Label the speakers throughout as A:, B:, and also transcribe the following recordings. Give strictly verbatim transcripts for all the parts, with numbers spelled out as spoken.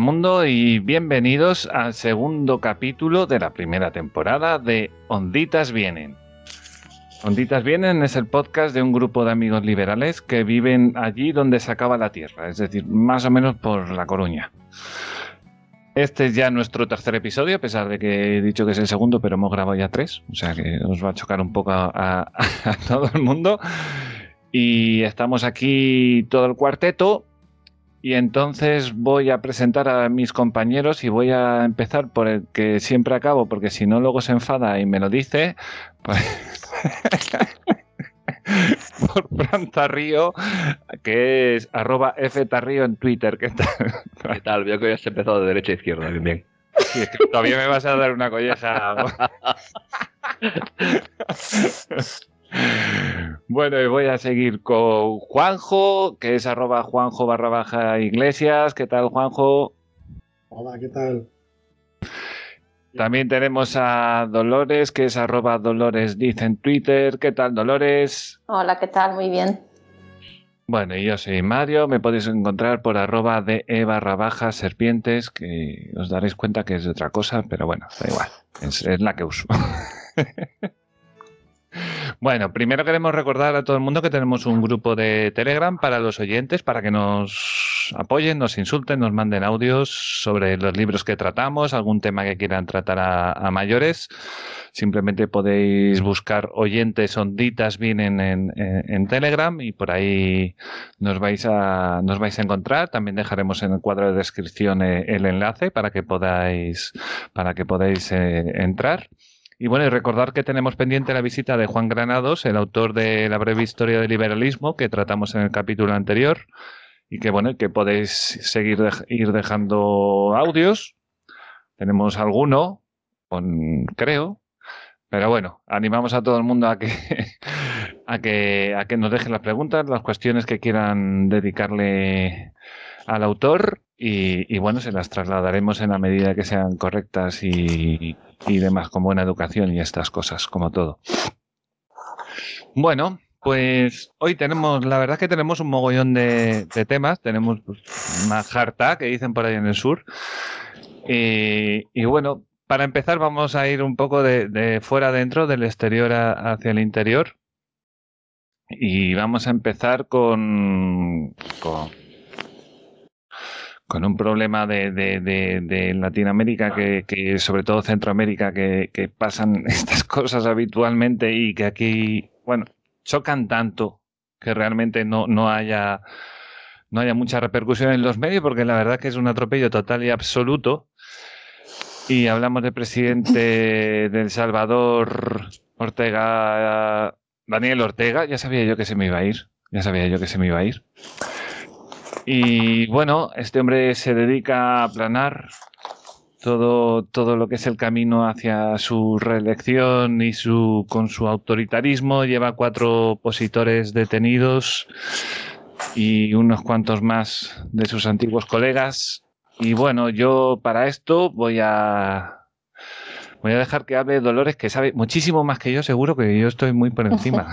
A: mundo y bienvenidos al segundo capítulo de la primera temporada de Onditas Vienen. Onditas Vienen es el podcast de un grupo de amigos liberales que viven allí donde se acaba la tierra, es decir, más o menos por La Coruña. Este es ya nuestro tercer episodio, a pesar de que he dicho que es el segundo, pero hemos grabado ya tres, o sea que os va a chocar un poco a, a, a todo el mundo. Y estamos aquí todo el cuarteto. Y entonces voy a presentar a mis compañeros y voy a empezar por el que siempre acabo, porque si no luego se enfada y me lo dice, pues por Fran Tarrío, que es arroba ftarrío en Twitter. ¿Qué tal?
B: ¿Qué tal? Veo que hoy has empezado de derecha a izquierda, bien, bien.
A: Sí, es que todavía me vas a dar una colleja. Bueno, y voy a seguir con Juanjo, que es arroba Juanjo barra baja Iglesias. ¿Qué tal, Juanjo?
C: Hola, ¿qué tal?
A: También tenemos a Dolores, que es arroba Dolores dice en Twitter. ¿Qué tal, Dolores?
D: Hola, ¿qué tal? Muy bien.
A: Bueno, y yo soy Mario. Me podéis encontrar por arroba de e barra baja serpientes, que os daréis cuenta que es de otra cosa, pero bueno, da igual. Es, es la que uso. Bueno, primero queremos recordar a todo el mundo que tenemos un grupo de Telegram para los oyentes, para que nos apoyen, nos insulten, nos manden audios sobre los libros que tratamos, algún tema que quieran tratar a, a mayores. Simplemente podéis buscar oyentes onditas vienen en, en, en Telegram y por ahí nos vais a nos vais a encontrar. También dejaremos en el cuadro de descripción el enlace para que podáis para que podáis eh, entrar. Y bueno, y recordar que tenemos pendiente la visita de Juan Granados, el autor de La breve historia del liberalismo, que tratamos en el capítulo anterior, y que bueno, que podéis seguir de, ir dejando audios. Tenemos alguno, con, creo, pero bueno, animamos a todo el mundo a que, a que, a que nos dejen las preguntas, las cuestiones que quieran dedicarle al autor. Y, y bueno, se las trasladaremos en la medida que sean correctas y, y demás, con buena educación y estas cosas, como todo. Bueno, pues hoy tenemos, la verdad que tenemos un mogollón de, de temas. Tenemos pues, una jarta que dicen por ahí en el sur. Y, y bueno, para empezar vamos a ir un poco de, de fuera adentro, del exterior a, hacia el interior. Y vamos a empezar con... con con un problema de, de, de, de Latinoamérica, que, que sobre todo Centroamérica, que, que pasan estas cosas habitualmente y que aquí, bueno, chocan tanto que realmente no, no haya no haya mucha repercusión en los medios, porque la verdad que es un atropello total y absoluto. Y hablamos del presidente de El Salvador, Ortega, Daniel Ortega. Ya sabía yo que se me iba a ir, ya sabía yo que se me iba a ir. Y bueno, este hombre se dedica a aplanar todo, todo lo que es el camino hacia su reelección y su, con su autoritarismo. Lleva cuatro opositores detenidos y unos cuantos más de sus antiguos colegas. Y bueno, yo para esto voy a... Voy a dejar que hable Dolores, que sabe muchísimo más que yo, seguro que yo estoy muy por encima.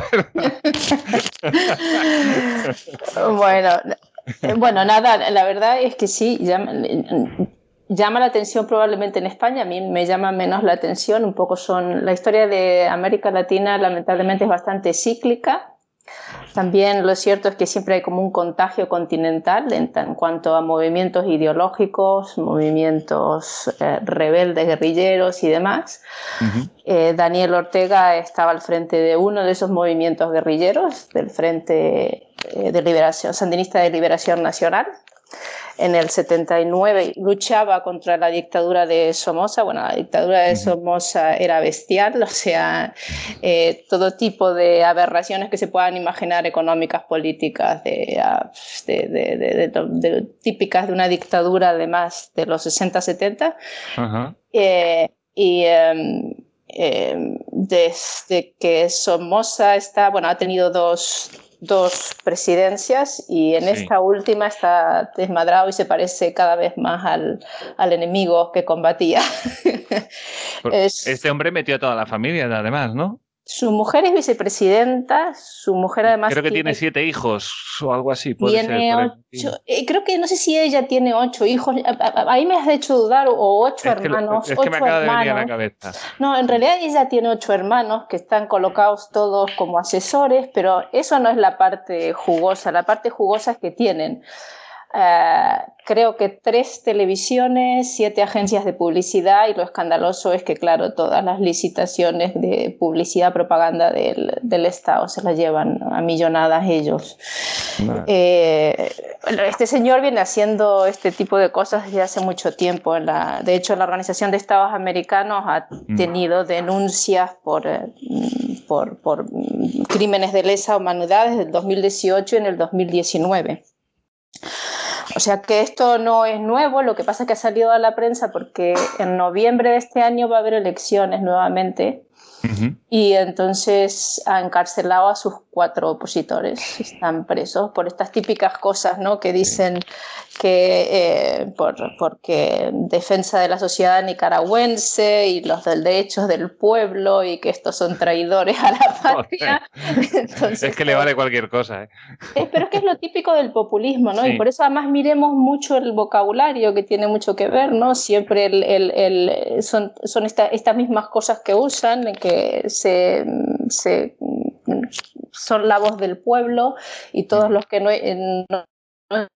D: Bueno, bueno, nada, la verdad es que sí, llama, llama la atención probablemente en España, a mí me llama menos la atención, un poco son, la historia de América Latina lamentablemente es bastante cíclica. También lo cierto es que siempre hay como un contagio continental en, en cuanto a movimientos ideológicos, movimientos eh, rebeldes, guerrilleros y demás. Uh-huh. eh, Daniel Ortega estaba al frente de uno de esos movimientos guerrilleros, del Frente eh, de Liberación, Sandinista de Liberación Nacional. En el setenta y nueve luchaba contra la dictadura de Somoza. Bueno, la dictadura de Somoza era bestial, o sea, eh, todo tipo de aberraciones que se puedan imaginar, económicas, políticas, de, de, de, de, de, de, típicas de una dictadura además de los sesenta setenta. Uh-huh. eh, y eh, eh, desde que Somoza está, bueno, ha tenido dos... dos presidencias y en sí. esta última está desmadrado y se parece cada vez más al, al enemigo que combatía.
A: es... Este hombre metió a toda la familia además, ¿no?
D: Su mujer es vicepresidenta, su mujer además
A: Creo que
D: tiene,
A: tiene siete hijos o algo así, puede
D: tiene
A: ser. Por
D: ocho, eh, creo que no sé si ella tiene ocho hijos, ahí me has hecho dudar, o ocho
A: es que,
D: hermanos,
A: es que me
D: ocho
A: acaba de venir a la
D: hermanos.
A: cabeza.
D: No, en realidad ella tiene ocho hermanos que están colocados todos como asesores, pero eso no es la parte jugosa, la parte jugosa es que tienen Uh, creo que tres televisiones, siete agencias de publicidad y lo escandaloso es que, claro, todas las licitaciones de publicidad, propaganda del, del Estado se las llevan a millonadas ellos. Vale. Eh, este señor viene haciendo este tipo de cosas desde hace mucho tiempo. En la, de hecho, la Organización de Estados Americanos ha tenido denuncias por, eh, por, por crímenes de lesa humanidad desde el dos mil dieciocho y en el dos mil diecinueve. O sea que esto no es nuevo, lo que pasa es que ha salido a la prensa porque en noviembre de este año va a haber elecciones nuevamente. Uh-huh. Y entonces ha encarcelado a sus cuatro opositores, están presos por estas típicas cosas, ¿no? Que dicen que eh, por, porque defensa de la sociedad nicaragüense y los del derechos del pueblo y que estos son traidores a la patria.
A: Entonces, es que le vale cualquier cosa, ¿eh?
D: Eh, pero es que es lo típico del populismo, ¿no? Sí. Y por eso además miremos mucho el vocabulario que tiene mucho que ver, ¿no? Siempre el, el, el, son, son esta, estas mismas cosas que usan, que se, se, son la voz del pueblo y todos los que no, no, no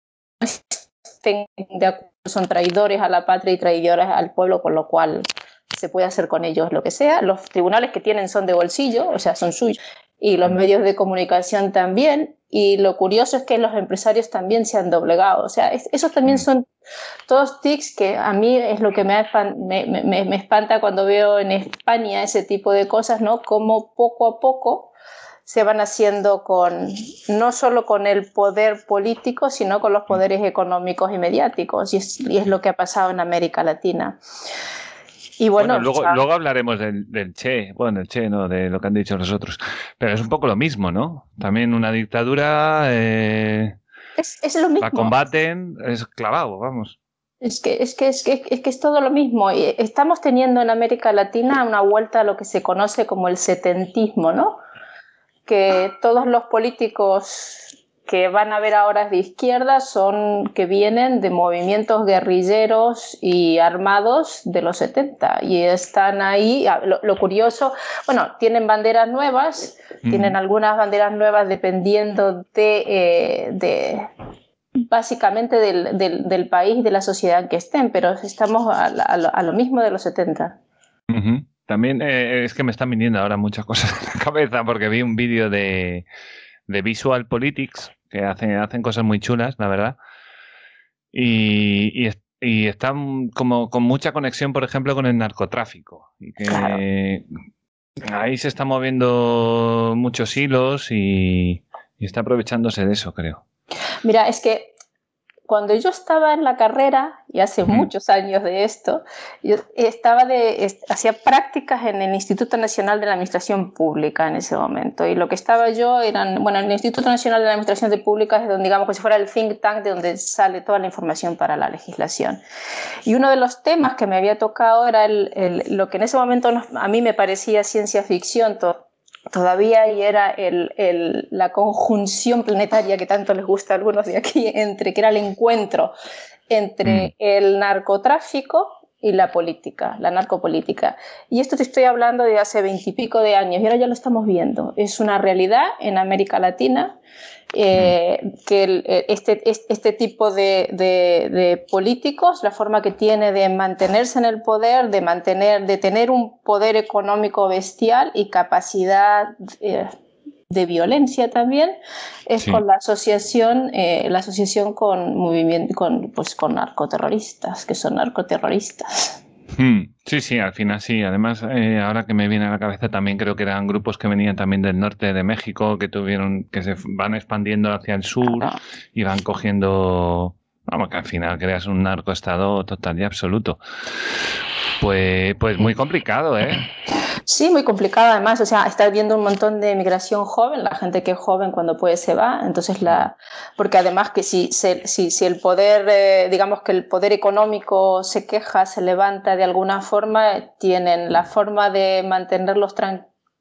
D: estén de acuerdo son traidores a la patria y traidores al pueblo, con lo cual se puede hacer con ellos lo que sea. Los tribunales que tienen son de bolsillo, o sea, son suyos, y los medios de comunicación también, y lo curioso es que los empresarios también se han doblegado. O sea, es, esos también son todos tics que a mí es lo que me, me, me, me espanta cuando veo en España ese tipo de cosas, ¿no? Como poco a poco se van haciendo con, no solo con el poder político, sino con los poderes económicos y mediáticos, y es, y es lo que ha pasado en América Latina.
A: Y bueno, bueno luego, luego hablaremos del, del Che, bueno, del Che, no, de lo que han dicho los otros, pero es un poco lo mismo, ¿no? También una dictadura, eh,
D: es, es lo mismo.
A: La combaten, es clavado, vamos.
D: Es que es, que, es, que, es que es todo lo mismo. Y estamos teniendo en América Latina una vuelta a lo que se conoce como el setentismo, ¿no? Que todos los políticos que van a ver ahora de izquierda son que vienen de movimientos guerrilleros y armados de los setenta y están ahí. Lo, lo curioso, bueno, tienen banderas nuevas, mm. tienen algunas banderas nuevas dependiendo de, eh, de básicamente del, del, del país, de la sociedad en que estén, pero estamos a, a, lo, a lo mismo de los setenta.
A: Uh-huh. También eh, es que me están viniendo ahora muchas cosas en la cabeza porque vi un vídeo de, de Visual Politics que hacen, hacen cosas muy chulas, la verdad. Y, y, y están como con mucha conexión, por ejemplo, con el narcotráfico. Y que claro. Ahí se están moviendo muchos hilos y, y está aprovechándose de eso, creo.
D: Mira, es que cuando yo estaba en la carrera, y hace mm. muchos años de esto, yo estaba de, hacía prácticas en el Instituto Nacional de la Administración Pública en ese momento. Y lo que estaba yo eran, bueno, el Instituto Nacional de la Administración de Pública es donde, digamos, que si fuera el think tank de donde sale toda la información para la legislación. Y uno de los temas que me había tocado era el, el, lo que en ese momento nos, a mí me parecía ciencia ficción, todo. Todavía y era el, el, la conjunción planetaria que tanto les gusta a algunos de aquí, entre, que era el encuentro entre mm. el narcotráfico y la política, la narcopolítica. Y esto te estoy hablando de hace veintipico de años y ahora ya lo estamos viendo. Es una realidad en América Latina eh, mm. que el, este, este tipo de, de, de políticos, la forma que tiene de mantenerse en el poder, de, mantener, de tener un poder económico bestial y capacidad eh, de violencia también, es sí. con la asociación, eh, la asociación con movimiento, con, pues, con narcoterroristas, que son narcoterroristas.
A: Hmm. Sí, sí, al final sí. Además, eh, ahora que me viene a la cabeza también creo que eran grupos que venían también del norte de México, que tuvieron, que se van expandiendo hacia el sur claro. y van cogiendo, vamos, que al final creas un narcoestado total y absoluto. Pues, pues muy complicado, ¿eh?
D: Sí, muy complicado además, o sea, está viendo un montón de migración joven, la gente que es joven cuando puede se va, entonces la, porque además que si, se, si, si el poder, eh, digamos que el poder económico se queja, se levanta de alguna forma, tienen la forma de mantenerlos tranquilos,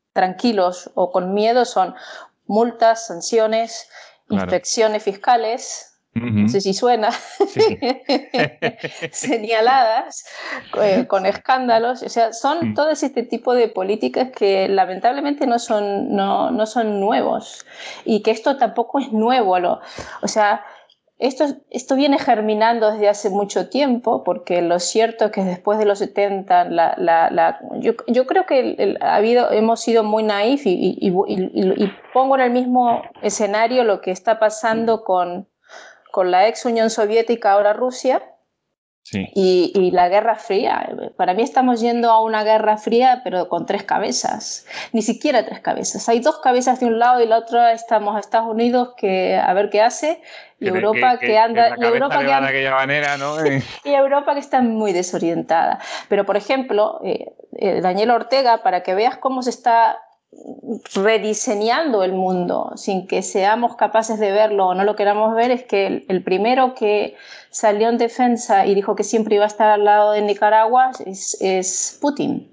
D: tranquilos o con miedo son multas, sanciones, claro. inspecciones fiscales. Uh-huh. No sé si suena, sí. señaladas eh, con escándalos, o sea, son uh-huh. todo este tipo de políticas que lamentablemente no son, no, no son nuevos y que esto tampoco es nuevo, lo, o sea, esto, esto viene germinando desde hace mucho tiempo, porque lo cierto es que después de los setenta, la, la, la, yo, yo creo que el, el, ha habido, hemos sido muy naif y, y, y, y, y pongo en el mismo escenario lo que está pasando con con la ex Unión Soviética, ahora Rusia, sí. y, y la Guerra Fría. Para mí estamos yendo a una Guerra Fría, pero con tres cabezas. Ni siquiera tres cabezas. Hay dos cabezas de un lado y la otra estamos a Estados Unidos, que a ver qué hace, y que, Europa que, que, que anda...
A: Que
D: y, Europa que anda
A: de aquella manera, ¿no?
D: y Europa que está muy desorientada. Pero, por ejemplo, eh, eh, Daniel Ortega, para que veas cómo se está rediseñando el mundo sin que seamos capaces de verlo o no lo queramos ver, es que el, el primero que salió en defensa y dijo que siempre iba a estar al lado de Nicaragua es, es Putin,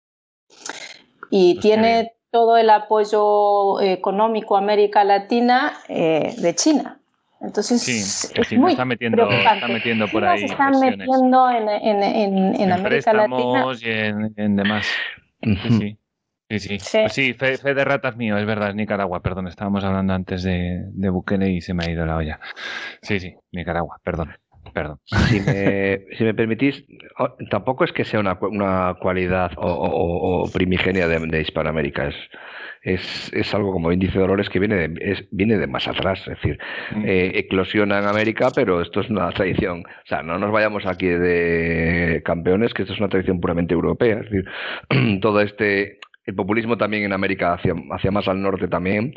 D: y pues tiene todo el apoyo económico a América Latina eh, de China. Entonces,
A: sí, es China muy está metiendo, está metiendo por ahí.
D: Se están metiendo en, en, en, en, en América Latina
A: y en, en demás. Sí, sí. Sí, sí. Sí, pues sí, fe, fe de ratas mío, es verdad, es Nicaragua, perdón, estábamos hablando antes de, de Bukele y se me ha ido la olla. Sí, sí, Nicaragua, perdón, perdón.
B: Si me, si me permitís, oh, tampoco es que sea una, una cualidad o, o, o primigenia de, de Hispanoamérica, es, es, es algo, como bien dice Dolores, que viene de, es, viene de más atrás, es decir, mm. eh, eclosiona en América, pero esto es una tradición, o sea, no nos vayamos aquí de campeones, que esto es una tradición puramente europea, es decir, todo este... El populismo también en América hacia, hacia más al norte también,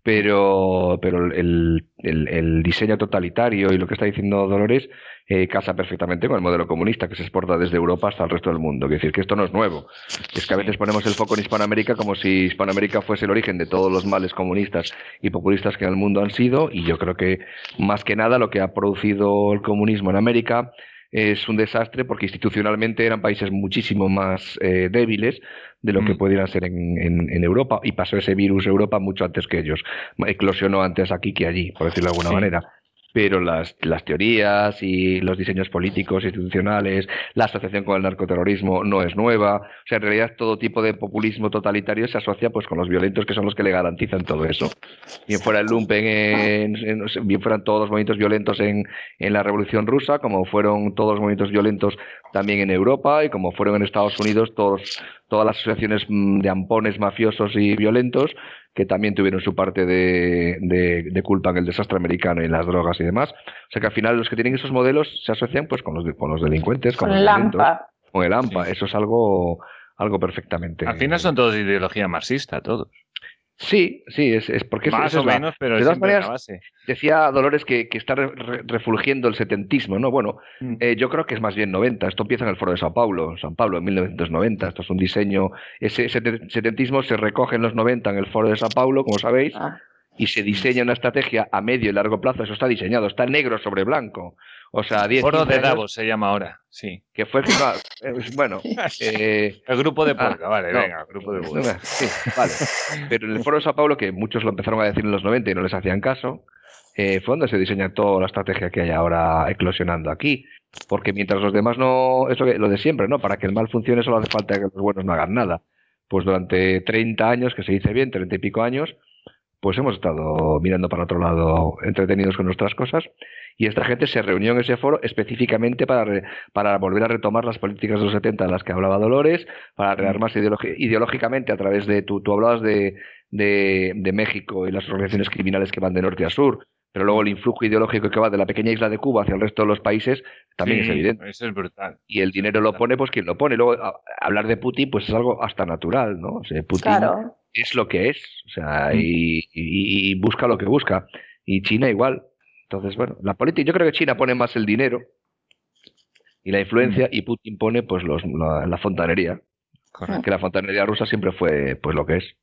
B: pero, pero el, el, el diseño totalitario y lo que está diciendo Dolores eh, casa perfectamente con el modelo comunista que se exporta desde Europa hasta el resto del mundo. Es decir, que esto no es nuevo. Es que a veces ponemos el foco en Hispanoamérica como si Hispanoamérica fuese el origen de todos los males comunistas y populistas que en el mundo han sido, y yo creo que más que nada lo que ha producido el comunismo en América es un desastre, porque institucionalmente eran países muchísimo más eh, débiles de lo mm. que pudieran ser en, en, en Europa, y pasó ese virus a Europa mucho antes que ellos. Eclosionó antes aquí que allí, por decirlo de alguna sí. manera. Pero las, las teorías y los diseños políticos, institucionales, la asociación con el narcoterrorismo no es nueva. O sea, en realidad todo tipo de populismo totalitario se asocia pues con los violentos, que son los que le garantizan todo eso. Bien fuera el lumpen, en, en, bien fueran todos los movimientos violentos en, en la Revolución Rusa, como fueron todos los movimientos violentos también en Europa, y como fueron en Estados Unidos todos, todas las asociaciones de ampones mafiosos y violentos, que también tuvieron su parte de, de, de culpa en el desastre americano y en las drogas y demás. O sea que al final los que tienen esos modelos se asocian pues con los, con los delincuentes, con, con los violentos, A M P A. Con el A M P A. Sí. Eso es algo, algo perfectamente...
A: Al final son todos de ideología marxista, todos.
B: Sí, sí, es, es porque
A: más
B: es,
A: o menos, la, pero
B: de todas maneras,
A: la base.
B: Decía Dolores que, que está re, re, refulgiendo el setentismo, ¿no? Bueno, mm. eh, yo creo que es más bien noventa. Esto empieza en el Foro de Sao Paulo, San Pablo, en mil novecientos noventa. Esto es un diseño, ese setentismo se recoge en los noventa en el Foro de Sao Paulo, como sabéis, ah. y se diseña una estrategia a medio y largo plazo. Eso está diseñado, está negro sobre blanco. O sea, diez,
A: Foro de
B: años,
A: Davos se llama ahora, sí.
B: Que fue firmado. Bueno, eh,
A: el grupo de Polka, ah, vale,
B: no,
A: venga, el grupo de Polka.
B: Sí, vale. Pero en el Foro de Sao Paulo, que muchos lo empezaron a decir en los noventa y no les hacían caso, eh, fue donde se diseña toda la estrategia que hay ahora eclosionando aquí. Porque mientras los demás no, eso que lo de siempre, ¿no? Para que el mal funcione solo hace falta que los buenos no hagan nada. Pues durante treinta años, que se dice bien, treinta y pico años, pues hemos estado mirando para otro lado, entretenidos con nuestras cosas, y esta gente se reunió en ese foro específicamente para, re, para volver a retomar las políticas de los setenta de las que hablaba Dolores, para rearmarse ideologi ideológicamente a través de, tú, tú hablabas de, de, de México y las organizaciones criminales que van de norte a sur, pero luego el influjo ideológico que va de la pequeña isla de Cuba hacia el resto de los países también sí, es evidente.
A: Eso es brutal.
B: Y el dinero lo pone pues quien lo pone. Luego a, hablar de Putin pues es algo hasta natural, ¿no? O sea, Putin claro. es lo que es, o sea, mm. y, y, y busca lo que busca. Y China igual. Entonces, bueno, la política, yo creo que China pone más el dinero y la influencia, mm. y Putin pone pues los, la, la fontanería. Correcto. Que la fontanería rusa siempre fue pues lo que es.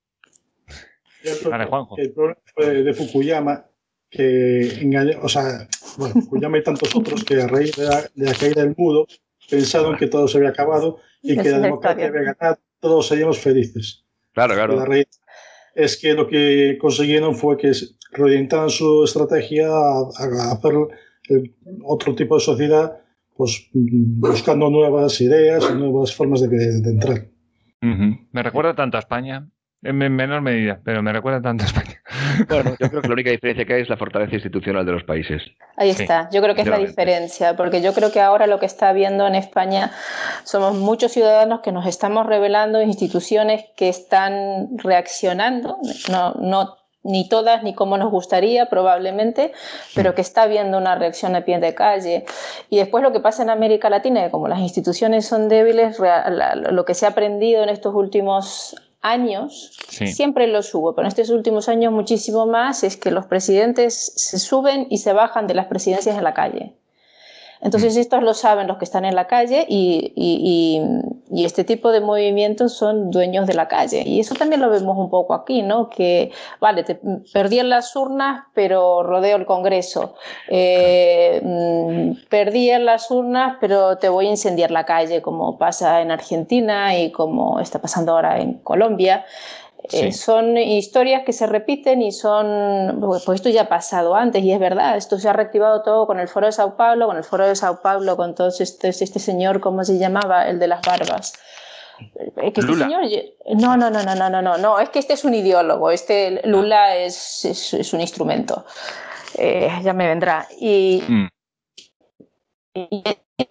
C: El, vale, Juanjo. El problema fue de Fukuyama, que engañó, o sea, bueno, Fukuyama y tantos otros que a raíz de la, de la caída del mundo pensaron que todo se había acabado y que la democracia había ganado, todos seríamos felices.
B: Claro, claro.
C: Es que lo que consiguieron fue que reorientaran su estrategia a, a hacer el, otro tipo de sociedad, pues buscando nuevas ideas y nuevas formas de, de entrar.
A: Uh-huh. Me recuerda tanto a España, en menor medida, pero me recuerda tanto a España.
B: Bueno, yo creo que la única diferencia que hay es la fortaleza institucional de los países.
D: Ahí está, sí, yo creo que es la diferencia, porque yo creo que ahora lo que está habiendo en España somos muchos ciudadanos que nos estamos rebelando, instituciones que están reaccionando, no, no ni todas ni como nos gustaría probablemente, pero que está habiendo una reacción a pie de calle. Y después lo que pasa en América Latina, que como las instituciones son débiles, lo que se ha aprendido en estos últimos años, sí, siempre lo subo, pero en estos últimos años muchísimo más, es que los presidentes se suben y se bajan de las presidencias en la calle. Entonces estos lo saben los que están en la calle y, y, y, y este tipo de movimientos son dueños de la calle. Y eso también lo vemos un poco aquí, ¿no? Que, vale, te perdí en las urnas, pero rodeo el Congreso. Eh, perdí en las urnas, pero te voy a incendiar la calle, como pasa en Argentina y como está pasando ahora en Colombia. Sí. Eh, son historias que se repiten y son, pues esto ya ha pasado antes y es verdad, esto se ha reactivado todo con el Foro de Sao Paulo, con el Foro de Sao Paulo, con todo este, este señor, ¿cómo se llamaba? El de las barbas. Es que este
B: Lula.
D: Señor, no, no, no, no, no, no, no, no, es que este es un ideólogo, este Lula es, es, es un instrumento, eh, ya me vendrá. Y, mm. y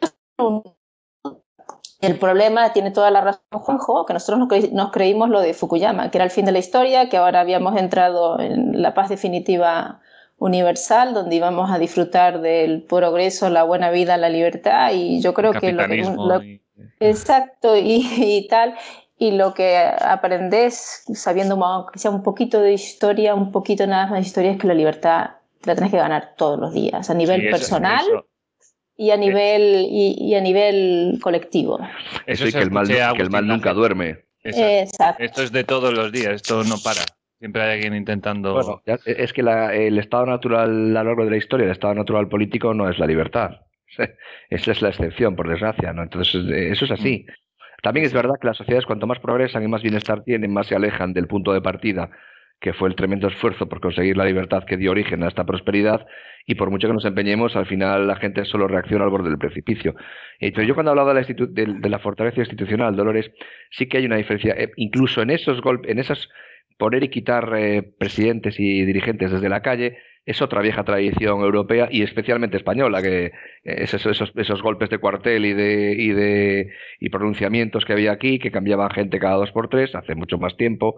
D: el problema, tiene toda la razón Juanjo, que nosotros nos creímos lo de Fukuyama, que era el fin de la historia, que ahora habíamos entrado en la paz definitiva universal, donde íbamos a disfrutar del progreso, la buena vida, la libertad, y yo creo que... Lo, lo, y... Exacto, y, y tal, y lo que aprendes, sabiendo que sea un poquito de historia, un poquito nada más de historia, es que la libertad la tenés que ganar todos los días, a nivel sí, eso, personal... Eso. Y a nivel y, y a nivel colectivo.
B: Eso es que el mal, que el mal nunca duerme.
A: Exacto. Exacto. Esto es de todos los días, esto no para. Siempre hay alguien intentando...
B: Bueno, es que la, el estado natural a lo largo de la historia, el estado natural político no es la libertad. Esa es la excepción, por desgracia, ¿no? Entonces, eso es así. También es verdad que las sociedades, cuanto más progresan y más bienestar tienen, más se alejan del punto de partida, que fue el tremendo esfuerzo por conseguir la libertad que dio origen a esta prosperidad, y por mucho que nos empeñemos, al final la gente solo reacciona al borde del precipicio. Eh, pero yo cuando hablaba de la, institu- de, de la fortaleza institucional, Dolores, sí que hay una diferencia, eh, incluso en esos golpes, en esas poner y quitar eh, presidentes y dirigentes desde la calle, es otra vieja tradición europea y especialmente española, que eh, esos, esos, esos golpes de cuartel y de, y de y pronunciamientos que había aquí, que cambiaban gente cada dos por tres, hace mucho más tiempo.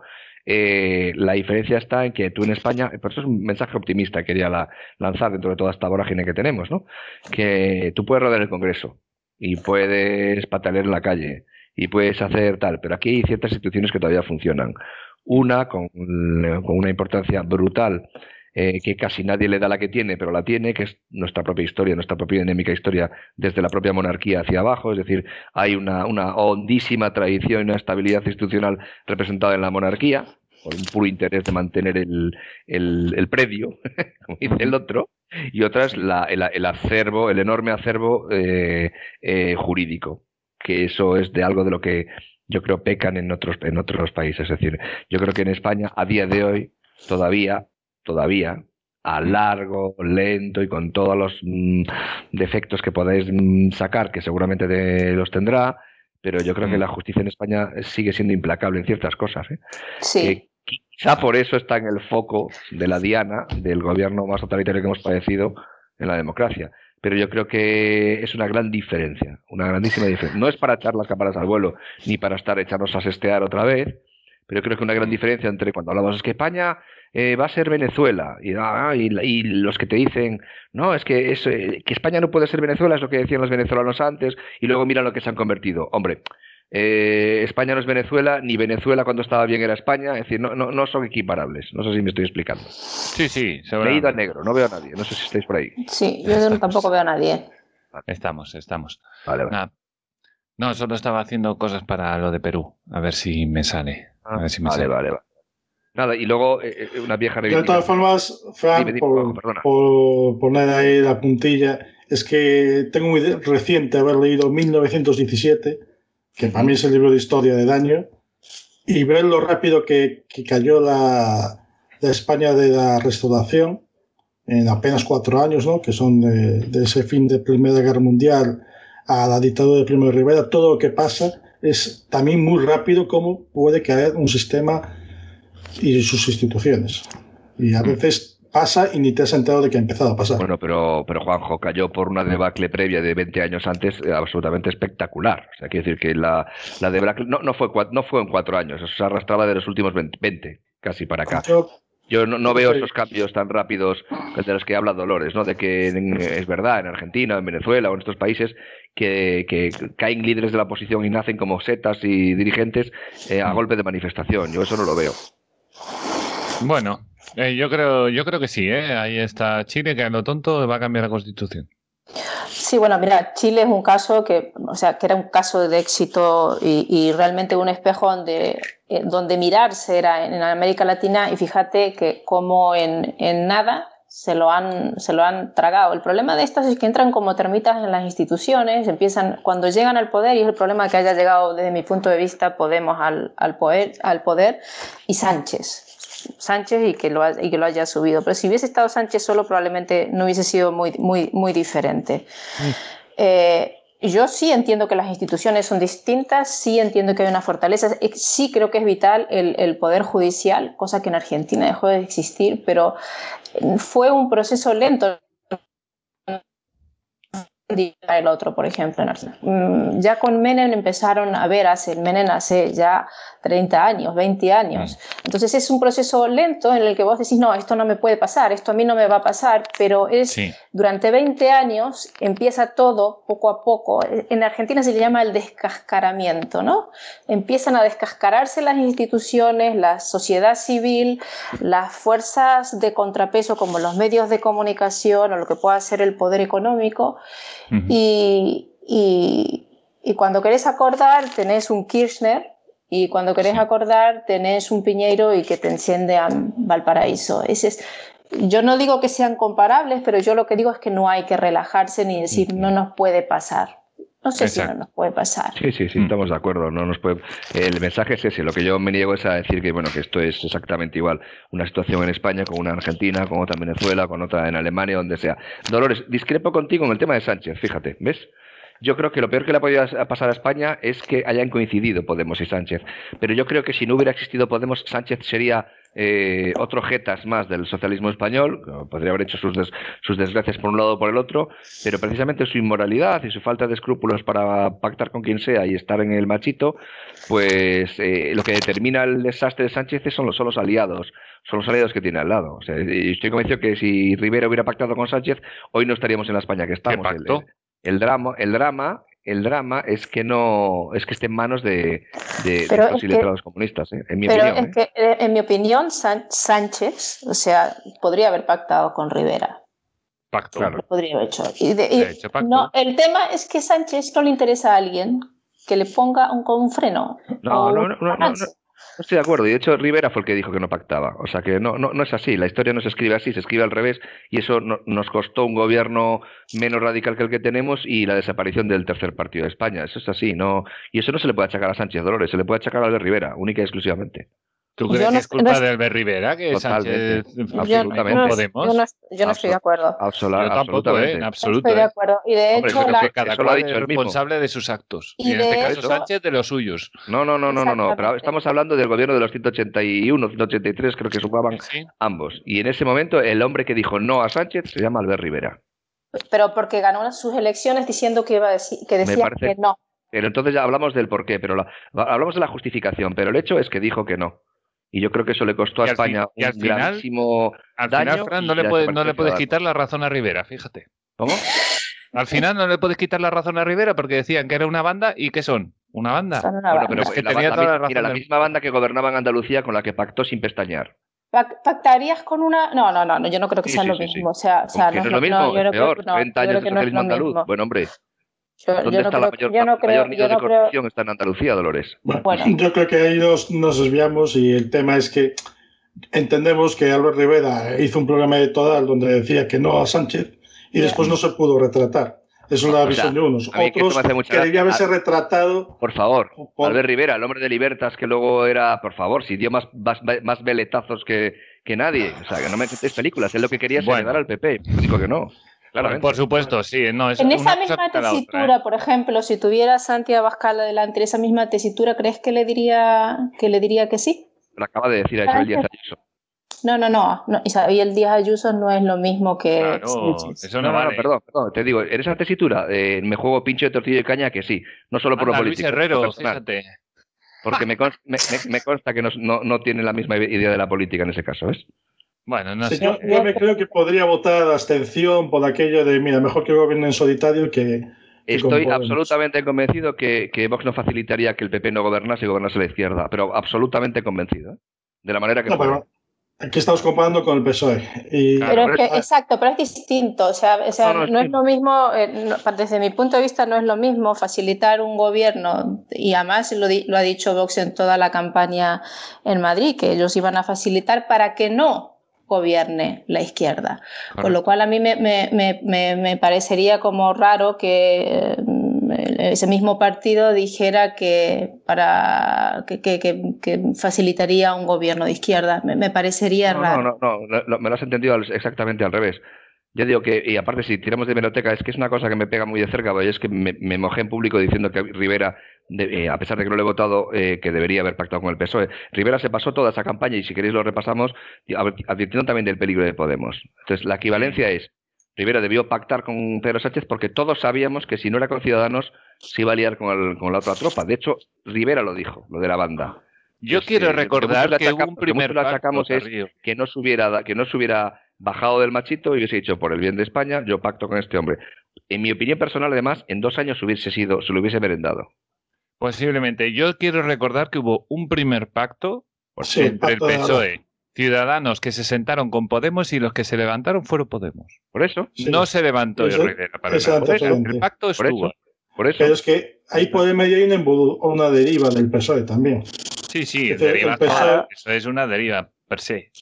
B: Eh, la diferencia está en que tú en España, por eso es un mensaje optimista que quería la, lanzar dentro de toda esta vorágine que tenemos, ¿no? Que tú puedes rodear el Congreso y puedes patalear en la calle y puedes hacer tal, pero aquí hay ciertas instituciones que todavía funcionan. Una con, con una importancia brutal, eh, que casi nadie le da la que tiene, pero la tiene, que es nuestra propia historia, nuestra propia endémica historia desde la propia monarquía hacia abajo, es decir, hay una, una hondísima tradición y una estabilidad institucional representada en la monarquía, por un puro interés de mantener el, el, el predio, como dice el otro, y otra es la, el, el acervo, el enorme acervo eh, eh, jurídico, que eso es de algo de lo que yo creo pecan en otros, en otros países. Es decir, yo creo que en España, a día de hoy, todavía, todavía, a largo, lento y con todos los mm, defectos que podáis mm, sacar, que seguramente de, los tendrá, pero yo creo mm. que la justicia en España sigue siendo implacable en ciertas cosas, ¿eh?
D: Sí.
B: Que quizá por eso está en el foco de la diana del gobierno más totalitario que hemos padecido en la democracia. Pero yo creo que es una gran diferencia, una grandísima diferencia. No es para echar las cámaras al vuelo, ni para estar echarnos a sestear otra vez, pero yo creo que una gran diferencia entre cuando hablamos es que España eh, va a ser Venezuela, y, ah, y, y los que te dicen, no, es que, es, eh, que España no puede ser Venezuela, es lo que decían los venezolanos antes, y luego miran lo que se han convertido. Hombre, eh, España no es Venezuela, ni Venezuela cuando estaba bien era España, es decir, no, no, no son equiparables. No sé si me estoy explicando.
A: Sí, sí.
B: Me he ido a negro, no veo a nadie, no sé si estáis por ahí.
D: Sí, yo estamos. Tampoco veo a nadie.
A: Estamos, estamos.
B: Vale, vale.
A: Nada. No, solo estaba haciendo cosas para lo de Perú, a ver si me sale. A ver si me
B: vale,
A: sale.
B: vale, vale. Nada, y luego eh, una vieja
C: reivindicación. De todas formas, Fran, dime, dime, por, ojo, por poner ahí la puntilla, es que tengo muy reciente haber leído mil novecientos diecisiete, que para mí es el libro de historia de Daño, y ver lo rápido que, que cayó la, la España de la Restauración en apenas cuatro años, ¿no? Que son de, de ese fin de Primera Guerra Mundial a la dictadura de Primo de Rivera, todo lo que pasa es también muy rápido cómo puede caer un sistema y sus instituciones. Y a veces pasa y ni te has enterado de que ha empezado a pasar.
B: Bueno, pero, pero Juanjo cayó por una debacle previa de veinte años antes eh, absolutamente espectacular. O sea, quiero decir que la, la debacle no, no, fue, no fue en cuatro años, eso se arrastraba de los últimos veinte, casi para acá. Yo, Yo no, no veo esos cambios tan rápidos de los que habla Dolores, ¿no? De que en, es verdad, en Argentina, en Venezuela o en estos países que, que caen líderes de la oposición y nacen como setas y dirigentes eh, a golpe de manifestación. Yo eso no lo veo.
A: Bueno, eh, yo creo yo creo que sí, ¿eh? Ahí está Chile, que a lo tonto va a cambiar la Constitución.
D: Sí, bueno, mira, Chile es un caso que, o sea, que era un caso de éxito y, y realmente un espejo donde, eh, donde mirarse era en, en América Latina, y fíjate que como en, en nada se lo, han, se lo han tragado. El problema de estas es que entran como termitas en las instituciones, empiezan cuando llegan al poder, y es el problema que haya llegado desde mi punto de vista Podemos al, al, poder, al poder y Sánchez. Sánchez y que, lo ha, y que lo haya subido. Pero si hubiese estado Sánchez solo, probablemente no hubiese sido muy, muy, muy diferente. Mm. Eh, yo sí entiendo que las instituciones son distintas, sí entiendo que hay una fortaleza, sí creo que es vital el, el poder judicial, cosa que en Argentina dejó de existir, pero fue un proceso lento. El otro, por ejemplo, ya con Menem empezaron a ver, hace, Menem hace ya treinta años, veinte años, entonces es un proceso lento en el que vos decís, no, esto no me puede pasar, esto a mí no me va a pasar, pero es sí. Durante veinte años empieza todo poco a poco. En Argentina se le llama el descascaramiento, ¿no? Empiezan a descascararse las instituciones, la sociedad civil, las fuerzas de contrapeso como los medios de comunicación o lo que pueda ser el poder económico. Uh-huh. y, y, y cuando querés acordar tenés un Kirchner, y cuando querés sí. acordar tenés un Piñeiro y que te enciende a Valparaíso. Ese es, yo no digo que sean comparables, pero yo lo que digo es que no hay que relajarse ni decir uh-huh. no nos puede pasar. No sé Exacto. si no nos puede pasar.
B: Sí, sí, sí, estamos de acuerdo. No nos puede... El mensaje es ese. Lo que yo me niego es a decir que, bueno, que esto es exactamente igual. Una situación en España con una en Argentina, con otra en Venezuela, con otra en Alemania, donde sea. Dolores, discrepo contigo en el tema de Sánchez, fíjate, ¿ves? Yo creo que lo peor que le ha podido pasar a España es que hayan coincidido Podemos y Sánchez. Pero yo creo que si no hubiera existido Podemos, Sánchez sería eh, otro jetas más del socialismo español. Podría haber hecho sus, des, sus desgracias por un lado o por el otro, pero precisamente su inmoralidad y su falta de escrúpulos para pactar con quien sea y estar en el machito, pues eh, lo que determina el desastre de Sánchez son los, son los aliados. Son los aliados que tiene al lado. O sea, estoy convencido que si Rivera hubiera pactado con Sánchez, hoy no estaríamos en la España que estamos.
A: ¿Qué pactó?
B: El, el, El drama, el drama, el drama es que no, es que esté en manos de, de, de estos iletrados comunistas, ¿eh? En mi
D: pero
B: opinión.
D: Es que,
B: ¿eh?
D: En mi opinión, Sánchez, o sea, podría haber pactado con Rivera.
A: Pacto.
D: Claro. Lo podría haber hecho. Y de, y, hecho pacto. No, el tema es que Sánchez no le interesa a alguien que le ponga un, con un freno.
B: No, no, no, no, no, no. No estoy de acuerdo, y de hecho Rivera fue el que dijo que no pactaba, o sea que no, no, no es así, la historia no se escribe así, se escribe al revés, y eso no, nos costó un gobierno menos radical que el que tenemos y la desaparición del tercer partido de España, eso es así, no, y eso no se le puede achacar a Sánchez Dolores, se le puede achacar a Albert Rivera, única y exclusivamente.
A: ¿Tú crees no, que es culpa no, de Albert Rivera que Sánchez
B: absolutamente
D: yo no,
A: Podemos?
D: Yo no, yo no estoy de acuerdo.
B: Absol-
A: yo tampoco, ¿eh? En absoluto.
D: Estoy de acuerdo. Y de
A: Hombre,
D: hecho,
A: la... que cada
B: eso
A: cual
B: lo ha dicho
A: es responsable de sus actos. Y, y en este caso
D: hecho...
A: Sánchez de los suyos.
B: No, no, no, no, no, no. Pero estamos hablando del gobierno de los ciento ochenta y uno, ciento ochenta y tres, creo que sumaban ¿Sí? ambos. Y en ese momento el hombre que dijo no a Sánchez se llama Albert Rivera.
D: Pero porque ganó sus elecciones diciendo que iba a decir que decía
B: parece...
D: que no.
B: Pero entonces ya hablamos del porqué, pero la... hablamos de la justificación, pero el hecho es que dijo que no. Y yo creo que eso le costó a España
A: y al
B: un
A: final,
B: grandísimo
A: al
B: daño.
A: Final, Fran, no le, puede, no le puedes quitar la razón a Rivera, fíjate.
B: ¿Cómo?
A: Al final no le puedes quitar la razón a Rivera porque decían que era una banda. ¿Y qué son? ¿Una banda?
D: Son una
B: bueno,
D: banda.
B: pero es que la, tenía la, toda la, razón mira, la misma banda que gobernaba en Andalucía con la que pactó sin pestañear.
D: ¿Pactarías con una...? No, no, no, yo no creo que sí, sea sí, lo sí, mismo. Sí. O sea, o sea,
B: no, no es lo mismo,
D: no,
B: es peor.
D: Que, no,
B: treinta años de socialismo andaluz.
D: Mismo.
B: Bueno, hombre.
D: Yo,
B: ¿Dónde
D: yo no
B: está
D: creo,
B: la mayor,
D: yo no
B: la mayor
D: creo,
B: nivel
D: yo no
B: de corrupción?
D: Creo...
B: Está en Andalucía, Dolores.
C: Bueno,
D: bueno.
C: Yo creo que ahí nos, nos desviamos y el tema es que entendemos que Albert Rivera hizo un programa electoral donde decía que no a Sánchez y yeah. después no se pudo retratar. Es una
B: O
C: visión
B: sea,
C: de unos.
B: a mí que esto
C: Otros
B: me hace mucha
C: que debía
B: gracia.
C: haberse retratado.
B: Por favor,
C: por-
B: Albert Rivera, el hombre de Libertas, que luego era, por favor, si dio más, más, más veletazos que, que nadie. O sea, que no me contéis películas. Él lo que quería es
A: Bueno.
B: heredar al P P. Yo digo que no.
A: Bueno,
B: Claramente.
A: por supuesto, sí. No, es
D: En
A: una
D: esa
A: cosa
D: misma
A: contra la otra,
D: tesitura,
A: ¿eh?
D: por ejemplo, si tuviera Santi Abascal adelante en esa misma tesitura, ¿crees que le diría que, le diría que sí?
B: Lo acaba de decir a Isabel Díaz Ayuso.
D: No, no, no, no. Isabel Díaz Ayuso no es lo mismo que
A: Claro,
D: Sánchez.
A: eso
B: No,
A: no,
B: no, no,
A: vale.
B: perdón, perdón, te digo, en esa tesitura eh, me juego pincho de tortilla de caña que sí, no solo por
A: Anda,
B: lo
A: Luis
B: político,
A: Herrero,
B: por lo personal,
A: fíjate.
B: porque me consta, me, me- me consta que no, no, no tiene la misma idea de la política en ese caso, ¿ves?
A: Bueno, no
C: Sí,
A: sé.
C: yo, yo me creo que podría votar abstención por aquello de, mira, mejor que gobiernen en solitario que, que con
B: Estoy
C: Podemos.
B: absolutamente convencido que, que Vox no facilitaría que el P P no gobernase y gobernase la izquierda, pero absolutamente convencido, ¿eh? De la manera que
C: No,
B: fuera.
C: pero aquí estamos comparando con el P S O E. Y,
A: Claro,
D: Pero
B: por
D: es que,
C: eso-
D: exacto, pero es distinto. O sea, o sea
B: No, no,
D: no,
B: sí.
D: es lo mismo, eh, no- desde mi punto de vista, no es lo mismo facilitar un gobierno, y además lo, di- lo ha dicho Vox en toda la campaña en Madrid, que ellos iban a facilitar para que no gobierne la izquierda. Con
A: Correcto.
D: lo cual a mí me, me- me- me- me parecería como raro que eh, ese mismo partido dijera que, para, que, que- que- que facilitaría un gobierno de izquierda. Me, me parecería
B: No,
D: raro.
B: no, no, no, lo- lo- me lo has entendido al- exactamente al revés. Yo digo que, y aparte si tiramos de hemeroteca, es que es una cosa que me pega muy de cerca, porque es que me, me mojé en público diciendo que Rivera, de- eh, a pesar de que no lo he votado, eh, que debería haber pactado con el P S O E. Rivera se pasó toda esa campaña, y si queréis lo repasamos, y adv- advirtiendo también del peligro de Podemos. Entonces, la equivalencia es, Rivera debió pactar con Pedro Sánchez porque todos sabíamos que si no era con Ciudadanos, se iba a liar con, el- con la otra tropa. De hecho, Rivera lo dijo, lo de la banda.
A: Yo
B: Este,
A: quiero
B: lo que
A: recordar
B: muchos le
A: que hubo
B: achacamos-
A: un
B: lo que
A: primer
B: muchos le
A: pacto,
B: achacamos es
A: Carrillo.
B: que no se hubiera, que no se hubiera bajado del machito y hubiese dicho, por el bien de España, yo pacto con este hombre. En mi opinión personal, además, en dos años hubiese sido, se lo hubiese merendado.
A: Posiblemente. Yo quiero recordar que hubo un primer pacto
C: Sí,
A: entre el
C: pacto de
A: P S O E, Ciudadanos, que se sentaron con Podemos, y los que se levantaron fueron Podemos.
B: Por eso,
C: Sí.
A: No se levantó
C: Eso-
A: Rivera para
C: eso
A: nada.
C: antes,
A: El
C: antes.
A: pacto
B: por
A: estuvo.
B: eso, por eso.
C: Pero es que ahí puede medio hay una, embu- una deriva del P S O E también.
A: Sí, sí,
C: Es decir,
A: deriva
C: el P S O E
A: toda. Eso es una deriva per se.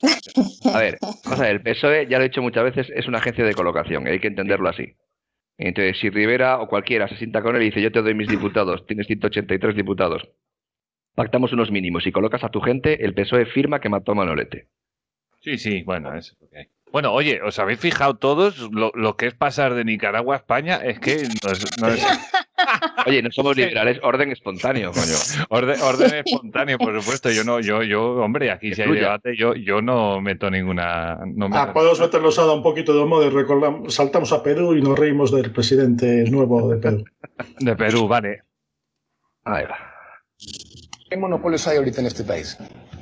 B: A ver, pasa, el P S O E, ya lo he dicho muchas veces, es una agencia de colocación, hay que entenderlo así. Entonces, si Rivera o cualquiera se sienta con él y dice, yo te doy mis diputados, tienes ciento ochenta y tres diputados, pactamos unos mínimos y colocas a tu gente, el P S O E firma que mató a Manolete.
A: Sí, sí, bueno, eso es lo que hay. Bueno, oye, ¿os habéis fijado todos lo, lo que es pasar de Nicaragua a España? Es que no es, no es
B: Oye, no somos liberales, orden espontáneo, coño.
A: orden, orden espontáneo, por supuesto. Yo no, yo, yo, hombre, aquí
B: Que
A: si hay
B: fluya.
A: debate, yo, yo no meto ninguna. No meto
C: Ah, podemos meternos ahora un poquito de modo y recordamos, saltamos a Perú y nos reímos del presidente nuevo de Perú.
A: de Perú, vale.
B: Ahí va.
E: ¿Qué monopolios hay ahorita en este país?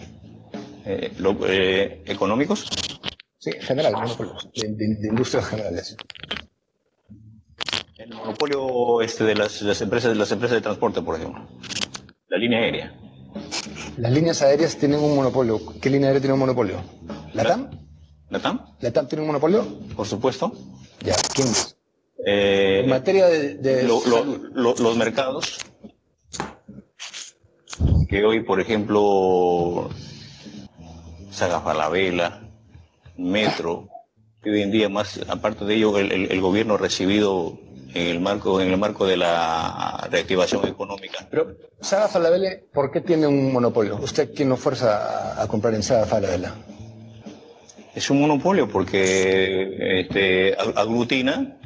F: Eh, lo- eh, ¿Económicos?
E: Sí, en general, monopolios, de, de- de industrias generales.
F: El monopolio este de las, las empresas de las empresas de transporte, por ejemplo. La línea aérea.
E: Las líneas aéreas tienen un monopolio. ¿Qué línea aérea tiene un monopolio? ¿Latam?
F: ¿Latam?
E: ¿Latam tiene un monopolio?
F: Por supuesto.
E: Ya, ¿quién es?
F: Eh,
E: En materia de... de
F: lo- lo-
E: salud.
F: lo- los mercados. Que hoy, por ejemplo, Saga Falabella, Metro, que hoy en día más, aparte de ello, el, el- el gobierno ha recibido en el marco, en el marco de la reactivación económica.
E: Pero, Saga Falabella, ¿por qué tiene un monopolio? ¿Usted quién lo fuerza a, a comprar en Saga Falabella?
F: Es un monopolio porque este, ag- aglutina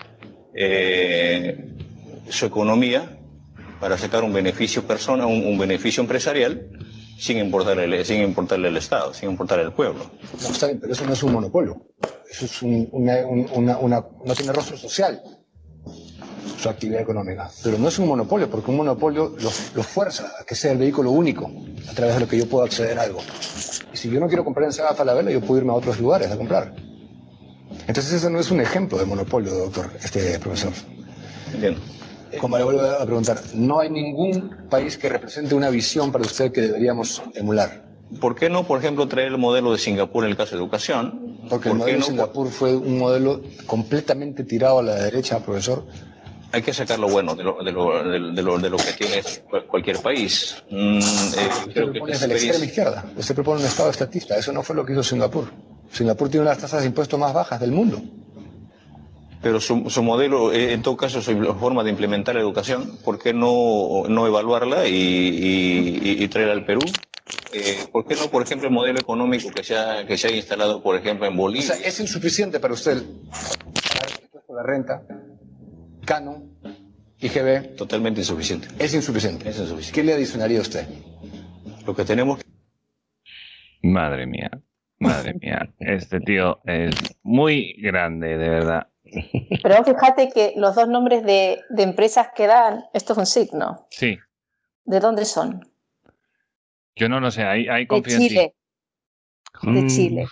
F: eh, su economía para sacar un beneficio persona, un, un beneficio empresarial, sin importarle, sin importarle al Estado, sin importarle al pueblo.
E: No, está bien, pero eso no es un monopolio. Eso es un, una, un- una, una- no tiene rostro social, su actividad económica. Pero no es un monopolio, porque un monopolio lo, lo fuerza a que sea el vehículo único a través de lo que yo puedo acceder a algo. Y si yo no quiero comprar en Saga Falabella, yo puedo irme a otros lugares a comprar. Entonces eso no es un ejemplo de monopolio, doctor, este profesor.
F: ¿Entiendo?
E: Como le vuelvo a preguntar, no hay ningún país que represente una visión para usted que deberíamos emular.
F: ¿Por qué no, por ejemplo, traer el modelo de Singapur en el caso de educación?
E: Porque el
F: ¿Por qué
E: modelo de
F: no?
E: Singapur fue un modelo completamente tirado a la derecha, profesor.
F: Hay que sacar lo bueno de lo, de lo, de lo, de lo, de lo que tiene cual- cualquier país. Mm, eh,
E: Usted
F: creo que
E: propone
F: esta
E: desde la extrema
F: experiencia-
E: izquierda. Usted propone un Estado estatista. Eso no fue lo que hizo Singapur. Singapur tiene una de las tasas de impuestos más bajas del mundo.
F: pero su, su modelo, en todo caso, su forma de implementar la educación, ¿por qué no, no evaluarla y, y, y traerla al Perú? Eh, ¿Por qué no, por ejemplo, el modelo económico que se ha, que se ha instalado, por ejemplo, en Bolivia?
E: O sea, es insuficiente para usted pagar el impuesto de la renta, canon, I G B.
F: Totalmente insuficiente.
E: Es insuficiente.
F: Es insuficiente.
E: ¿Qué le adicionaría a usted?
F: Lo que tenemos que...
A: Madre mía, madre mía. Este tío es muy grande, de verdad.
D: Pero fíjate que los dos nombres de, de empresas que dan, esto es un signo.
A: Sí.
D: ¿De dónde son?
A: Yo no lo sé, ahí, ahí
D: De
A: confío en ti.
D: Chile. De
A: Mm.
D: Chile.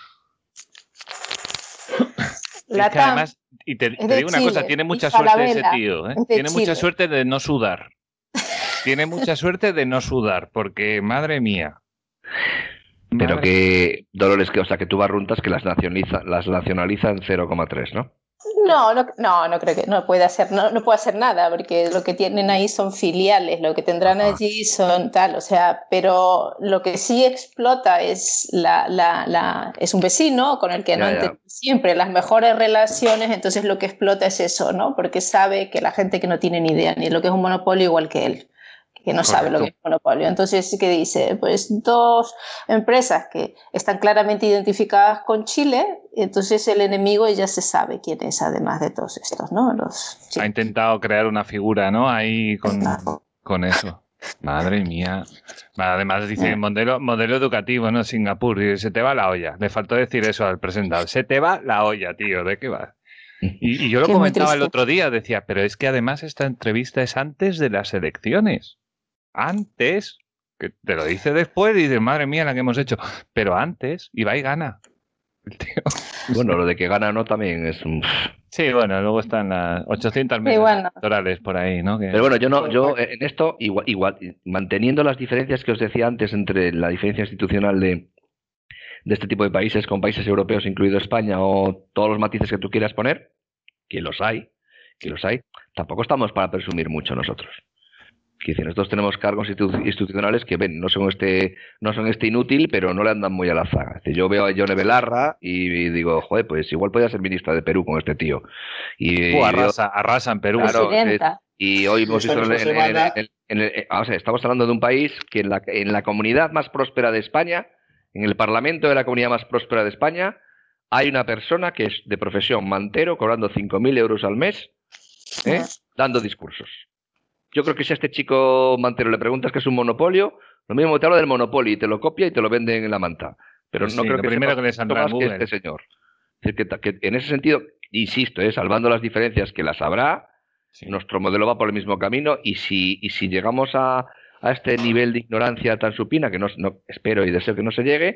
A: Es que además, y te, te
D: de
A: digo una
D: Chile,
A: cosa, tiene mucha
D: y
A: suerte
D: Falabella
A: ese tío, ¿eh?
D: es de
A: Tiene mucha
D: Chile.
A: suerte de no sudar. Tiene mucha suerte de no sudar, porque madre mía.
B: Pero
A: Madre-
B: que, Dolores, que, o sea, que tú barruntas que las nacionaliza, las nacionalizan cero coma tres, ¿no?
D: No, no, no, no creo que no puede hacer, no, no puede hacer nada, porque lo que tienen ahí son filiales, lo que tendrán
B: Ajá.
D: allí son tal, o sea, pero lo que sí explota es la, la, la es un vecino con el que no
B: Ya, ya.
D: han tenido siempre las mejores relaciones, entonces lo que explota es eso, ¿no? Porque sabe que la gente que no tiene ni idea ni lo que es un monopolio igual que él, que no sabe lo que es un monopolio. Entonces, ¿qué dice? Pues dos empresas que están claramente identificadas con Chile, entonces el enemigo ya se sabe quién es, además de todos estos, ¿no? Los
A: Ha
D: chinos.
A: intentado crear una figura, ¿no? Ahí con, con eso. Madre mía. Además dice modelo, modelo educativo, ¿no? Singapur. Y se te va la olla. Le faltó decir eso al presentador. Se te va la olla, tío. ¿De qué vas? Y, y yo lo
D: Que es muy
A: comentaba el
D: triste.
A: otro día. Decía, pero es que además esta entrevista es antes de las elecciones. Antes. Que te lo dice después y dices, madre mía, la que hemos hecho. Pero antes, Ibai gana. El tío.
B: Bueno, lo de que gana o no también es un...
A: Sí, bueno, luego están las ochocientas
D: Sí,
A: mesas
D: bueno.
A: electorales por ahí, ¿no? Que...
B: Pero bueno, yo no, yo en esto, igual, igual, manteniendo las diferencias que os decía antes entre la diferencia institucional de, de este tipo de países con países europeos, incluido España, o todos los matices que tú quieras poner, que los hay, que los hay, tampoco estamos para presumir mucho nosotros. Quiero decir, nosotros tenemos cargos institu- institucionales que ven, no son este, no son este inútil, pero no le andan muy a la zaga. Es decir, yo veo a Yone Belarra y, y digo, joder, pues igual podía ser ministra de Perú con este tío. Y,
A: Uh,
B: y
A: arrasa, arrasa en Perú.
B: Claro,
D: Presidenta.
B: y hoy hemos
C: Esta
B: visto en el,
C: misma
B: en el- en el-
C: semana-
B: en el- eh, vamos a ver, estamos hablando de un país que en la, en la comunidad más próspera de España, en el Parlamento de la comunidad más próspera de España, hay una persona que es de profesión mantero, cobrando cinco mil euros al mes, ¿eh? dando discursos. Yo creo que si a este chico mantero le preguntas qué es un monopolio, lo mismo te habla del monopolio y te lo copia y te lo venden en la manta. Pero
A: Pues
B: no
A: sí,
B: creo
A: lo
B: que
A: primero
B: sepa
A: que le saldrá
B: más
A: en
B: que
A: Google.
B: este señor. Es decir, que, ta- que en ese sentido, insisto, ¿eh? salvando las diferencias que las habrá,
A: Sí.
B: nuestro modelo va por el mismo camino y si, y si llegamos a, a este nivel de ignorancia tan supina, que no, no espero y deseo que no se llegue,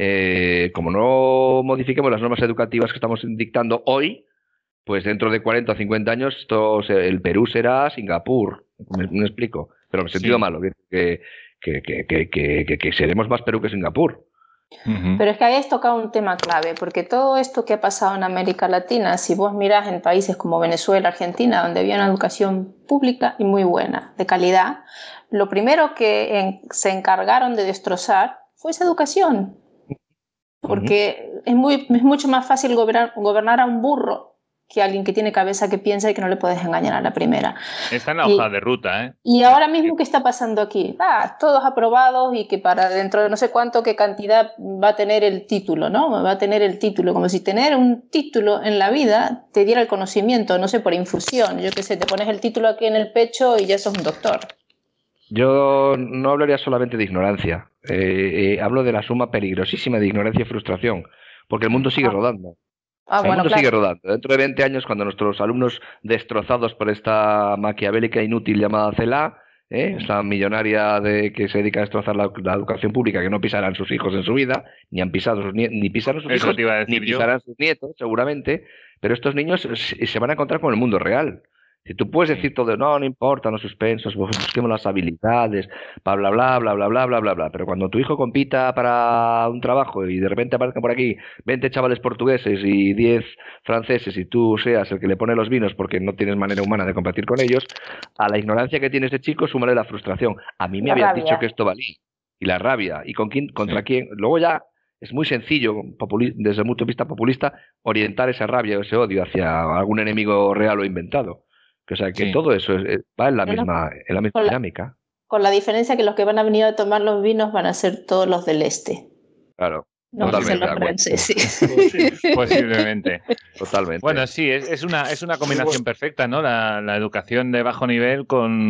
B: eh, como no modifiquemos las normas educativas que estamos dictando hoy, pues dentro de cuarenta o cincuenta años esto, se- el Perú será Singapur. Me, me explico. Pero en el sentido
A: Sí.
B: malo, que, que, que, que, que, que- que seremos más Perú que Singapur.
A: Ujú.
D: Pero es que habéis tocado un tema clave, porque todo esto que ha pasado en América Latina, si vos mirás en países como Venezuela, Argentina, donde había una educación pública y muy buena, de calidad, lo primero que en- se encargaron de destrozar fue esa educación. Porque es, muy, es mucho más fácil gobernar, gobernar a un burro que a alguien que tiene cabeza, que piensa y que no le puedes engañar a la primera.
A: Está en la
D: Y-
A: hoja de ruta, ¿eh?
D: Y ahora mismo, ¿qué está pasando aquí? Ah, todos aprobados y que para dentro de no sé cuánto, qué cantidad va a tener el título, ¿no? Va a tener el título, como si tener un título en la vida te diera el conocimiento, no sé, por infusión. Yo qué sé, te pones el título aquí en el pecho y ya sos un doctor.
B: Yo no hablaría solamente de ignorancia. Eh, eh, hablo de la suma peligrosísima de ignorancia y frustración. Porque el mundo sigue
D: Ah.
B: rodando.
D: Ah,
B: O sea,
D: bueno,
B: el mundo
D: claro.
B: sigue rodando. Dentro de veinte años, cuando nuestros alumnos destrozados por esta maquiavélica inútil llamada CELA, ¿eh? esta millonaria de que se dedica a destrozar la, la educación pública, que no pisarán sus hijos en su vida, ni han pisado sus nie- ni pisaron sus
A: Eso
B: hijos,
A: te iba a
B: ni
A: decir yo.
B: pisarán sus nietos, seguramente, pero estos niños se, se van a encontrar con el mundo real. Si tú puedes
A: Sí.
B: decir todo, no, no importa, los suspensos, busquemos las habilidades, bla, bla, bla, bla, bla, bla, bla, bla, bla. Pero cuando tu hijo compita para un trabajo y de repente aparezcan por aquí veinte chavales portugueses y diez franceses y tú seas el que le pone los vinos porque no tienes manera humana de competir con ellos, a la ignorancia que tiene ese chico súmale la frustración. A mí me
D: La
B: habían
D: rabia.
B: dicho que esto valía. Y la rabia. ¿Y con quién, contra
A: Sí.
B: quién? Luego ya es muy sencillo, desde el punto de vista populista, orientar esa rabia o ese odio hacia algún enemigo real o inventado. O sea, que sí. todo eso es, va en la Pero misma, en la misma
D: con
B: dinámica.
D: La, con la diferencia que los que van a venir a tomar los vinos van a ser todos los del este.
B: Claro.
D: No,
B: Totalmente,
D: los franceses.
A: Sí. Posiblemente.
B: Totalmente.
A: Bueno, sí, es, es, una, es una combinación perfecta, ¿no? La, la educación de bajo nivel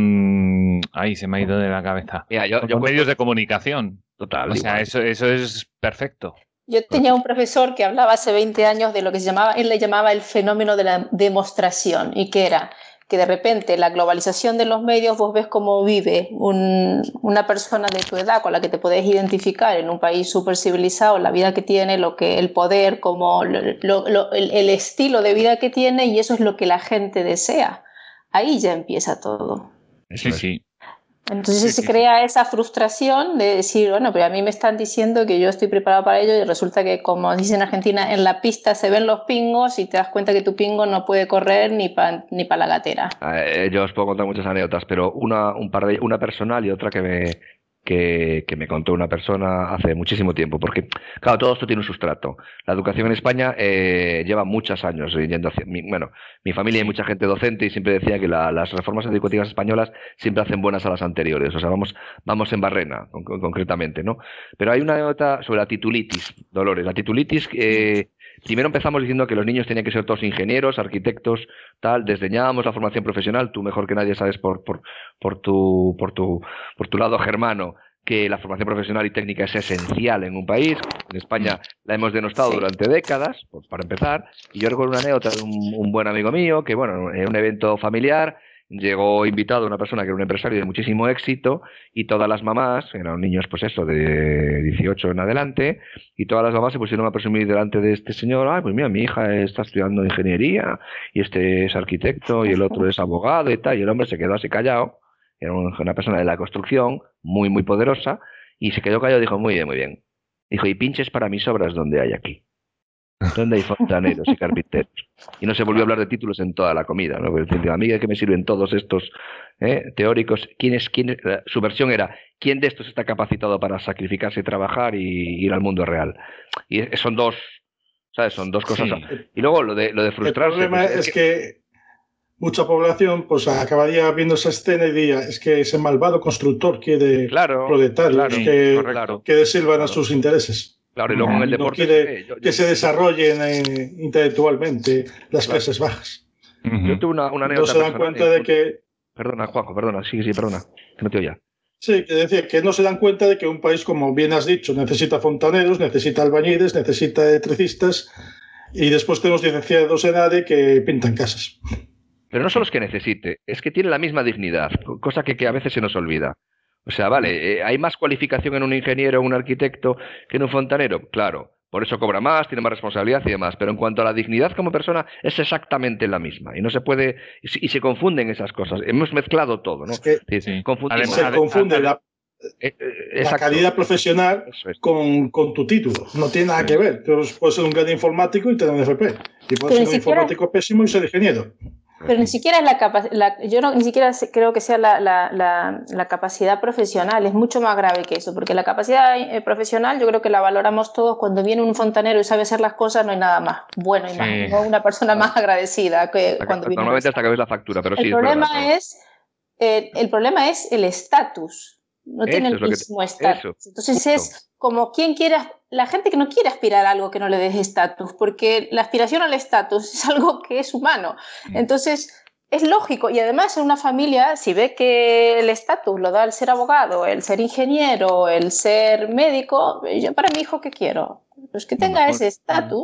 A: con... Ay, se me ha ido de la cabeza.
B: Mira, yo,
A: con
B: yo
A: medios
B: cuento...
A: de comunicación.
B: Total.
A: O sea, igual. eso, eso es perfecto.
D: Yo tenía un profesor que hablaba hace veinte años de lo que se llamaba, él le llamaba el fenómeno de la demostración, y que era que de repente la globalización de los medios, vos ves cómo vive un, una persona de tu edad con la que te podés identificar en un país súper civilizado, la vida que tiene, lo que, el poder, como lo, lo, lo, el, el estilo de vida que tiene, y eso es lo que la gente desea. Ahí ya empieza todo.
A: Sí, sí.
D: Entonces
A: sí,
D: se
A: sí,
D: crea sí. esa frustración de decir, bueno, pero a mí me están diciendo que yo estoy preparado para ello, y resulta que, como dicen en Argentina, en la pista se ven los pingos y te das cuenta que tu pingo no puede correr ni para ni pa la gatera.
B: Eh, yo os puedo contar muchas anécdotas, pero una, un par de, una personal y otra que me, que, que me contó una persona hace muchísimo tiempo, porque, claro, todo esto tiene un sustrato. La educación en España eh, lleva muchos años yendo hacia... Mi, bueno, mi familia hay mucha gente docente y siempre decía que la, las reformas educativas españolas siempre hacen buenas a las anteriores, o sea, vamos, vamos en barrena, con, con, concretamente, ¿no? Pero hay una anécdota sobre la titulitis, Dolores. La titulitis... Eh, Primero empezamos diciendo que los niños tenían que ser todos ingenieros, arquitectos, tal. Desdeñábamos la formación profesional. Tú mejor que nadie sabes por, por, por, tu, por, tu, por tu lado germano que la formación profesional y técnica es esencial en un país. En España la hemos denostado sí. durante décadas, pues para empezar. Y yo recuerdo una anécdota de un, un buen amigo mío que, bueno, en un evento familiar llegó invitado una persona que era un empresario de muchísimo éxito y todas las mamás, eran niños pues eso, de dieciocho en adelante, y todas las mamás se pusieron a presumir delante de este señor, ay, pues mira, mi hija está estudiando ingeniería y este es arquitecto y el otro es abogado y tal, y el hombre se quedó así callado, era una persona de la construcción muy, muy poderosa, y se quedó callado y dijo, muy bien, muy bien. Dijo, y pinches para mis obras donde hay aquí. ¿Dónde hay fontaneros y carpinteros? Y no se volvió a hablar de títulos en toda la comida, ¿no? Porque, a mí, ¿de qué me sirven todos estos eh, teóricos? ¿Quién es, quién es? Su versión era, ¿quién de estos está capacitado para sacrificarse y trabajar y ir al mundo real? Y son dos, ¿sabes? Son dos cosas. Sí. Y luego lo de, lo de frustrarse.
C: El problema pues, es, es que... que mucha población pues acabaría viendo esa escena y diría, es que ese malvado constructor quiere
B: claro,
C: proletarios
B: claro,
C: que,
B: claro.
C: que sirvan
B: claro.
C: a sus intereses.
B: Claro, y luego en el deporte...
C: No quiere yo, yo, que se desarrollen eh, intelectualmente las claro. clases bajas.
B: Uh-huh. Yo tuve una, una
C: no se dan cuenta de que...
B: Perdona, Juanjo, perdona, sí, sí, perdona, que no te oía.
C: Sí, que decir, que no se dan cuenta de que un país, como bien has dicho, necesita fontaneros, necesita albañiles, necesita electricistas, y después tenemos licenciados en A D E que pintan casas.
B: Pero no solo es que necesite, es que tiene la misma dignidad, cosa que, que a veces se nos olvida. O sea, vale, eh, ¿hay más cualificación en un ingeniero o un arquitecto que en un fontanero? Claro, por eso cobra más, tiene más responsabilidad y demás, pero en cuanto a la dignidad como persona es exactamente la misma y no se puede, y, y se confunden esas cosas. Hemos mezclado todo, ¿no?
C: Es que
B: sí,
C: sí. Además, se confunde la, eh, eh, la calidad profesional es. con, con tu título, no tiene nada que ver. Tú puedes ser un gran informático y tener un F P, y puedes ser un siquiera... informático pésimo y ser ingeniero.
D: Pero ni siquiera es la capacidad, yo no, ni siquiera creo que sea la, la, la, la capacidad profesional, es mucho más grave que eso, porque la capacidad eh, profesional yo creo que la valoramos todos. Cuando viene un fontanero y sabe hacer las cosas, no hay nada más bueno y sí. más, no una persona más agradecida que
B: la,
D: cuando viene.
B: Normalmente hasta que ves la factura, pero
D: el
B: sí.
D: Problema
B: es verdad,
D: es, eh, el problema es el estatus. No
B: eso
D: tiene el mismo estatus. Entonces Justo. es como quien quiera, la gente que no quiere aspirar a algo que no le des estatus, porque la aspiración al estatus es algo que es humano. Entonces es lógico, y además en una familia, si ve que el estatus lo da el ser abogado, el ser ingeniero, el ser médico, yo para mi hijo, ¿qué quiero? Pues que tenga ese estatus.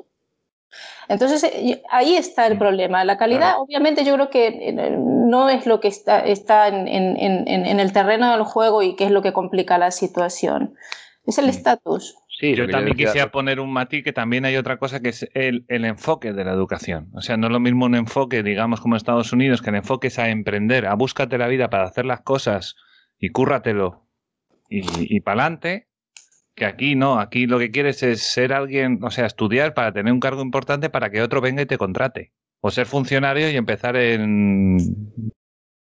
D: Entonces ahí está el problema. La calidad, claro. obviamente, yo creo que no es lo que está, está en, en, en, en el terreno del juego y que es lo que complica la situación. Es el estatus.
A: Sí, yo también yo quisiera poner un matiz, que también hay otra cosa, que es el, el enfoque de la educación. O sea, no es lo mismo un enfoque, digamos, como en Estados Unidos, que el enfoque es a emprender, a búscate la vida para hacer las cosas y cúrratelo y, y pa'lante, que aquí no. Aquí lo que quieres es ser alguien, o sea, estudiar para tener un cargo importante para que otro venga y te contrate. O ser funcionario y empezar en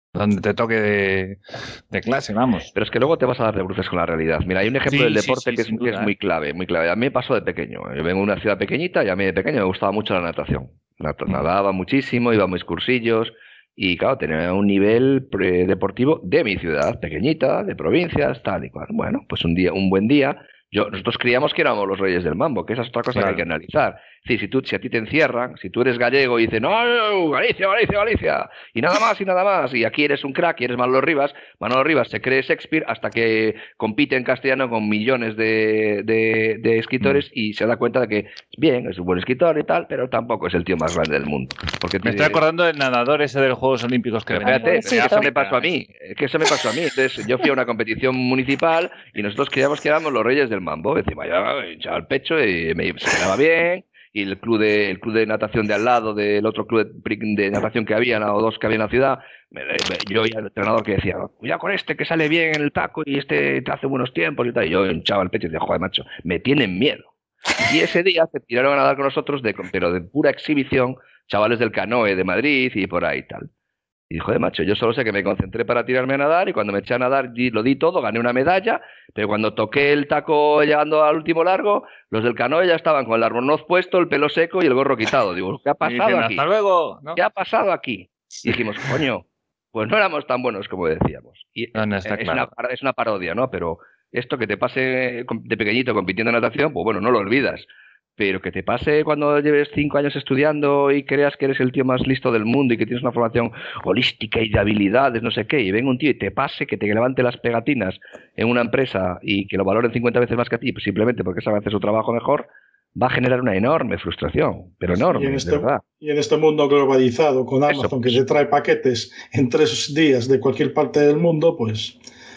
A: donde te toque de, de clase, vamos.
B: Pero es que luego te vas a dar de bruces con la realidad. Mira, hay un ejemplo
A: Sí,
B: del
A: sí,
B: deporte
A: sí,
B: que, es,
A: sin
B: que es
A: duda,
B: muy
A: ¿eh?
B: clave, muy clave. A mí me pasó de pequeño. Yo vengo de una ciudad pequeñita y a mí de pequeño me gustaba mucho la natación. Nat- Nadaba muchísimo, iba a mis cursillos y, claro, tenía un nivel pre- deportivo de mi ciudad, pequeñita, de provincias, tal y cual. Bueno, pues un día, un buen día, yo, nosotros creíamos que éramos los reyes del mambo, que esa es otra cosa que hay que
A: Claro.
B: analizar. Sí, si tú, si a ti te encierran, si tú eres gallego y dices, no, no, Galicia, Galicia, Galicia, y nada más y nada más, y aquí eres un crack y eres Manolo Rivas, Manolo Rivas se cree Shakespeare hasta que compite en castellano con millones de, de, de
A: Mm.
B: escritores y se da cuenta de que, bien, es un buen escritor y tal, pero tampoco es el tío más grande del mundo. Porque
A: Me estoy
B: tiene,
A: acordando del nadador ese de los Juegos Olímpicos que
B: pero
A: venía
B: espérate,
A: de
B: pero eso me
A: África.
B: pasó a mí, es que eso me pasó a mí. Entonces yo fui a una competición municipal y nosotros creíamos que éramos los reyes del mambo. Encima yo echaba el pecho y me se quedaba bien. Y el club de el club de natación de al lado del otro club de, de natación que había, o dos que había en la ciudad, me, me, yo y el entrenador que decía, cuidado con este que sale bien en el taco y este te hace buenos tiempos y tal. Y yo echaba el pecho y decía, joder, macho, me tienen miedo. Y ese día se tiraron a nadar con nosotros, de, pero de pura exhibición, chavales del Canoe de Madrid y por ahí y tal. Y dijo, de macho, yo solo sé que me concentré para tirarme a nadar y cuando me eché a nadar di- lo di todo, gané una medalla, pero cuando toqué el taco llegando al último largo, los del canoe ya estaban con el albornoz puesto, el pelo seco y el gorro quitado. Digo, ¿qué ha
A: Y
B: pasado
A: diciendo,
B: aquí?
A: hasta luego, ¿no?
B: ¿Qué ha pasado aquí? Y dijimos, coño, pues no éramos tan buenos como decíamos. Y
A: No, no,
B: eh,
A: está
B: es una,
A: claro.
B: par- es una parodia, ¿no? Pero esto que te pase com- de pequeñito compitiendo en natación, pues bueno, no lo olvidas. Pero que te pase cuando lleves cinco años estudiando y creas que eres el tío más listo del mundo y que tienes una formación holística y de habilidades, no sé qué, y venga un tío y te pase, que te levante las pegatinas en una empresa y que lo valoren cincuenta veces más que a ti, pues simplemente porque sabe hacer su trabajo mejor, va a generar una enorme frustración, pero
C: Sí, y en
B: enorme, de
C: este,
B: verdad.
C: y en este mundo globalizado con
B: Eso,
C: Amazon que
B: eso.
C: te trae paquetes en tres días de cualquier parte del mundo, pues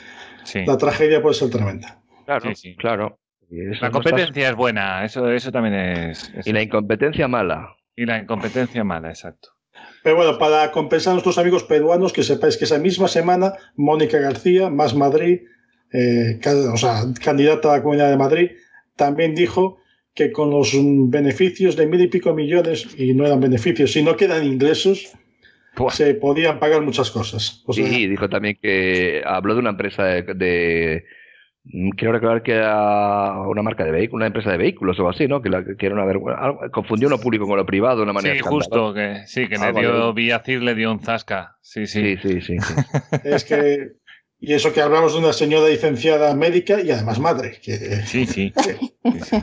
A: Sí,
C: la tragedia puede ser tremenda.
B: Claro,
A: sí, sí.
B: claro. Y eso
A: La
B: no estás-
A: competencia es buena, eso, eso también es, es-
B: Y la incompetencia mala.
A: y la incompetencia mala, exacto.
C: Pero bueno, para compensar a nuestros amigos peruanos, que sepáis que esa misma semana, Mónica García, Más Madrid, eh, ca- o sea, candidata a la Comunidad de Madrid, también dijo que con los mm, beneficios de mil y pico millones, y no eran beneficios, sino que eran ingresos,
A: Buah.
C: se podían pagar muchas cosas. O sea,
B: Sí, dijo también que habló de una empresa de, de- mm, quiero recordar que era una marca de vehículos, una empresa de vehículos o así, ¿no? Que, la, que era una vergüenza. algo- Confundió lo público con lo privado de una manera
A: Sí,
B: escandalosa.
A: justo, que sí, que le
B: Algo
A: dio
B: de-
A: Villacir, le dio un zasca. Sí, sí.
B: Sí, sí, sí, sí.
C: es que, y eso que hablamos de una señora licenciada médica y además madre. Que,
A: Sí, sí. Sí, sí.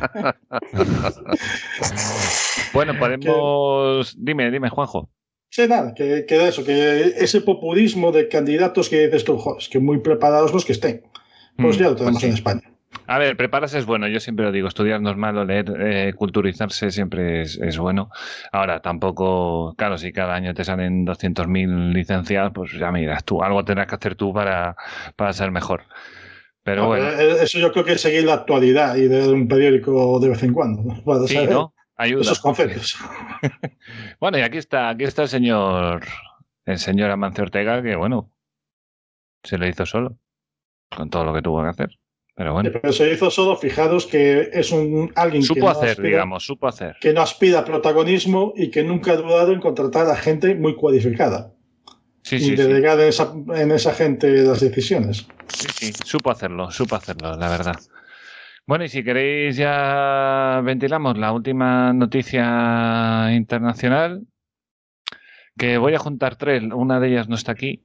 A: Bueno, podemos. Dime, dime, Juanjo.
C: Sí, nada, que, que eso, que ese populismo de candidatos que dices tú, "Jo, es que muy preparados los que estén. Pues
A: Mm,
C: ya lo tenemos
A: pues sí.
C: en España.
A: A ver, prepararse es bueno, yo siempre lo digo, estudiar no es malo, leer, eh, culturizarse siempre es, es bueno. Ahora, tampoco, claro, si cada año te salen doscientos mil licenciados, pues ya miras tú, algo tendrás que hacer tú para, para ser mejor. Pero
C: No,
A: bueno,
C: pero eso yo creo que es seguir la actualidad y leer un periódico de vez en cuando, ¿no? Para
A: sí,
C: saber
A: ¿no? Ayuda.
C: esos conceptos.
A: Bueno, y aquí está, aquí está el señor, el señor Amancio Ortega, que bueno, se lo hizo solo, con todo lo que tuvo que hacer. Pero bueno,
C: Pero se hizo solo, fijaros que es un alguien que
A: supo
C: no,
A: hacer,
C: aspira,
A: digamos, supo hacer.
C: que no aspira a protagonismo y que nunca ha dudado en contratar a gente muy cualificada
A: Sí,
C: y
A: sí, sí.
C: delegar en esa, en esa gente las decisiones.
A: Sí, sí, supo hacerlo, supo hacerlo, la verdad. Bueno, y si queréis ya ventilamos la última noticia internacional, que voy a juntar tres, una de ellas no está aquí.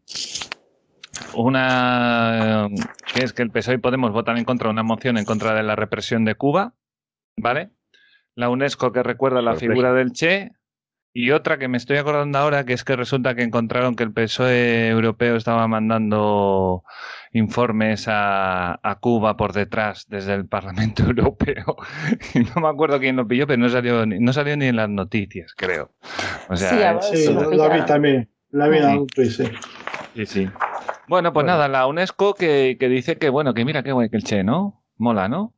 A: Una eh, que es que el P S O E y Podemos votan en contra de una moción en contra de la represión de Cuba, ¿vale? La UNESCO que recuerda la
B: Sorpresa.
A: figura del Che. Y otra que me estoy acordando ahora, que es que resulta que encontraron que el P S O E europeo estaba mandando informes a, a Cuba por detrás desde el Parlamento Europeo. Y no me acuerdo quién lo pilló, pero no salió, ni- no salió ni en las noticias, creo. O sea,
D: Sí, a ver
A: es-
C: Sí,
D: si
C: la,
D: lo
C: la vi
D: pillaron.
C: también. La vi en
A: Sí.
C: un tuit, sí.
A: sí, sí. Bueno, pues
C: Bueno.
A: nada, la UNESCO que, que dice que, bueno, que mira qué guay que el Che, ¿no? Mola, ¿no?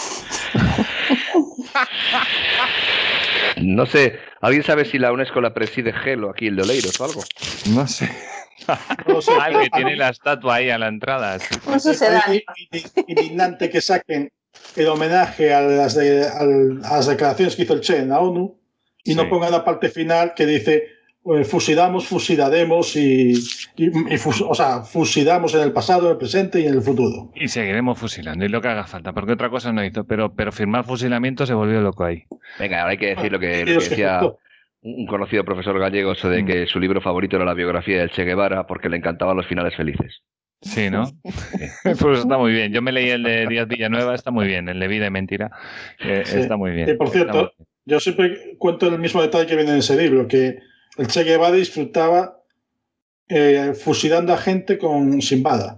B: No sé, ¿alguien sabe si la UNESCO la preside Gelo aquí, el de Oleiros o algo?
A: No sé.
C: No sé,
A: Ah, el que tiene la estatua ahí a la entrada. sí.
D: Un sucedáneo.
C: Es indignante que saquen el homenaje a las, de- al- a las declaraciones que hizo el Che en la ONU y
A: Sí.
C: no pongan la parte final que dice eh, fusilamos, fusilaremos y, y, y fus, o sea, fusilamos en el pasado, en el presente y en el futuro.
A: Y seguiremos fusilando, y lo que haga falta, porque otra cosa no hizo, pero, pero firmar fusilamiento se volvió loco ahí.
B: Venga, ahora hay que decir lo que, lo que decía un conocido profesor gallego, eso de que su libro favorito era la biografía del Che Guevara porque le encantaban los finales felices.
A: Sí, ¿no? Pues está muy bien. Yo me leí el de Díaz Villanueva, está muy bien, el de Vida y Mentira, eh, sí. Está muy bien.
C: Y por cierto, yo siempre cuento el mismo detalle que viene en ese libro, que el Che Guevara disfrutaba eh, fusilando a gente con sin bala.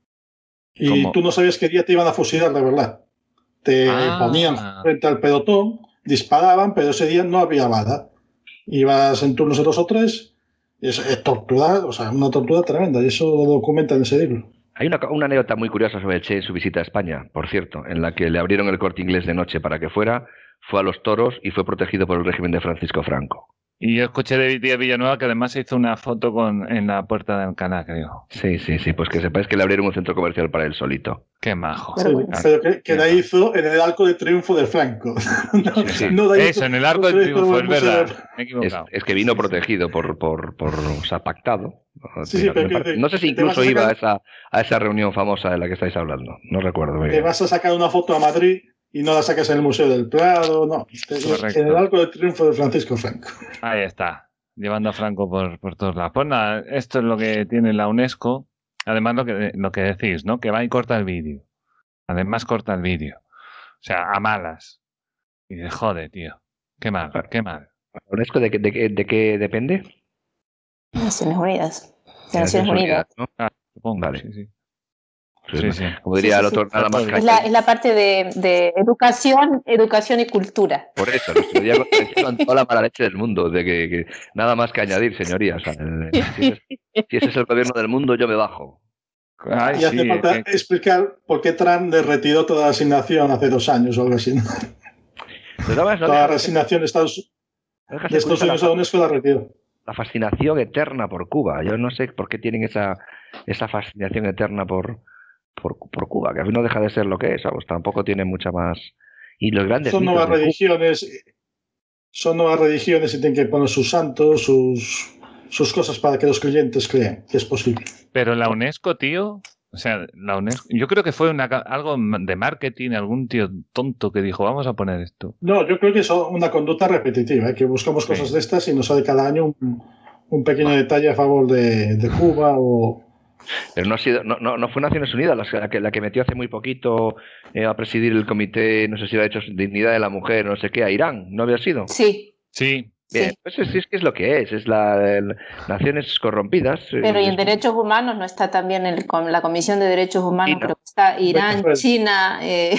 C: Y ¿cómo? Tú no sabías qué día te iban a fusilar, de verdad. Te ah. ponían frente al pelotón, disparaban, pero ese día no había bala. Ibas en turnos de dos o tres, y es, es tortura, o sea, una tortura tremenda, y eso lo documenta en ese libro.
B: Hay una, una anécdota muy curiosa sobre el Che en su visita a España, por cierto, en la que le abrieron el Corte Inglés de noche para que fuera, fue a los toros y fue protegido por el régimen de Francisco Franco.
A: Y yo escuché de Díaz Villanueva que además se hizo una foto con, en la puerta de Alcalá, creo.
B: Sí, sí, sí, pues que sepáis que le abrieron un centro comercial para él solito.
A: Qué majo.
C: Sí, pero que, que la hizo en el Arco de Triunfo de Franco.
A: No, sí, sí. No Eso, en el Arco de Triunfo, es verdad. Me he equivocado.
B: Es, es que vino protegido por, por, por, o sea, pactado.
C: Sí, sí, pero
B: no,
C: que,
B: no sé si incluso a iba a esa, a esa reunión famosa de la que estáis hablando. No recuerdo muy bien.
C: Te vas a sacar una foto a Madrid y no la sacas en el Museo del Prado, no. Correcto. En el Arco de Triunfo de Francisco Franco.
A: Ahí está. Llevando a Franco por, por todos lados. Pues nada, esto es lo que tiene la UNESCO. Además, lo que, lo que decís, ¿no? Que va y corta el vídeo. Además, corta el vídeo. O sea, a malas. Y de jode, tío. Qué mal, qué mal.
B: ¿La UNESCO de, de, de, de qué depende?
D: Naciones Unidas. De Naciones Unidas.
B: ¿No? Ah, supongo. Vale.
A: Sí, sí.
B: Sí, sí. Como diría sí, sí, el otro, sí. Nada más
D: es la, es la parte de, de educación, educación y cultura.
B: Por eso, lo estoy con toda la mala leche del mundo, de que, que nada más que añadir, señorías. O sea, el, si, ese, si ese es el gobierno del mundo, yo me bajo.
C: Ay, y hace sí, falta eh, explicar por qué Trump le retiró toda la asignación hace dos años o algo así. ¿No? Toda la resignación de Estados, de Estados Unidos a la UNESCO la retiró.
B: La fascinación eterna por Cuba. Yo no sé por qué tienen esa, esa fascinación eterna por... Por, por Cuba, que a mí no deja de ser lo que es, ¿sabes? Tampoco tiene mucha más. Y los grandes.
C: Son nuevas religiones, Cuba. son nuevas religiones y tienen que poner sus santos, sus, sus cosas para que los creyentes crean que es posible.
A: Pero la UNESCO, tío, o sea, la UNESCO, yo creo que fue una, algo de marketing, algún tío tonto que dijo, vamos a poner esto.
C: No, yo creo que es una conducta repetitiva, ¿eh? Que buscamos sí. cosas de estas y nos sale cada año un, un pequeño detalle a favor de, de Cuba o.
B: Pero no ha sido, no, no, no fue Naciones Unidas la que, la que metió hace muy poquito eh, a presidir el comité, no sé si lo ha hecho Dignidad de la Mujer, no sé qué, a Irán, ¿no había sido?
D: Sí.
A: Sí.
B: Bien, pues es, es que es lo que es, es la, el, Naciones Corrompidas.
D: Pero y en Derechos Humanos no está también el, con la Comisión de Derechos Humanos, China. Creo que está Irán, pues, China. Eh,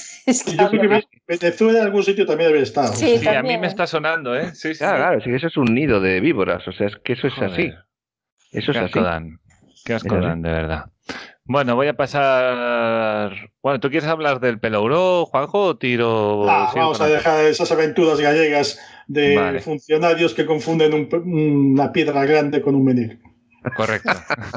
C: y yo creo que Venezuela en algún sitio también debe estar.
A: Sí, sí a mí me está sonando, ¿eh? Sí, sí.
B: Claro, claro, sí, eso es un nido de víboras, o sea, es que eso es Joder. así. Eso es así.
A: Dan. Qué asco dan, de verdad. Bueno, voy a pasar... Bueno, ¿tú quieres hablar del Pelouró, Juanjo, o tiro...?
C: Ah, vamos a dejar esas aventuras gallegas de vale. funcionarios que confunden un, una piedra grande con un menir.
A: Correcto.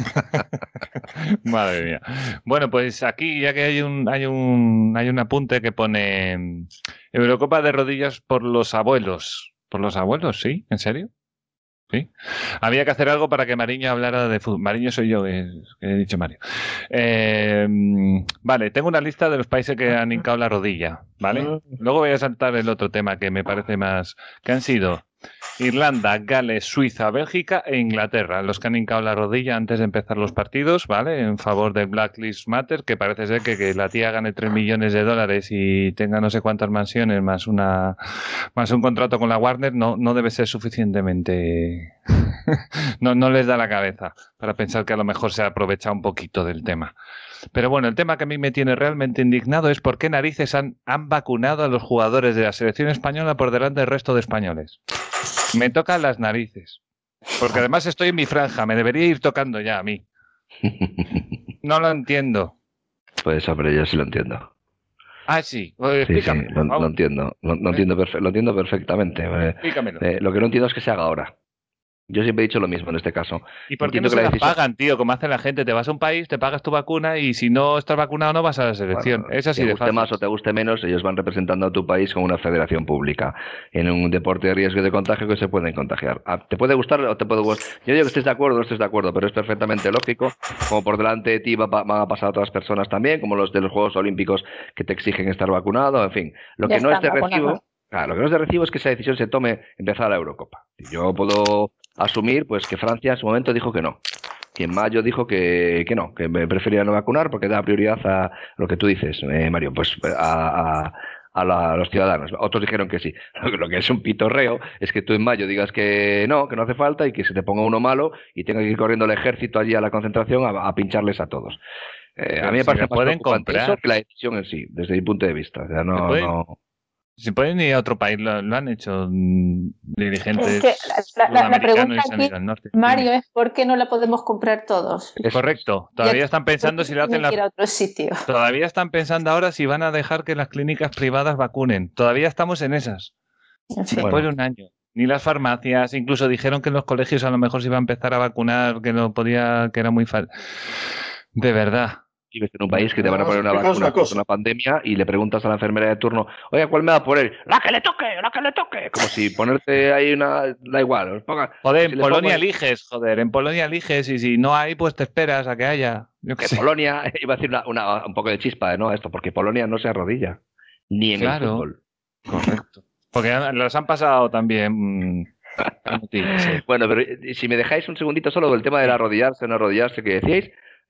A: Madre mía. Bueno, pues aquí ya que hay un, hay un hay un apunte que pone Eurocopa de rodillas por los abuelos. ¿Por los abuelos? ¿Sí? ¿En serio? ¿Sí? Había que hacer algo para que Mariño hablara de fútbol. Mariño soy yo, que he dicho Mario. Eh, vale, tengo una lista de los países que han hincado la rodilla, ¿vale? Luego voy a saltar el otro tema que me parece más... que han sido Irlanda, Gales, Suiza, Bélgica e Inglaterra, los que han hincado la rodilla antes de empezar los partidos, ¿vale? En favor del Black Lives Matter, que parece ser que, que la tía gane tres millones de dólares y tenga no sé cuántas mansiones más una más un contrato con la Warner, no, no debe ser suficientemente... no, no les da la cabeza para pensar que a lo mejor se aprovecha un poquito del tema. Pero bueno, el tema que a mí me tiene realmente indignado es por qué narices han, han vacunado a los jugadores de la selección española por delante del resto de españoles. Me tocan las narices. Porque además estoy en mi franja, me debería ir tocando ya a mí. No lo entiendo.
B: Pues hombre, yo sí lo entiendo.
A: Ah, sí. Pues
B: sí, sí, lo, lo entiendo. Lo, lo, entiendo perfe lo entiendo perfectamente.
A: Explícamelo.
B: Eh, lo que no entiendo es que se haga ahora. Yo siempre he dicho lo mismo en este caso.
A: ¿Y por qué
B: Entiendo
A: no se
B: que la
A: las
B: decisión-
A: pagan, tío? Como hace la gente, te vas a un país, te pagas tu vacuna y si no estás vacunado no vas a la selección.
B: Bueno,
A: es así
B: te
A: de
B: guste
A: fácil.
B: más o te guste menos, ellos van representando a tu país como una federación pública en un deporte de riesgo y de contagio que se pueden contagiar. Ah, ¿te puede gustar o te puede gustar? Yo digo que estés de acuerdo o no estés de acuerdo, pero es perfectamente lógico. Como por delante de ti va- va- van a pasar otras personas también, como los de los Juegos Olímpicos que te exigen estar vacunado, en fin. Lo
D: Ya
B: que no es de
D: están
B: recibo,
D: vacunados.
B: claro, lo que no es de recibo es que esa decisión se tome empezar la Eurocopa. Yo puedo asumir pues que Francia en su momento dijo que no. Que en mayo dijo que, que no, que me prefería no vacunar porque da prioridad a lo que tú dices, eh, Mario, pues a, a, a, la- a los ciudadanos. Otros dijeron que sí. Lo que, lo que es un pitorreo es que tú en mayo digas que no, que no hace falta y que se te ponga uno malo y tenga que ir corriendo el ejército allí a la concentración a, a pincharles a todos. Eh,
A: Pero
B: a mí me
A: si
B: parece
A: le
B: más
A: pueden
B: preocupante eso
A: comprar.
B: que la decisión en sí, desde mi punto de vista. O sea,
A: Le
B: no,
A: pueden-
B: no...
A: Si pueden ir a otro país, lo, lo han hecho mm, dirigentes
D: Es que la, la- la
A: sudamericanos
D: pregunta
A: y se han
D: aquí,
A: ido al norte.
D: Mario, es ¿por qué no la podemos comprar todos?
B: Eso es.
A: Correcto.
D: Y
A: Todavía
D: aquí,
A: están pensando
D: ¿por qué
A: si lo hacen
D: tienen
A: las
D: que ir a otro sitio?
A: Todavía están pensando ahora si van a dejar que las clínicas privadas vacunen. Todavía estamos en esas.
D: En fin.
A: Después
B: Bueno.
A: de un año. Ni las farmacias, incluso dijeron que en los colegios a lo mejor se iba a empezar a vacunar, que no podía, que era muy fácil. De verdad.
B: Vives en un país que te van a poner una
C: Fijaos
B: vacuna
C: una cosa.
B: contra una pandemia y le preguntas a la enfermera de turno, oye, ¿cuál me va a poner? ¡La que le toque! ¡La que le toque! Como si ponerte ahí una... Da igual. os ponga-
A: Joder,
B: si
A: en
B: le
A: Polonia
B: pongo-
A: eliges, joder, en Polonia eliges y si no hay, pues te esperas a que haya. Yo qué
B: Que
A: sé.
B: Polonia, iba a decir una, una- un poco de chispa, ¿no? Esto, porque Polonia no se arrodilla. Ni en
A: Claro.
B: el fútbol.
A: Correcto. Porque los han pasado también. mm, inútiles, sí.
B: Bueno, pero eh, si me dejáis un segundito solo del tema del arrodillarse o no arrodillarse que decíais,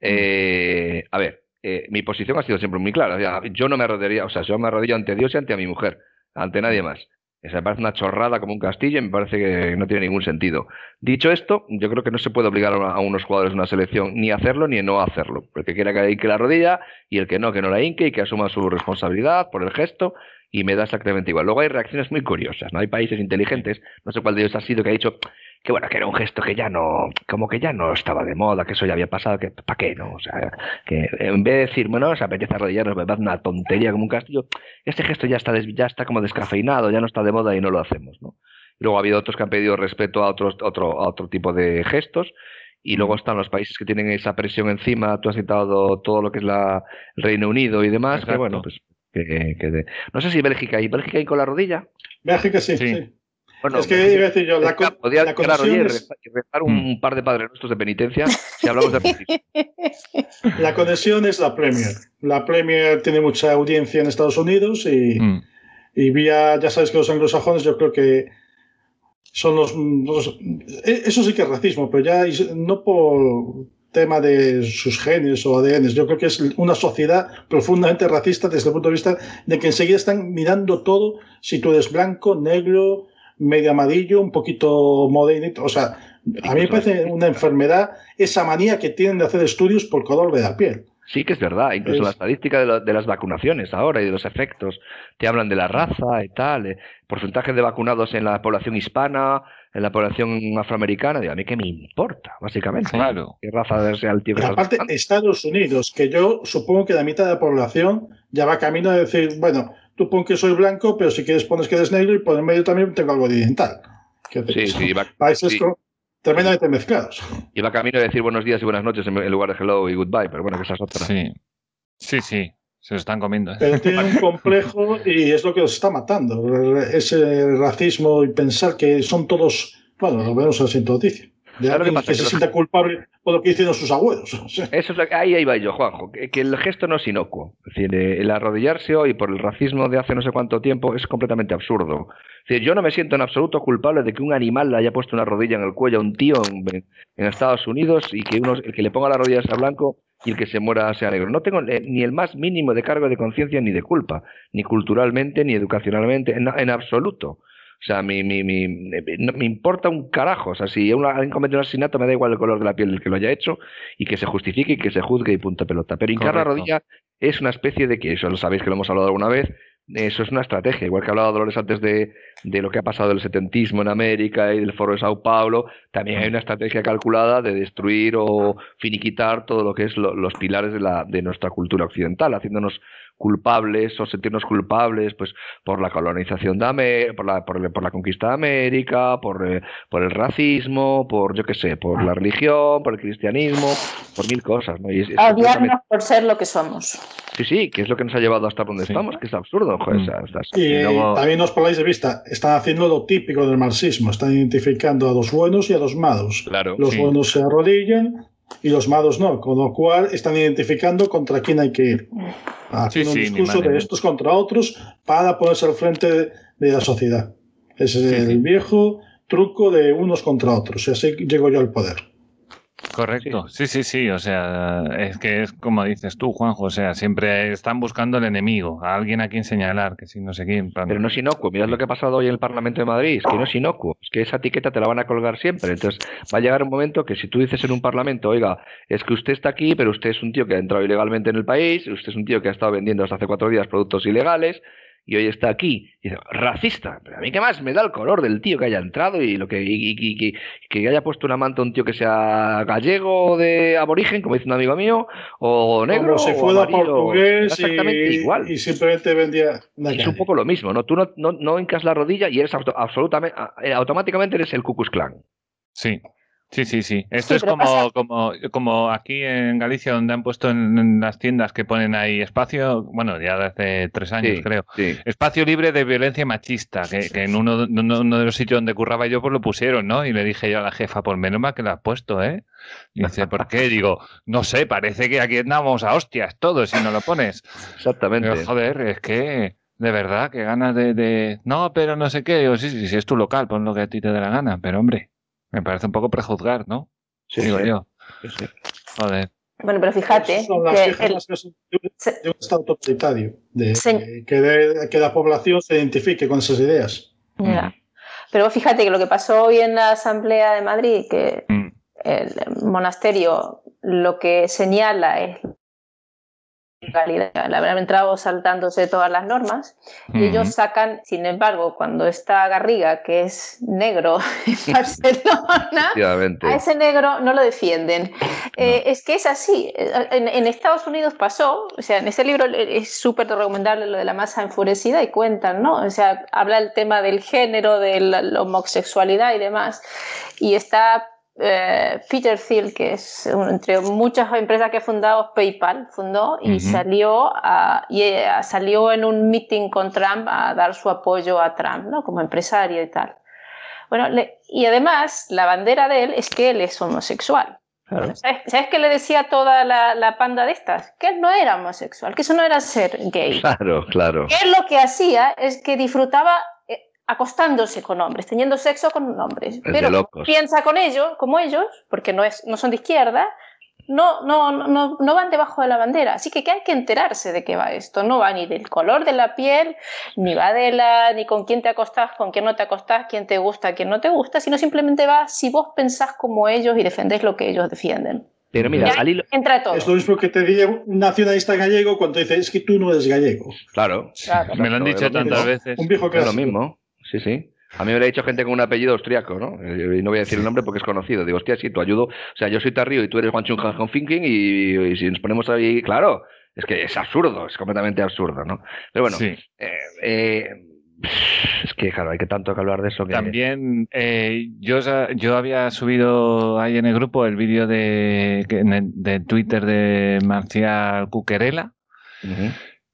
B: eh, a ver, eh, mi posición ha sido siempre muy clara. O sea, yo no me arrodillaría, o sea, yo me arrodillo ante Dios y ante a mi mujer, ante nadie más. Esa me parece una chorrada como un castillo y me parece que no tiene ningún sentido. Dicho esto, yo creo que no se puede obligar a, a unos jugadores de una selección ni a hacerlo ni a no hacerlo. El que quiera que hinque la rodilla y el que no, que no la hinque y que asuma su responsabilidad por el gesto y me da exactamente igual. Luego hay reacciones muy curiosas, ¿no? Hay países inteligentes, no sé cuál de ellos ha sido, que ha dicho que bueno, que era un gesto que ya no, como que ya no estaba de moda, que eso ya había pasado, que ¿para qué no? O sea, que en vez de decir, bueno, os apetece arrodillarnos, me parece una tontería como un castillo, este gesto ya está, des- ya está como descafeinado, ya no está de moda y no lo hacemos, ¿no? Y luego ha habido otros que han pedido respeto a otros, otro, a otro tipo de gestos. Y luego están los países que tienen esa presión encima. Tú has citado todo lo que es la, el Reino Unido y demás. Que
A: Exacto.
B: bueno, pues. Que, que de- No sé si Bélgica y Bélgica y con la rodilla.
C: Bélgica sí,
A: Sí.
C: sí.
B: Bueno,
C: Es que
B: Bélgica-
C: iba a decir yo, la,
B: Bélgica
C: con-
B: podía
C: la
B: tirar la rodilla y
C: conexión es-
B: rezar- y rezar un
A: Mm.
B: par de padres nuestros de penitencia si hablamos de racismo.
C: la conexión es la Premier. La Premier tiene mucha audiencia en Estados Unidos y,
A: Mm.
C: y vía, ya sabes que los anglosajones yo creo que son los, los- eso sí que es racismo, pero ya es- no por tema de sus genes o A D Ns, yo creo que es una sociedad profundamente racista desde el punto de vista de que enseguida están mirando todo si tú eres blanco, negro, medio amarillo, un poquito morenito, o sea, a mí me parece una enfermedad esa manía que tienen de hacer estudios por color de la piel.
B: Sí que es verdad, incluso
C: Es-
B: la estadística de, lo- de las vacunaciones ahora y de los efectos, te hablan de la raza y tal, eh, porcentaje de vacunados en la población hispana, en la población afroamericana, digo, a mí qué me importa, básicamente.
A: Claro.
B: ¿Qué raza sea el tío que
C: Y
B: estás
C: aparte,
B: vacunando?
C: Estados Unidos, que yo supongo que la mitad de la población ya va camino a decir, bueno, tú pon que soy blanco, pero si quieres pones que eres negro y por el medio también tengo algo oriental. Que
B: Sí, sí, va,
C: países
B: sí.
C: con- tremendamente mezclados.
B: Iba camino de decir buenos días y buenas noches en en lugar de hello y goodbye, pero bueno, que esa es otra.
A: Sí. Sí, sí. Se lo están comiendo. ¿eh?
C: Pero tienen un complejo y es lo que los está matando. Ese racismo y pensar que son todos, bueno, lo vemos en la noticia. De
B: ¿Sabes lo que
C: alguien
B: pasa?
C: que
B: Que
C: se
B: los-
C: sienta culpable por lo que hicieron sus abuelos. O sea,
B: Eso es lo que, ahí iba yo, Juanjo, que, que el gesto no es inocuo. Es decir, eh, el arrodillarse hoy por el racismo de hace no sé cuánto tiempo es completamente absurdo. Es decir, yo no me siento en absoluto culpable de que un animal le haya puesto una rodilla en el cuello a un tío en, en Estados Unidos y que uno, el que le ponga la rodilla sea blanco y el que se muera sea negro. No tengo eh, ni el más mínimo de cargo de conciencia ni de culpa, ni culturalmente, ni educacionalmente, en, en absoluto. O sea, mi, mi, mi, no, me importa un carajo. O sea, si una, alguien comete un asesinato, me da igual el color de la piel del que lo haya hecho y que se justifique y que se juzgue y punto pelota. Pero hincar la
A: Correcto.
B: rodilla es una especie de que, eso lo sabéis que lo hemos hablado alguna vez, eso es una estrategia. Igual que hablaba Dolores antes de, de lo que ha pasado del setentismo en América y del Foro de Sao Paulo, también hay una estrategia calculada de destruir o finiquitar todo lo que es lo, los pilares de, la, de nuestra cultura occidental, haciéndonos culpables o sentirnos culpables pues por la colonización de América, por la, por, por la conquista de América, por, eh, por el racismo, por yo qué sé, por la religión, por el cristianismo, por mil cosas, ¿no? Y es, es
D: Odiarnos
B: completamente...
D: por ser lo que somos.
B: Sí, sí, que es lo que nos ha llevado hasta donde
A: Sí.
B: estamos, que es absurdo. Joder,
A: Mm.
B: o sea, estás-
C: Y,
A: Y luego-
C: también no os perdáis de vista, están haciendo lo típico del marxismo, están identificando a los buenos y a los malos.
B: Claro,
C: Los
A: sí.
C: buenos se arrodillan y los malos no, con lo cual están identificando contra quién hay que ir. Haciendo
A: Sí,
C: un
A: sí, ni
C: discurso
A: más ni
C: de
A: menos.
C: estos contra otros para ponerse al frente de, de la sociedad. Ese es
A: Sí,
C: el
A: sí.
C: viejo truco de unos contra otros, y así llego yo al poder.
A: Correcto, sí, sí, sí, o sea, es que es como dices tú, Juanjo, o sea, siempre están buscando el enemigo, a alguien a quien señalar, que si no sé quién. plan-
B: pero no es inocuo. Mirad lo que ha pasado hoy en el Parlamento de Madrid, es que no es inocuo, es que esa etiqueta te la van a colgar siempre. Entonces va a llegar un momento que si tú dices en un Parlamento, oiga, es que usted está aquí, pero usted es un tío que ha entrado ilegalmente en el país, usted es un tío que ha estado vendiendo hasta hace cuatro días productos ilegales, y hoy está aquí, y dice, racista, pero a mí qué más me da el color del tío que haya entrado y lo que y, y- y- que haya puesto una manta un tío que sea gallego de aborigen, como dice un amigo mío, o negro,
C: Como si
B: o
C: fuera
B: amarillo,
C: portugués
B: da exactamente
C: y,
B: igual.
C: y simplemente vendía una
B: Es un
C: calle.
B: poco lo mismo, ¿no? Tú no, no, no hincas la rodilla y eres auto- absolutamente, eh, automáticamente eres el Ku Klux Klan.
A: Sí, sí, sí, sí. Esto
D: Sí,
A: es
D: pero
A: como,
D: pasa-
A: como, como aquí en Galicia, donde han puesto en, en las tiendas que ponen ahí espacio, bueno, ya de hace tres años
B: Sí,
A: creo,
B: sí.
A: espacio libre de violencia machista, que, que en uno, de- uno, uno de los sitios donde curraba yo pues lo pusieron, ¿no? Y le dije yo a la jefa, pues menos mal que lo has puesto, ¿eh? Y dice, ¿por qué? Digo, no sé, parece que aquí andamos a hostias todos si no lo pones.
B: Exactamente.
A: Digo, joder, es que, de verdad, que ganas de, de... No, pero no sé qué. Digo, sí, sí, sí, es tu local, pon lo que a ti te dé la gana. Pero, hombre, me parece un poco prejuzgar, ¿no?
B: Sí,
A: Digo
B: sí.
A: yo.
B: Sí, sí.
A: Joder.
D: Bueno, pero fíjate
C: Esas son las
D: que
C: quejas
D: el-
C: más que son de un-
D: se-
C: de un estado totalitario, de,
D: se-
C: que, de- que la población se identifique con esas ideas.
D: ya. Pero fíjate que lo que pasó hoy en la Asamblea de Madrid, que
A: Mm.
D: el monasterio lo que señala es legalidad, al haber entrado saltándose todas las normas, y ellos
A: Ujú.
D: sacan, sin embargo, cuando está Garriga, que es negro en Barcelona,
B: Efectivamente.
D: a ese negro no lo defienden. Eh, es que es así. En, en Estados Unidos pasó, o sea, en ese libro es súper recomendable lo de la masa enfurecida y cuentan, ¿no? O sea, habla el tema del género, de la, la homosexualidad y demás, y está eh, Peter Thiel, que es un, entre muchas empresas que ha fundado, PayPal fundó y
A: Ujú.
D: salió a, y eh, salió en un meeting con Trump a dar su apoyo a Trump, ¿no? Como empresario y tal. Bueno, le, y además la bandera de él es que él es homosexual.
B: Claro.
D: Bueno, ¿sabes, ¿Sabes qué le decía a toda la, la panda de estas? Que él no era homosexual, que eso no era ser gay.
B: Claro, claro.
D: Que él lo que hacía es que disfrutaba eh, acostándose con hombres, teniendo sexo con hombres.
B: Es de
D: Pero
B: locos.
D: piensa con ellos, como ellos, porque no, es, no son de izquierda, no, no, no, no van debajo de la bandera. Así que, que hay que enterarse de qué va esto. No va ni del color de la piel, ni va de la, ni con quién te acostás, con quién no te acostás, quién te gusta, quién no te gusta, sino simplemente va si vos pensás como ellos y defendés lo que ellos defienden.
B: Pero mira,
D: Ya
B: al hilo...
D: entra todo.
C: Es lo mismo que te diría un nacionalista gallego cuando dice es que tú no eres gallego.
B: Claro.
D: Claro.
A: Me lo han
B: Exacto,
A: dicho
B: es lo
A: tantas
B: mismo.
A: veces.
C: Un viejo
B: Es lo
C: clásico.
B: mismo. Sí, sí. A mí me lo ha dicho gente con un apellido austriaco, ¿no? Y no voy a decir el nombre porque es conocido. Digo, hostia, sí, tú ayudo. O sea, yo soy Tarrío y tú eres Juan Chung Han Finking y, y si nos ponemos ahí, claro, es que es absurdo, es completamente absurdo, ¿no? Pero bueno,
A: Sí.
B: eh, eh, es que, claro, hay que tanto que hablar de eso que...
A: También eh, yo, sa- yo había subido ahí en el grupo el vídeo de, que en el- de Twitter de Marcial Cuquerela.
B: Ujú.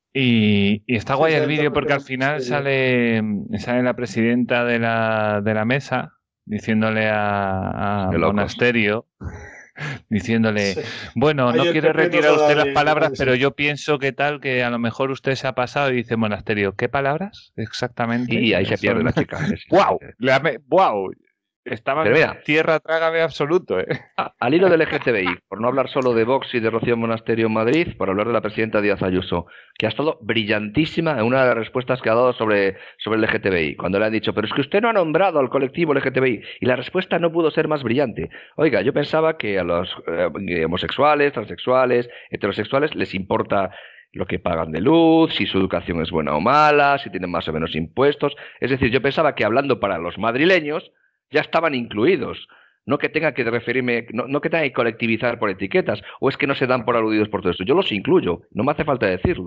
A: Y, y está
C: Sí,
A: guay
C: sí,
A: el
C: el
A: vídeo
C: toque
A: porque al
C: que-
A: final
C: sí.
A: sale, sale la presidenta de la, de la mesa diciéndole a, a
B: Qué locos.
A: Monasterio, diciéndole,
C: Sí.
A: bueno, no
C: Ayer
A: quiere
C: Pepe nos
A: retirar
C: ha
A: usted
C: dado
A: las
C: de-
A: palabras,
C: de-
A: pero yo pienso que tal, que a lo mejor usted se ha pasado y dice Monasterio, ¿qué palabras exactamente?
B: Y ahí se
A: Eso-
B: pierde la chica. Sí, sí.
A: ¡Guau! La me- ¡Guau! Estaba
B: Pero mira.
A: tierra trágame absoluto, ¿eh?
B: A- Al hilo del L G T B I, por no hablar solo de Vox y de Rocío Monasterio en Madrid, por hablar de la presidenta Díaz Ayuso, que ha estado brillantísima en una de las respuestas que ha dado sobre, sobre el L G T B I, cuando le han dicho, pero es que usted no ha nombrado al colectivo L G T B I, y la respuesta no pudo ser más brillante. Oiga, yo pensaba que a los eh, homosexuales, transexuales, heterosexuales les importa lo que pagan de luz, si su educación es buena o mala, si tienen más o menos impuestos. Es decir, yo pensaba que hablando para los madrileños ya estaban incluidos. No que tenga que referirme, no, no que tenga que colectivizar por etiquetas, o es que no se dan por aludidos por todo esto. Yo los incluyo, no me hace falta decirlo.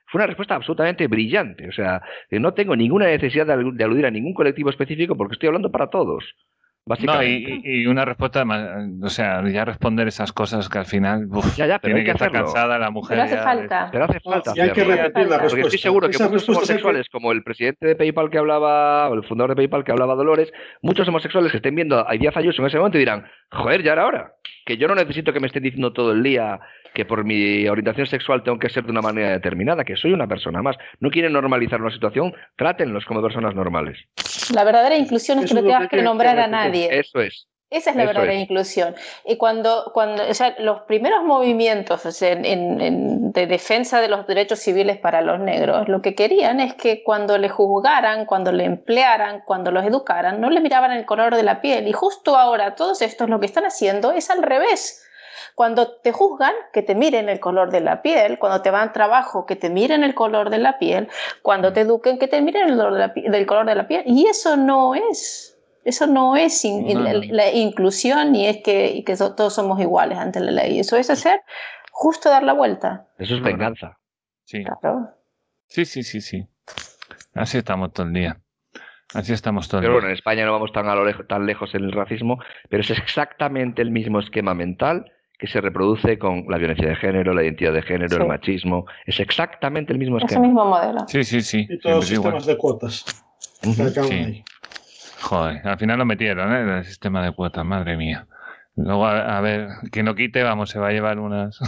B: Fue una respuesta absolutamente brillante. O sea, no tengo ninguna necesidad de aludir a ningún colectivo específico porque estoy hablando para todos.
A: No, y, y una respuesta más, o sea, ya responder esas cosas que al final uf,
B: ya, ya, pero
A: tiene
B: hay que,
A: que estar
B: hacerlo.
A: cansada la mujer.
D: Pero hace
A: ya
D: falta.
A: De...
B: Pero hace falta.
C: Y hay que repetir la respuesta.
B: Porque estoy seguro que
C: Esa
B: muchos homosexuales, que... como el presidente de PayPal que hablaba, o el fundador de PayPal que hablaba Dolores, muchos homosexuales que estén viendo a Díaz Ayuso en ese momento dirán, joder, ya era hora. Que yo no necesito que me estén diciendo todo el día que por mi orientación sexual tengo que ser de una manera determinada, que soy una persona más. No quieren normalizar una situación, trátenlos como personas normales.
D: La verdadera inclusión es
C: Eso
D: que no
C: es lo
D: tengas
C: que
D: que nombrar a nadie.
B: Eso es.
D: Esa es la
B: Eso
D: verdadera
B: es.
D: inclusión. Y cuando, cuando o sea, los primeros movimientos o sea, en, en, de defensa de los derechos civiles para los negros, lo que querían es que cuando le juzgaran, cuando le emplearan, cuando los educaran, no le miraban el color de la piel. Y justo ahora todos estos lo que están haciendo es al revés. Cuando te juzgan, que te miren el color de la piel. Cuando te van a trabajo, que te miren el color de la piel. Cuando te eduquen, que te miren el color de la, del color de la piel. Y eso no es... Eso no es in,
A: no, no.
D: La, la inclusión ni es que, y que todos somos iguales ante la ley. Eso es hacer justo dar la vuelta.
B: Eso es venganza.
A: Sí.
D: Claro.
A: Sí, sí, sí, sí. Así estamos todo el día. Así estamos todo el
B: Pero
A: día.
B: bueno, en España no vamos tan, a lo lejos, tan lejos en el racismo, pero es exactamente el mismo esquema mental que se reproduce con la violencia de género, la identidad de género,
D: Sí.
B: el machismo. Es exactamente el mismo
D: Ese
B: esquema.
D: mismo modelo.
A: Sí, sí, sí.
C: Y todos los
A: siempre
C: sistemas
A: igual.
C: de cuotas que
B: Ujú.
C: acaban
A: Sí.
C: ahí.
A: Joder, al final lo metieron, ¿eh? El sistema de cuotas, madre mía. Luego, a, a ver, quien lo quite, vamos, se va a llevar unas...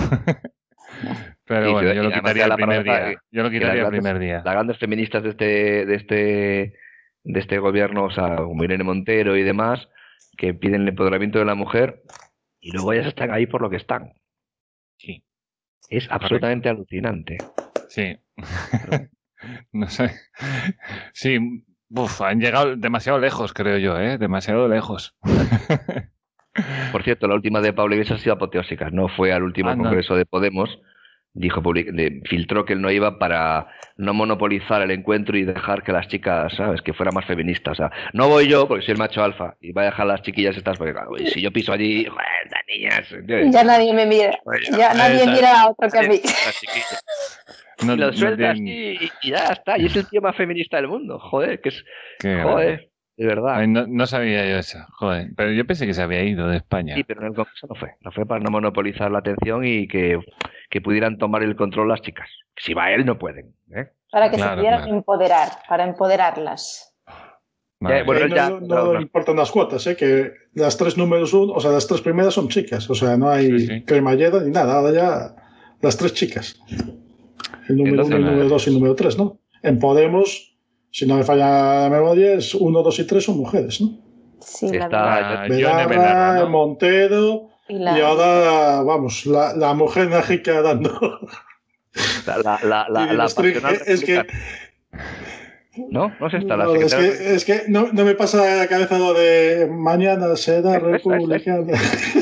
A: Pero
B: Sí,
A: bueno,
B: sí,
A: yo
B: y
A: lo
B: además
A: quitaría
B: ya
A: el
B: la
A: primer
B: paradoja,
A: día. Yo lo
B: que
A: quitaría
B: las
A: el primer día.
B: Las grandes feministas de este, de este, de este gobierno, o sea, como Irene Montero y demás, que piden el empoderamiento de la mujer y luego ellas están ahí por lo que están.
A: Sí,
B: Es absolutamente alucinante.
A: sí. No sé. Sí, uf, han llegado demasiado lejos, creo yo, ¿eh? Demasiado lejos.
B: Por cierto, la última de Pablo Iglesias ha sido apoteósica. No fue al último
A: Ah, no.
B: congreso de Podemos. Dijo, public- de- filtró que él no iba para no monopolizar el encuentro y dejar que las chicas, ¿sabes? Que fuera más feminista. O sea, no voy yo porque soy el macho alfa y voy a dejar a las chiquillas estas porque, claro, y si yo piso allí, joder, las niñas. ¿entiendes?
D: Ya nadie me mira. Ya nadie
A: Esa-
D: mira a otro que a mí.
B: Las chiquillas.
A: No,
B: Y lo
A: no
B: suelta
A: tienen-
B: así y, y ya está. Y es el tío más feminista del mundo. Joder, que es.
A: Qué grande.
B: Joder, de verdad.
A: Ay, no, no sabía yo eso, joder. Pero yo pensé que se había ido de España.
B: Sí, pero en el Congreso no fue. No fue para no monopolizar la atención y que, que pudieran tomar el control las chicas. Si va él, no pueden. ¿eh?
D: Para que
A: Claro,
D: se pudieran
A: claro.
D: empoderar, para empoderarlas.
A: Madre
B: Eh, bueno,
C: Ahí no,
B: ya-
C: no
B: no.
C: importan las cuotas, ¿eh? Que las tres números uno, o sea, las tres primeras son chicas, o sea, no hay
A: Sí, sí.
C: cremallera ni nada, ahora ya las tres chicas. El número
A: Entonces,
C: uno, el
A: nada.
C: número dos y el número tres, ¿no? En Podemos, si no me falla la memoria, es uno, dos y tres son mujeres, ¿no?
D: Sí, la
B: Está-
D: verdad.
A: Ah, Yone
C: Belarra,
A: Belarra, ¿no?
C: Montero
D: Y la-
C: y ahora, vamos, la, la mujer mágica dando.
B: La, la, la, la,
C: y
B: la
C: los tres-
B: pasional
C: es que,
B: republicana. ¿No? No es esta la
C: no, es
B: secretaria.
C: que, es que no, no me pasa de la cabeza lo de mañana será
B: Eso, eso, eso.
C: republicana.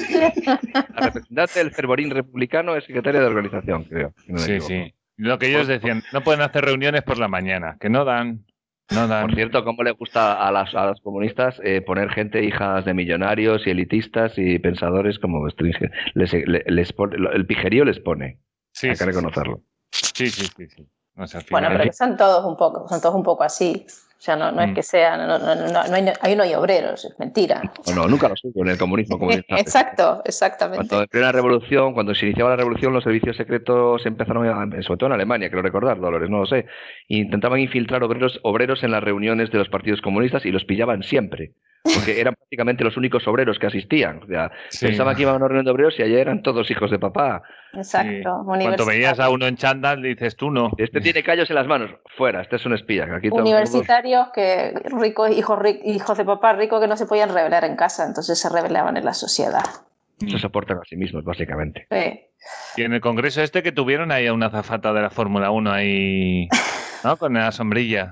B: La representante del fervorín republicano es secretaria de organización, creo. si no me
A: Sí,
B: equivoco.
A: sí. Lo que ellos decían, no pueden hacer reuniones por la mañana, que no dan. No dan.
B: Por cierto, ¿cómo le gusta a las, a las comunistas eh, poner gente hijas de millonarios y elitistas y pensadores como Stringer? Les, le- les pone- lo- el pijerío les pone.
A: Sí,
B: Hay
A: sí,
B: que reconocerlo.
A: sí, sí, sí, sí. O sea, al
D: Bueno,
A: final-
D: pero que son todos un poco, son todos un poco así. O sea, no, no
A: Mm.
D: es que sean, no, no, no, no hay, ahí no hay obreros, es mentira.
B: O no, nunca lo supo en el comunismo. comunista.
D: Exacto, exactamente.
B: Cuando en plena revolución, cuando se iniciaba la revolución, los servicios secretos empezaron, a, sobre todo en Alemania, creo recordar, Dolores, no lo sé, e intentaban infiltrar obreros, obreros en las reuniones de los partidos comunistas y los pillaban siempre, porque eran prácticamente los únicos obreros que asistían. O sea,
A: Sí.
B: pensaban que iban a una reunión de obreros y allá eran todos hijos de papá.
D: Exacto.
A: Sí. Cuando
D: universitarios.
A: veías a uno en chándal, dices tú no.
B: Este tiene callos en las manos, fuera, este es un espía. que Aquí todos-
D: Universitarios que ricos, hijos, ri- hijos de papá ricos que no se podían rebelar en casa, entonces se rebelaban en la sociedad.
B: todos se soportan a sí mismos, básicamente.
D: Sí.
A: Y en el congreso este que tuvieron ahí a una azafata de la Fórmula uno ahí, ¿no? Con la sombrilla.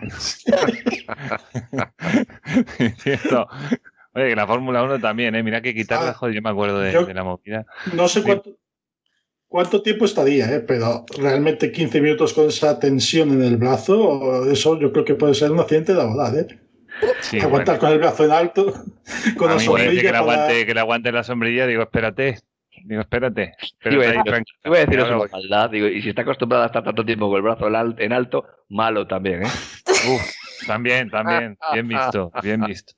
A: Cierto. Oye, que la Fórmula uno también, ¿eh? Mira que quitarla,
C: Ah,
A: joder, yo me acuerdo de,
C: yo-
A: de la movida.
C: No sé cuánto, cuánto tiempo estaría, ¿eh? Pero realmente quince minutos con esa tensión en el brazo, eso yo creo que puede ser un accidente laboral, ¿eh?
A: Sí,
C: Aguantar
A: bueno.
C: con el brazo en alto, con
A: A
C: la
A: mí me dice
C: sombrilla
A: que le,
C: para-
A: aguante, que le aguante la sombrilla, digo, espérate. Digo, espérate.
B: Iba a
A: espérate ahí,
B: decir,
A: tranquilo.
B: iba a decir
A: Ya
B: eso
A: voy.
B: con maldad, digo, y si está acostumbrada a estar tanto tiempo con el brazo en al- en alto, malo también, ¿eh?
A: Uf, también, también. Bien visto, bien visto.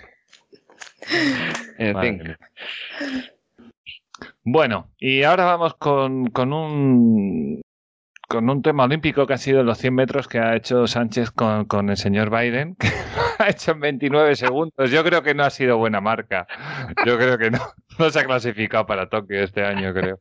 B: En
A: Madre
B: fin.
A: mía. Bueno, y ahora vamos con, con un con un tema olímpico que ha sido los cien metros que ha hecho Sánchez con, con el señor Biden, que ha hecho en veintinueve segundos. Yo creo que no ha sido buena marca. Yo creo que no, no se ha clasificado para Tokio este año, creo.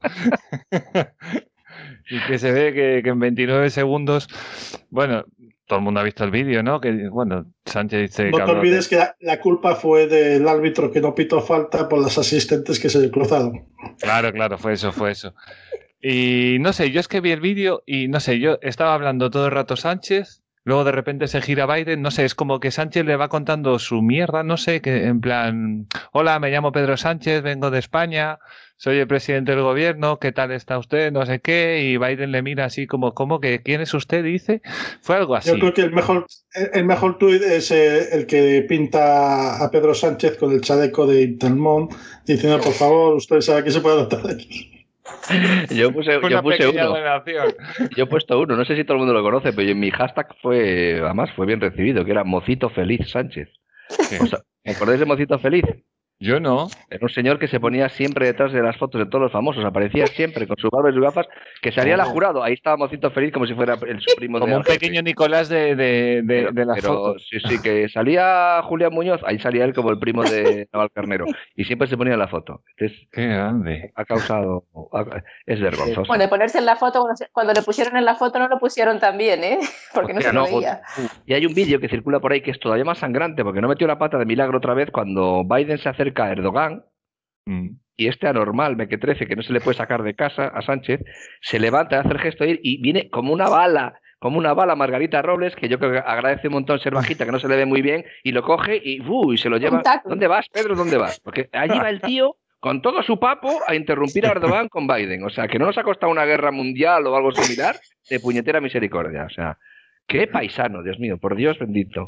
A: Y que se ve que, que en veintinueve segundos, bueno, todo el mundo ha visto el vídeo, ¿no? Que, bueno, Sánchez dice
C: No
A: que
C: te
A: habló de-
C: olvides que la, la culpa fue del árbitro que no pitó falta por las asistentes que se cruzaron.
A: Claro, claro, fue eso, fue eso. Y no sé, yo es que vi el vídeo y no sé, yo estaba hablando todo el rato Sánchez, luego de repente se gira Biden, no sé, es como que Sánchez le va contando su mierda, no sé, que en plan, hola, me llamo Pedro Sánchez, vengo de España, soy el presidente del gobierno, ¿qué tal está usted? No sé qué, y Biden le mira así como, ¿cómo que quién es usted? Dice, fue algo así.
C: Yo creo que el mejor, el, el mejor tuit es eh, el que pinta a Pedro Sánchez con el chaleco de Intermont diciendo, por favor, usted sabe que se puede adoptar aquí.
B: Yo puse,
A: Una
B: yo puse
A: pequeña
B: uno.
A: donación.
B: Yo he puesto uno. No sé si todo el mundo lo conoce, pero en mi hashtag fue, además, fue bien recibido, que era Mocito Feliz Sánchez.
A: Sí.
B: O sea, ¿me acordáis de Mocito Feliz?
A: Yo no.
B: Era un señor que se ponía siempre detrás de las fotos de todos los famosos. Aparecía siempre con su barba y sus gafas, que salía la jurado. Ahí estaba Mocito Feliz como si fuera el su primo de
A: Como un
B: Algeria.
A: pequeño Nicolás de, de, de,
B: Pero,
A: de las
B: pero
A: fotos.
B: sí, sí, que salía Julián Muñoz, ahí salía él como el primo de Naval Carnero. Y siempre se ponía en la foto. Entonces,
A: Qué grande.
B: ha causado... ha- es vergonzoso.
D: Bueno, de ponerse en la foto, cuando, se- cuando le pusieron en la foto no lo pusieron tan bien, ¿eh? Porque no
B: Hostia,
D: se lo
B: no,
D: veía.
B: Y hay un vídeo que circula por ahí que es todavía más sangrante, porque no metió la pata de milagro otra vez cuando Biden se acerca a Erdogan.
A: Mm.
B: Y este anormal, mequetrefe, que no se le puede sacar de casa a Sánchez, se levanta, hace el gesto de ir y viene como una bala, como una bala Margarita Robles, que yo creo que agradece un montón ser bajita, que no se le ve muy bien, y lo coge y, uh, y se lo lleva.
D: Un taco.
B: ¿Dónde vas, Pedro? ¿Dónde vas? Porque allí va el tío con todo su papo a interrumpir a Erdogan con Biden. O sea, que no nos ha costado una guerra mundial o algo similar de puñetera misericordia. O sea, qué paisano, Dios mío, por Dios bendito.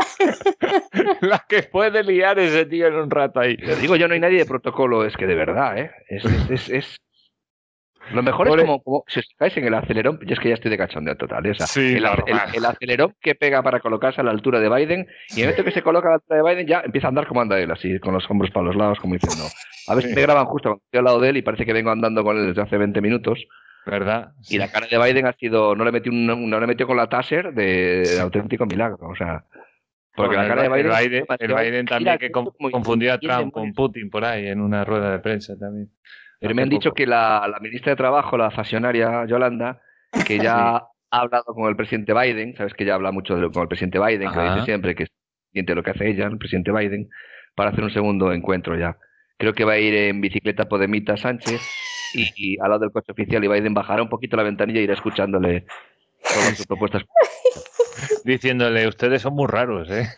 A: La que puede liar ese tío en un rato ahí.
B: Te digo yo, no hay nadie de protocolo, es que de verdad, ¿eh? Es, es, es, es- Lo mejor
A: Pobre-
B: es como, como si os fijáis en el acelerón, yo es que ya estoy de cachondeo total, ¿eh? O sea,
A: Sí,
B: el, ace-
A: normal.
B: el- el acelerón que pega para colocarse a la altura de Biden, y en el momento que se coloca a la altura de Biden ya empieza a andar como anda él, así, con los hombros para los lados, como diciendo, a ver si
A: Sí.
B: me graban justo cuando estoy al lado de él y parece que vengo andando con él desde hace veinte minutos,
A: ¿Verdad?
B: y la cara de Biden ha sido, no le metió, un- no le metió con la taser de, de auténtico milagro, o sea... Porque
A: Bueno,
B: la cara de
A: el,
B: Biden...
A: el Biden, el Biden también que con-
B: como-
A: confundió a
B: ¿quién
A: Trump con
B: demonios?
A: Putin por ahí en una rueda de prensa también.
B: Pero me
A: Hace
B: han dicho
A: poco.
B: que la, la ministra de Trabajo, la fasionaria Yolanda, que ya ha hablado con el presidente Biden, sabes que ya habla mucho de lo, con el presidente Biden, que lo
A: Ajá.
B: dice siempre, que es consciente de lo que hace ella, el presidente Biden, para hacer un segundo encuentro ya. Creo que va a ir en bicicleta Podemita Sánchez y, y al lado del coche oficial y Biden bajará un poquito la ventanilla e irá escuchándole todas sus propuestas.
A: Diciéndole, ustedes son muy raros, ¿eh?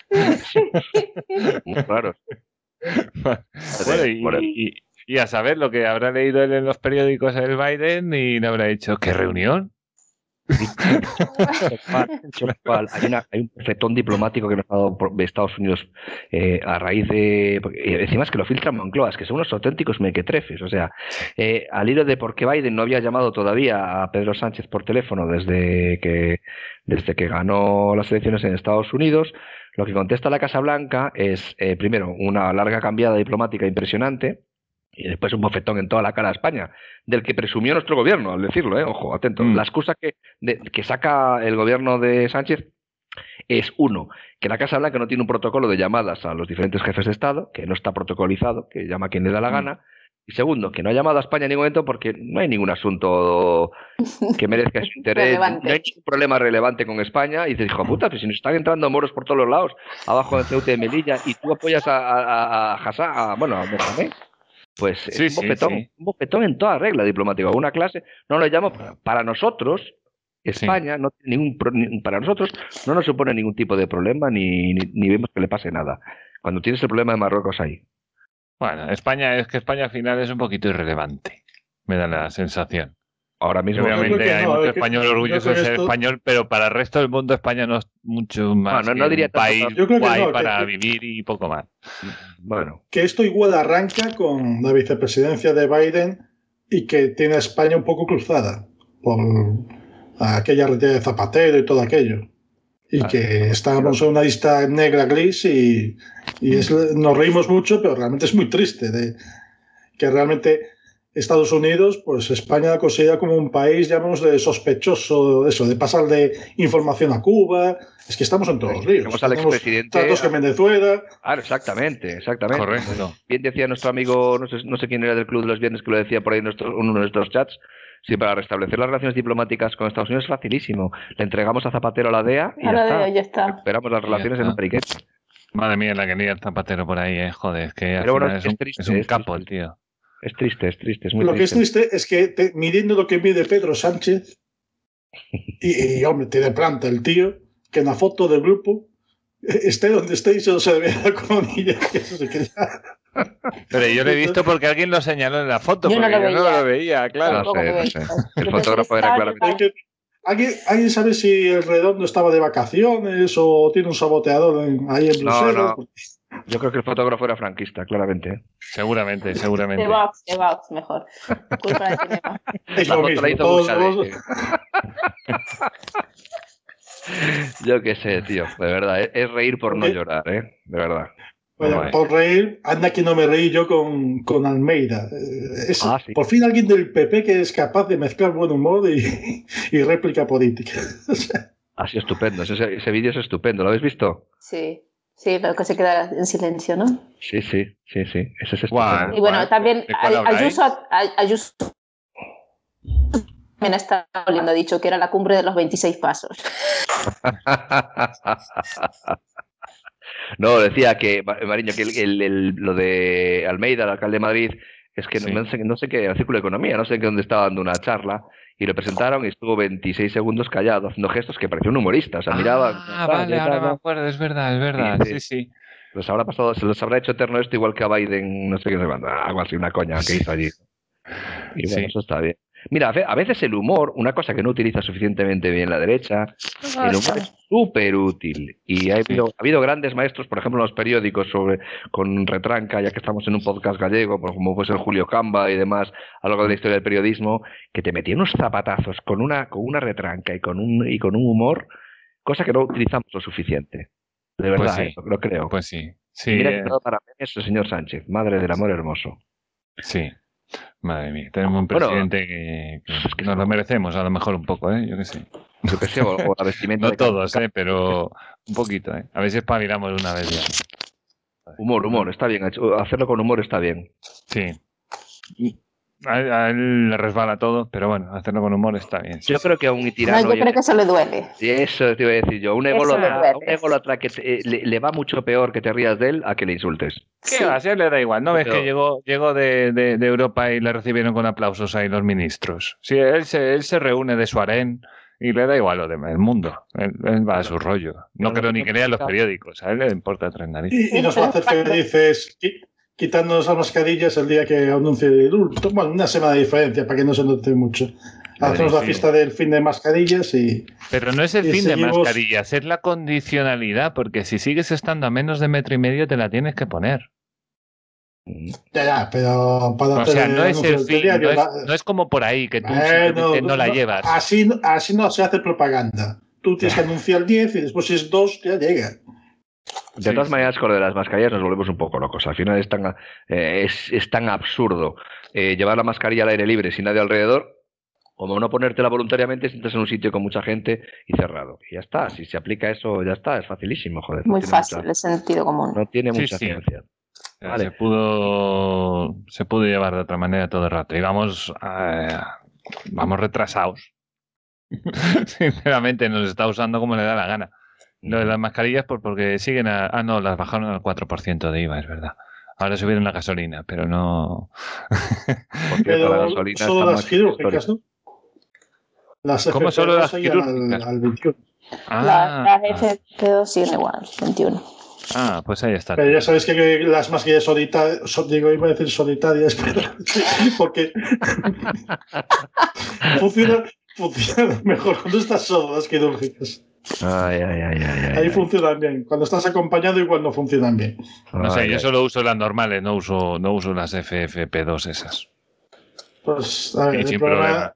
B: Muy raros.
A: Bueno, y,
B: Bueno.
A: y- y a saber lo que habrá leído él en los periódicos el Biden y le habrá dicho, ¿qué reunión?
B: Chopal, hay, una, hay un perfectón diplomático que nos ha dado por- de Estados Unidos eh, a raíz de... porque, eh, encima es que lo filtran Moncloa, es que son unos auténticos mequetrefes. O sea, eh, al hilo de por qué Biden no había llamado todavía a Pedro Sánchez por teléfono desde que, desde que ganó las elecciones en Estados Unidos, lo que contesta la Casa Blanca es, eh, primero, una larga cambiada diplomática impresionante, y después un bofetón en toda la cara a España, del que presumió nuestro gobierno, al decirlo, ¿eh? Ojo, atento.
A: Mm.
B: La excusa que, de- que saca el gobierno de Sánchez es, uno, que la Casa Blanca no tiene un protocolo de llamadas a los diferentes jefes de Estado, que no está protocolizado, que llama a quien le da la
A: Mm.
B: gana. Y segundo, que no ha llamado a España en ningún momento porque no hay ningún asunto que merezca su interés,
D: Relevante.
B: no hay ningún problema relevante con España. Y dices, hijo de puta, pues si nos están entrando moros por todos los lados, abajo de Ceuta y Melilla, y tú apoyas a, a, a, a Hassán, a- bueno, a Mohamed. Pues
A: Sí,
B: es
A: sí,
B: un bofetón,
A: sí.
B: un bofetón en toda regla diplomática. Una clase, no lo llamo, para nosotros, España, no tiene ningún, pro- ni- para nosotros no nos supone ningún tipo de problema ni, ni, ni vemos que le pase nada. Cuando tienes el problema de Marruecos ahí.
A: Bueno, España es que España al final es un poquito irrelevante, me da la sensación.
B: Ahora
A: Y
B: mismo.
A: obviamente
C: creo que
A: hay
C: no,
A: mucho
C: es que-
A: español
C: yo
A: orgulloso
C: creo
A: de
C: que
A: ser
C: esto-
A: español, pero para el resto del mundo España no es mucho más
B: no,
A: que
B: no diría
A: un
B: tanto
A: país
C: Yo creo que
A: guay
C: no, que-
A: para
C: que-
A: vivir y poco más.
B: Bueno,
C: Que esto igual arranca con la vicepresidencia de Biden y que tiene a España un poco cruzada por aquella retirada de Zapatero y todo aquello. Y que estábamos en una lista negra gris y, y es, nos reímos mucho, pero realmente es muy triste de que realmente Estados Unidos, pues España la considera como un país, llamamos, de sospechoso, eso, de pasar de información a Cuba. Es que estamos en todos los líos.
B: Tenemos al expresidente.
C: Tratos que Venezuela.
B: Claro, exactamente, exactamente.
A: Correcto.
B: Bien decía nuestro amigo, no sé, no sé quién era del Club de los Viernes, que lo decía por ahí en nuestro, uno de nuestros chats. Sí, para restablecer las relaciones diplomáticas con Estados Unidos es facilísimo. Le entregamos a Zapatero a la D E A y
D: A
B: ya,
D: la
B: está.
D: D E A, ya está.
B: Esperamos las relaciones en un periquete.
A: Madre mía, la que lía el Zapatero por ahí, eh. Joder, es que al
B: Pero bueno,
A: final
B: es
A: es, un,
B: triste,
A: es un
B: es
A: capo el
B: triste.
A: tío.
B: Es triste, es triste, es muy
C: Lo que es
B: triste.
C: triste es que te, midiendo lo que mide Pedro Sánchez, y, y hombre, tiene planta el tío, que en la foto del grupo esté donde esté y se, se le vea la coronilla, que eso se quería.
A: Pero yo lo he visto porque alguien lo señaló en la foto,
D: Yo no
A: porque
D: lo
A: yo no
D: veía.
A: lo veía, claro.
B: No sé, no sé. El
D: Yo
B: fotógrafo
D: pensé
B: era
D: que
B: claramente.
D: estaba-
C: ¿Alguien, ¿Alguien sabe si el Redondo estaba de vacaciones o tiene un saboteador en- ahí en
B: No,
C: Bruselas?
B: no. Yo creo que el fotógrafo era franquista, claramente. ¿eh?
A: Seguramente, seguramente.
D: De Vox, de Vox, mejor. Culpa de cinema.
C: Es
B: La
C: lo
B: foto
C: mismo.
B: la hizo
C: todos-
B: Buxade.
C: todos-
B: Yo qué sé, tío, de verdad, es, es reír por no
C: Porque-
B: llorar, ¿eh? De verdad.
C: Bueno,
A: Guay.
C: por reír, anda que no me reí yo con, con Almeida. Eh, Es,
B: Ah, sí.
C: Por fin alguien del P P que es capaz de mezclar buen humor y, y réplica política. O sea,
B: Ha sido estupendo, ese, ese vídeo es estupendo, ¿lo habéis visto?
D: Sí, sí, lo que se queda en silencio, ¿no?
B: Sí, sí, sí, sí, ese es
A: Guau.
B: estupendo.
D: Y bueno,
A: ¿Cuál?
D: también
A: ¿De cuál
D: Ay-
A: habláis?
D: Ayuso, Ay- Ayuso también está hablando, ha dicho que era la cumbre de los veintiséis pasos.
B: No, decía que, Ma- Mariño, que el, el- el- lo de Almeida, el alcalde de Madrid, es que
A: Sí.
B: no, sé, no sé qué, el Círculo de Economía, no sé en dónde estaba dando una charla, y lo presentaron y estuvo veintiséis segundos callado, haciendo gestos que parecía un humorista, o sea, miraba...
A: Ah, vale, ahora me acuerdo, es verdad, es verdad.
B: Sí,
A: Sí,
B: sí.
A: sí.
B: Los habrá pasado, se los habrá hecho eterno esto igual que a Biden, no sé qué sé cuándo, algo así, una coña que hizo allí. Y bueno,
A: Sí.
B: eso está bien. Mira, a ve- a veces el humor, una cosa que no utiliza suficientemente bien la derecha, el humor es súper útil. Y ha habido, ha habido grandes maestros, por ejemplo, en los periódicos sobre con retranca, ya que estamos en un podcast gallego, pues como puede ser Julio Camba y demás, a lo largo de la historia del periodismo, que te metían unos zapatazos con una, con una retranca y con un, y con un humor, cosa que no utilizamos lo suficiente. De verdad,
A: Pues sí.
B: eh, lo creo.
A: Pues sí.
B: Y
A: Sí,
B: mira que
A: eh,
B: todo para memes el señor Sánchez, madre del amor hermoso.
A: sí. Madre mía, tenemos un
B: Bueno,
A: presidente que, que
B: es que
A: nos
B: sí.
A: lo merecemos, a lo mejor un poco, ¿eh? Yo qué sé.
B: Yo qué sé, o, o la vestimenta
A: No
B: de
A: todos, ¿eh? Pero un poquito, ¿eh? A ver si espabilamos una vez ya.
B: humor, humor, está bien, hecho- hacerlo con humor está bien.
A: Sí. A, a él le resbala todo, pero bueno, hacerlo con humor está bien. Sí,
B: Yo
A: sí.
B: creo que a un
D: No,
B: tirano
D: yo
B: y-
D: creo que eso le duele.
B: y eso te iba a decir yo, un
D: Eso
B: ególatra,
D: le duele.
B: a un ególatra que te- eh, le, le va mucho peor que te rías de él a que le insultes.
A: ¿Qué
D: Sí.
A: va? Si a él le da igual. ¿No ves
B: Pero-
A: que llegó, llegó de, de- de Europa y le recibieron con aplausos ahí los ministros? Sí, él se, él se reúne de su harén y le da igual lo demás, el mundo. Él, él va a su rollo. No
B: Pero
A: creo
B: lo
A: ni
B: que
A: que lea los
B: pasa-
A: periódicos. A él le importa tres narices.
C: y, y nos va a hacer felices qui- quitándonos las mascarillas el día que anuncie el último. Bueno, una semana de diferencia para que no se note mucho. Hacemos la
A: Sí.
C: fiesta del fin de mascarillas y.
A: Pero no es el
C: Y
A: fin de
C: seguimos-
A: mascarillas, es la condicionalidad, porque si sigues estando a menos de metro y medio te la tienes que poner.
C: Ya, ya, pero para
A: O
C: hacer
A: sea, no es
C: anuncio
A: el
C: del
A: fin,
C: telediario,
A: no es,
C: la-
A: no es como por ahí, que tú
C: Bueno,
A: simplemente no la
C: no,
A: llevas.
C: Así, así no se hace propaganda. Tú tienes que anunciar diez y después si es dos ya llega.
B: De
A: Sí,
B: todas
A: sí.
B: maneras, con lo de las mascarillas nos volvemos un poco locos. Al final es tan, eh, es, es tan absurdo eh, llevar la mascarilla al aire libre sin nadie alrededor, como no ponértela voluntariamente si estás en un sitio con mucha gente y cerrado. Y ya está, si se aplica eso, ya está, es facilísimo, joder. no
D: Muy
B: tiene
D: fácil,
B: mucha-
D: el sentido común.
B: no tiene
A: Sí,
B: mucha
A: sí.
B: ciencia.
A: O sea,
B: Vale.
A: Se pudo se pudo llevar de otra manera todo el rato. Y vamos, eh, vamos retrasados. Sinceramente, nos está usando como le da la gana. Lo de las mascarillas, pues porque siguen a... Ah, no, las bajaron al cuatro por ciento de I V A, es verdad. Ahora subieron la gasolina, pero no...
B: Por cierto,
C: Pero
B: la gasolina
C: solo
B: está
C: las
B: más
C: quirúrgicas, ¿no? Las
A: ¿Cómo
C: F P dos
A: solo las
C: seguían al-
A: quirúrgicas?
C: al veintiuno.
A: Ah,
D: Las F P dos siguen igual, veintiuno.
A: ah, pues ahí está.
C: Pero ya sabéis que, que las mascarillas solitarias, so, digo, iba a decir solitarias, pero porque funciona, funciona mejor cuando estás solo las quirúrgicas.
B: Ay, ay, ay, ay, ay,
C: Ahí
B: ay.
C: funcionan bien. Cuando estás acompañado igual no funcionan bien.
A: No sé,
B: Ay,
A: yo
B: ay.
A: solo uso las normales, no uso, no uso las F F P dos esas.
C: Pues, a ver,
A: Y
C: el
A: sin
C: problema...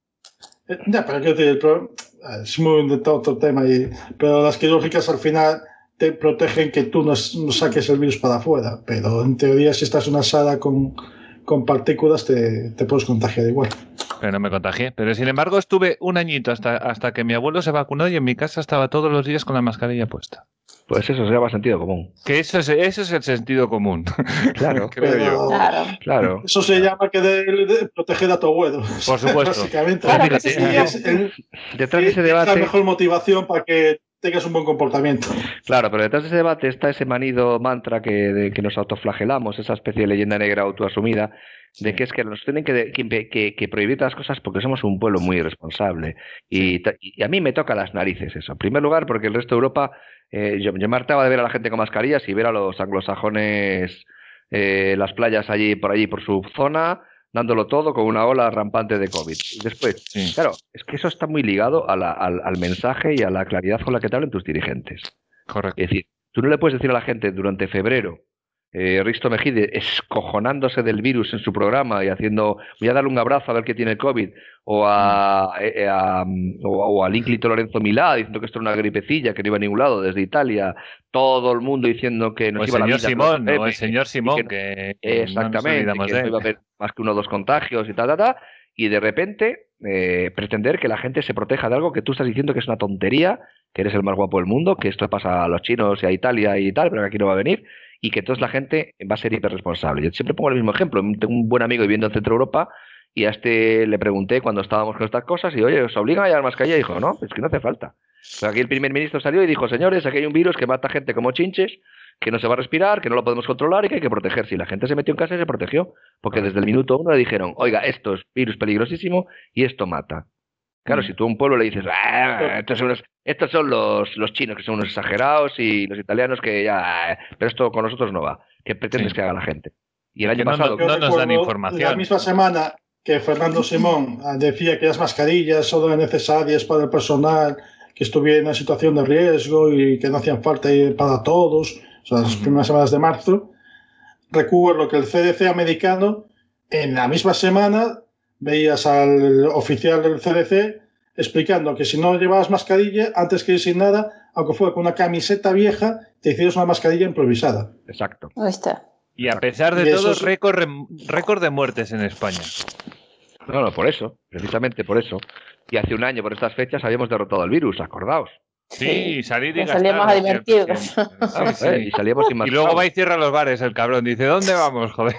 C: Eh, Ya, pero quiero decir, el problema... Es muy de todo otro tema, y... pero las quirúrgicas al final te protegen que tú no, no saques el virus para afuera, pero en teoría si estás en una sala con, con partículas te, te puedes contagiar igual.
A: Pero no me contagié. Pero sin embargo estuve un añito hasta, hasta que mi abuelo se vacunó y en mi casa estaba todos los días con la mascarilla puesta.
B: Pues eso se llama sentido común.
A: Que eso es, eso es el sentido común.
B: Claro.
A: Creo
C: Pero
A: yo.
D: Claro.
B: Claro.
C: eso se llama que de, de proteger a tu abuelo.
A: Por supuesto.
C: Básicamente.
D: Claro que
C: Y
D: sí.
C: es, el-
B: Detrás de ese
C: es la
B: debate,
C: mejor motivación para que tengas un buen comportamiento.
B: claro, pero detrás de ese debate está ese manido mantra que, de, que nos autoflagelamos, esa especie de leyenda negra autoasumida, de que es que nos tienen que, que, que, que prohibir las cosas porque somos un pueblo muy irresponsable. Y, ta- y a mí me toca las narices eso. En primer lugar, porque el resto de Europa, eh, yo, yo me hartaba de ver a la gente con mascarillas y ver a los anglosajones, eh, las playas allí por allí por su zona, dándolo todo con una ola rampante de COVID. Y después,
A: Sí.
B: claro, es que eso está muy ligado a la- al, al mensaje y a la claridad con la que te hablan tus dirigentes.
A: Correcto.
B: Es decir, tú no le puedes decir a la gente durante febrero, eh, Risto Mejide escojonándose del virus en su programa y haciendo, voy a darle un abrazo a ver qué tiene el COVID, o a, eh, a, o, o al ínclito Lorenzo Milá diciendo que esto era una gripecilla, que no iba a ningún lado desde Italia, todo el mundo diciendo que
A: O
B: nos
A: el
B: iba la
A: señor
B: vida
A: Simón,
B: con los
A: o el
B: F P,
A: señor
B: y
A: Simón,
B: que-
A: que, que no nos
B: exactamente,
A: olvidamos
B: que
A: de
B: no
A: él.
B: iba a haber más que uno o dos contagios y tal, tal, tal, y de repente eh, pretender que la gente se proteja de algo que tú estás diciendo que es una tontería, que eres el más guapo del mundo, que esto pasa a los chinos y a Italia y tal, pero que aquí no va a venir, y que entonces la gente va a ser hiperresponsable. Yo siempre pongo el mismo ejemplo. Tengo un buen amigo viviendo en Centro Europa y a este le pregunté cuando estábamos con estas cosas y, oye, ¿os obligan a llevar mascarilla? Y dijo, no, es que no hace falta. Pero aquí el primer ministro salió y dijo, señores, aquí hay un virus que mata gente como chinches, que no se va a respirar, que no lo podemos controlar y que hay que protegerse. Y la gente se metió en casa y se protegió, porque desde el minuto uno le dijeron, oiga, esto es virus peligrosísimo y esto mata. Claro,
A: Mm.
B: si tú a un pueblo le dices, "Ah, estos son, los, estos son los, los chinos que son unos exagerados y los italianos que ya... eh, pero esto con nosotros no va. ¿Qué pretendes
A: Sí.
B: que haga la gente? Y el
A: Que
B: año
A: no,
B: pasado...
A: no, no nos dan
C: recuerdo
A: información.
C: La misma semana que Fernando Simón ah, decía que las mascarillas solo eran necesarias para el personal que estuviera en una situación de riesgo y que no hacían falta ir para todos, o sea, las
A: Ujú.
C: primeras semanas de marzo. Recuerdo que el C D C americano, en la misma semana, veías al oficial del C D C explicando que si no llevabas mascarilla, antes que ir sin nada, aunque fuera con una camiseta vieja, te hicieras una mascarilla improvisada.
B: Exacto.
D: Ahí está.
A: Y a pesar de
C: Y
A: todo,
C: eso es-
A: récord, rem- récord de muertes en España.
B: No, no, por eso. Precisamente por eso. Y hace un año, por estas fechas, habíamos derrotado el virus, acordaos.
A: Sí, salir y
D: Nos
A: gastar.
D: salíamos a
A: decía el
D: divertirnos.
A: presidente. Sí,
B: Ah,
A: sí.
B: ¿eh? Y salíamos sin
A: Y luego va
B: mascarilla.
A: y cierra los bares el cabrón. Dice, ¿dónde vamos, joder?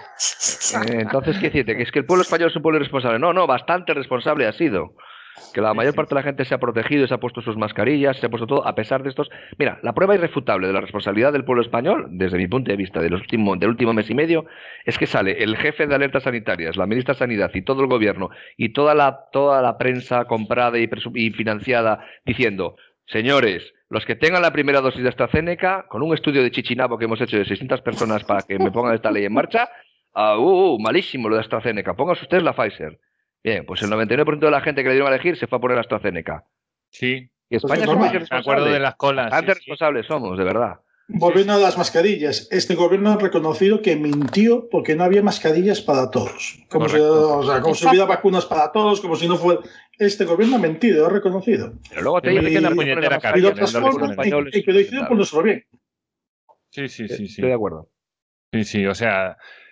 B: Eh, entonces, ¿qué decirte? Que es que el pueblo español es un pueblo irresponsable. No, no, bastante responsable ha sido. Que la
A: Sí,
B: mayor
A: sí.
B: parte de la gente se ha protegido, se ha puesto sus mascarillas, se ha puesto todo, a pesar de estos... Mira, la prueba irrefutable de la responsabilidad del pueblo español, desde mi punto de vista de los último, del último mes y medio, es que sale el jefe de alertas sanitarias, la ministra de Sanidad y todo el gobierno y toda la, toda la prensa comprada y, presu- y financiada diciendo, señores, los que tengan la primera dosis de AstraZeneca, con un estudio de Chichinabo que hemos hecho de seiscientas personas para que me pongan esta ley en marcha, ah, uh, uh, malísimo lo de AstraZeneca, pónganse ustedes la Pfizer. Bien, pues el noventa y nueve por ciento de la gente que le dieron a elegir se fue a poner AstraZeneca.
A: Sí.
B: Y España
C: es
B: somos
C: normal.
B: irresponsables.
A: Me acuerdo de las colas.
B: Bastante
A: sí, sí.
B: responsables somos, de verdad.
C: Volviendo a las mascarillas, este gobierno ha reconocido que mintió porque no había mascarillas para todos. Como, si,
A: Correcto.
C: o sea, como si
D: Exacto.
C: hubiera vacunas para todos, como si no fuera... Este gobierno ha mentido, ha reconocido.
B: Pero luego te
A: Y-
B: dice que
A: una
B: la
A: puñetera
C: Y
A: carga
C: lo
A: en el
C: transforman
A: doble
C: en,
B: español es
C: en que lo hicieron por nuestro bien.
A: Sí, sí, sí, sí.
B: Estoy de acuerdo.
A: Sí, sí, o sea.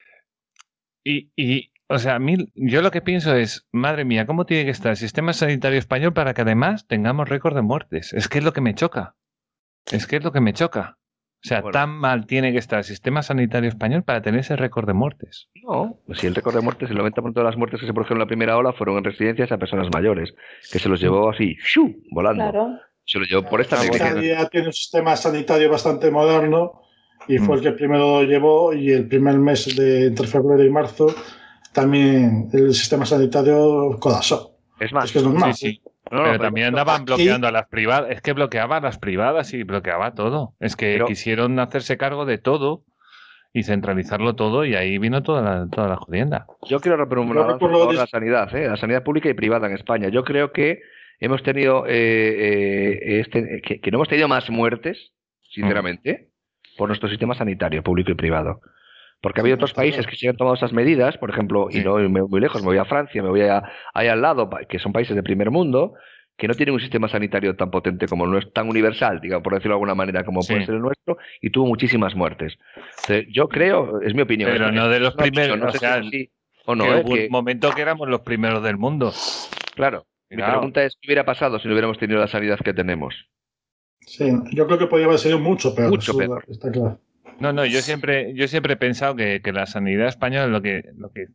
A: Y, y, o sea, a mí, yo lo que pienso es, madre mía, ¿cómo tiene que estar el sistema sanitario español para que además tengamos récord de muertes? Es que es lo que me choca. Es que es lo que me choca. O sea,
B: Bueno.
A: tan mal tiene que estar el sistema sanitario español para tener ese récord de muertes.
B: No, si el récord de muertes, el noventa por ciento de las muertes que se produjeron en la primera ola fueron en residencias a personas mayores, que se los llevó así, ¡shu!, volando.
D: Claro.
B: Se los llevó por esta negligencia.
C: Italia tiene un sistema sanitario bastante moderno y fue
A: Mm.
C: el que primero lo llevó, y el primer mes de entre febrero y marzo también el sistema sanitario colapsó.
B: Es más,
C: Es que es normal.
A: Sí, sí.
B: no, no,
A: Pero
B: pero-
A: también andaban
C: aquí-
A: bloqueando a las privadas. Es que bloqueaba a las privadas y bloqueaba todo. Es que
B: Pero-
A: quisieron hacerse cargo de todo y centralizarlo todo y ahí vino toda la, toda la jodienda.
B: yo quiero romper un
C: Yo
B: lance
C: recuerdo
B: por
C: dis-
B: la sanidad, ¿eh? La sanidad pública y privada en España. Yo creo que hemos tenido eh, eh, este, que, que no hemos tenido más muertes, sinceramente, por nuestro sistema sanitario público y privado. Porque había otros países que se han tomado esas medidas, por ejemplo, y no me voy muy lejos, me voy a Francia, me voy a, ahí al lado, que son países de primer mundo, que no tienen un sistema sanitario tan potente como el nuestro, tan universal, digamos, por decirlo de alguna manera, como sí. puede ser el nuestro, y tuvo muchísimas muertes. Entonces, yo creo, es mi opinión.
A: Pero
B: es,
A: no de los
B: no,
A: primeros,
B: no
A: o
B: sé
A: sea,
B: si sí o no.
A: Que
B: ¿eh?
A: hubo
B: que,
A: un momento que éramos los primeros del mundo.
B: Claro. Claro. Mi pregunta es, ¿qué hubiera pasado si no hubiéramos tenido la sanidad que tenemos?
C: Sí, yo creo que podría haber sido mucho peor.
B: Mucho
C: eso
B: peor.
C: Está claro.
A: No, no, yo siempre, yo siempre he pensado que, que la sanidad española lo que, lo que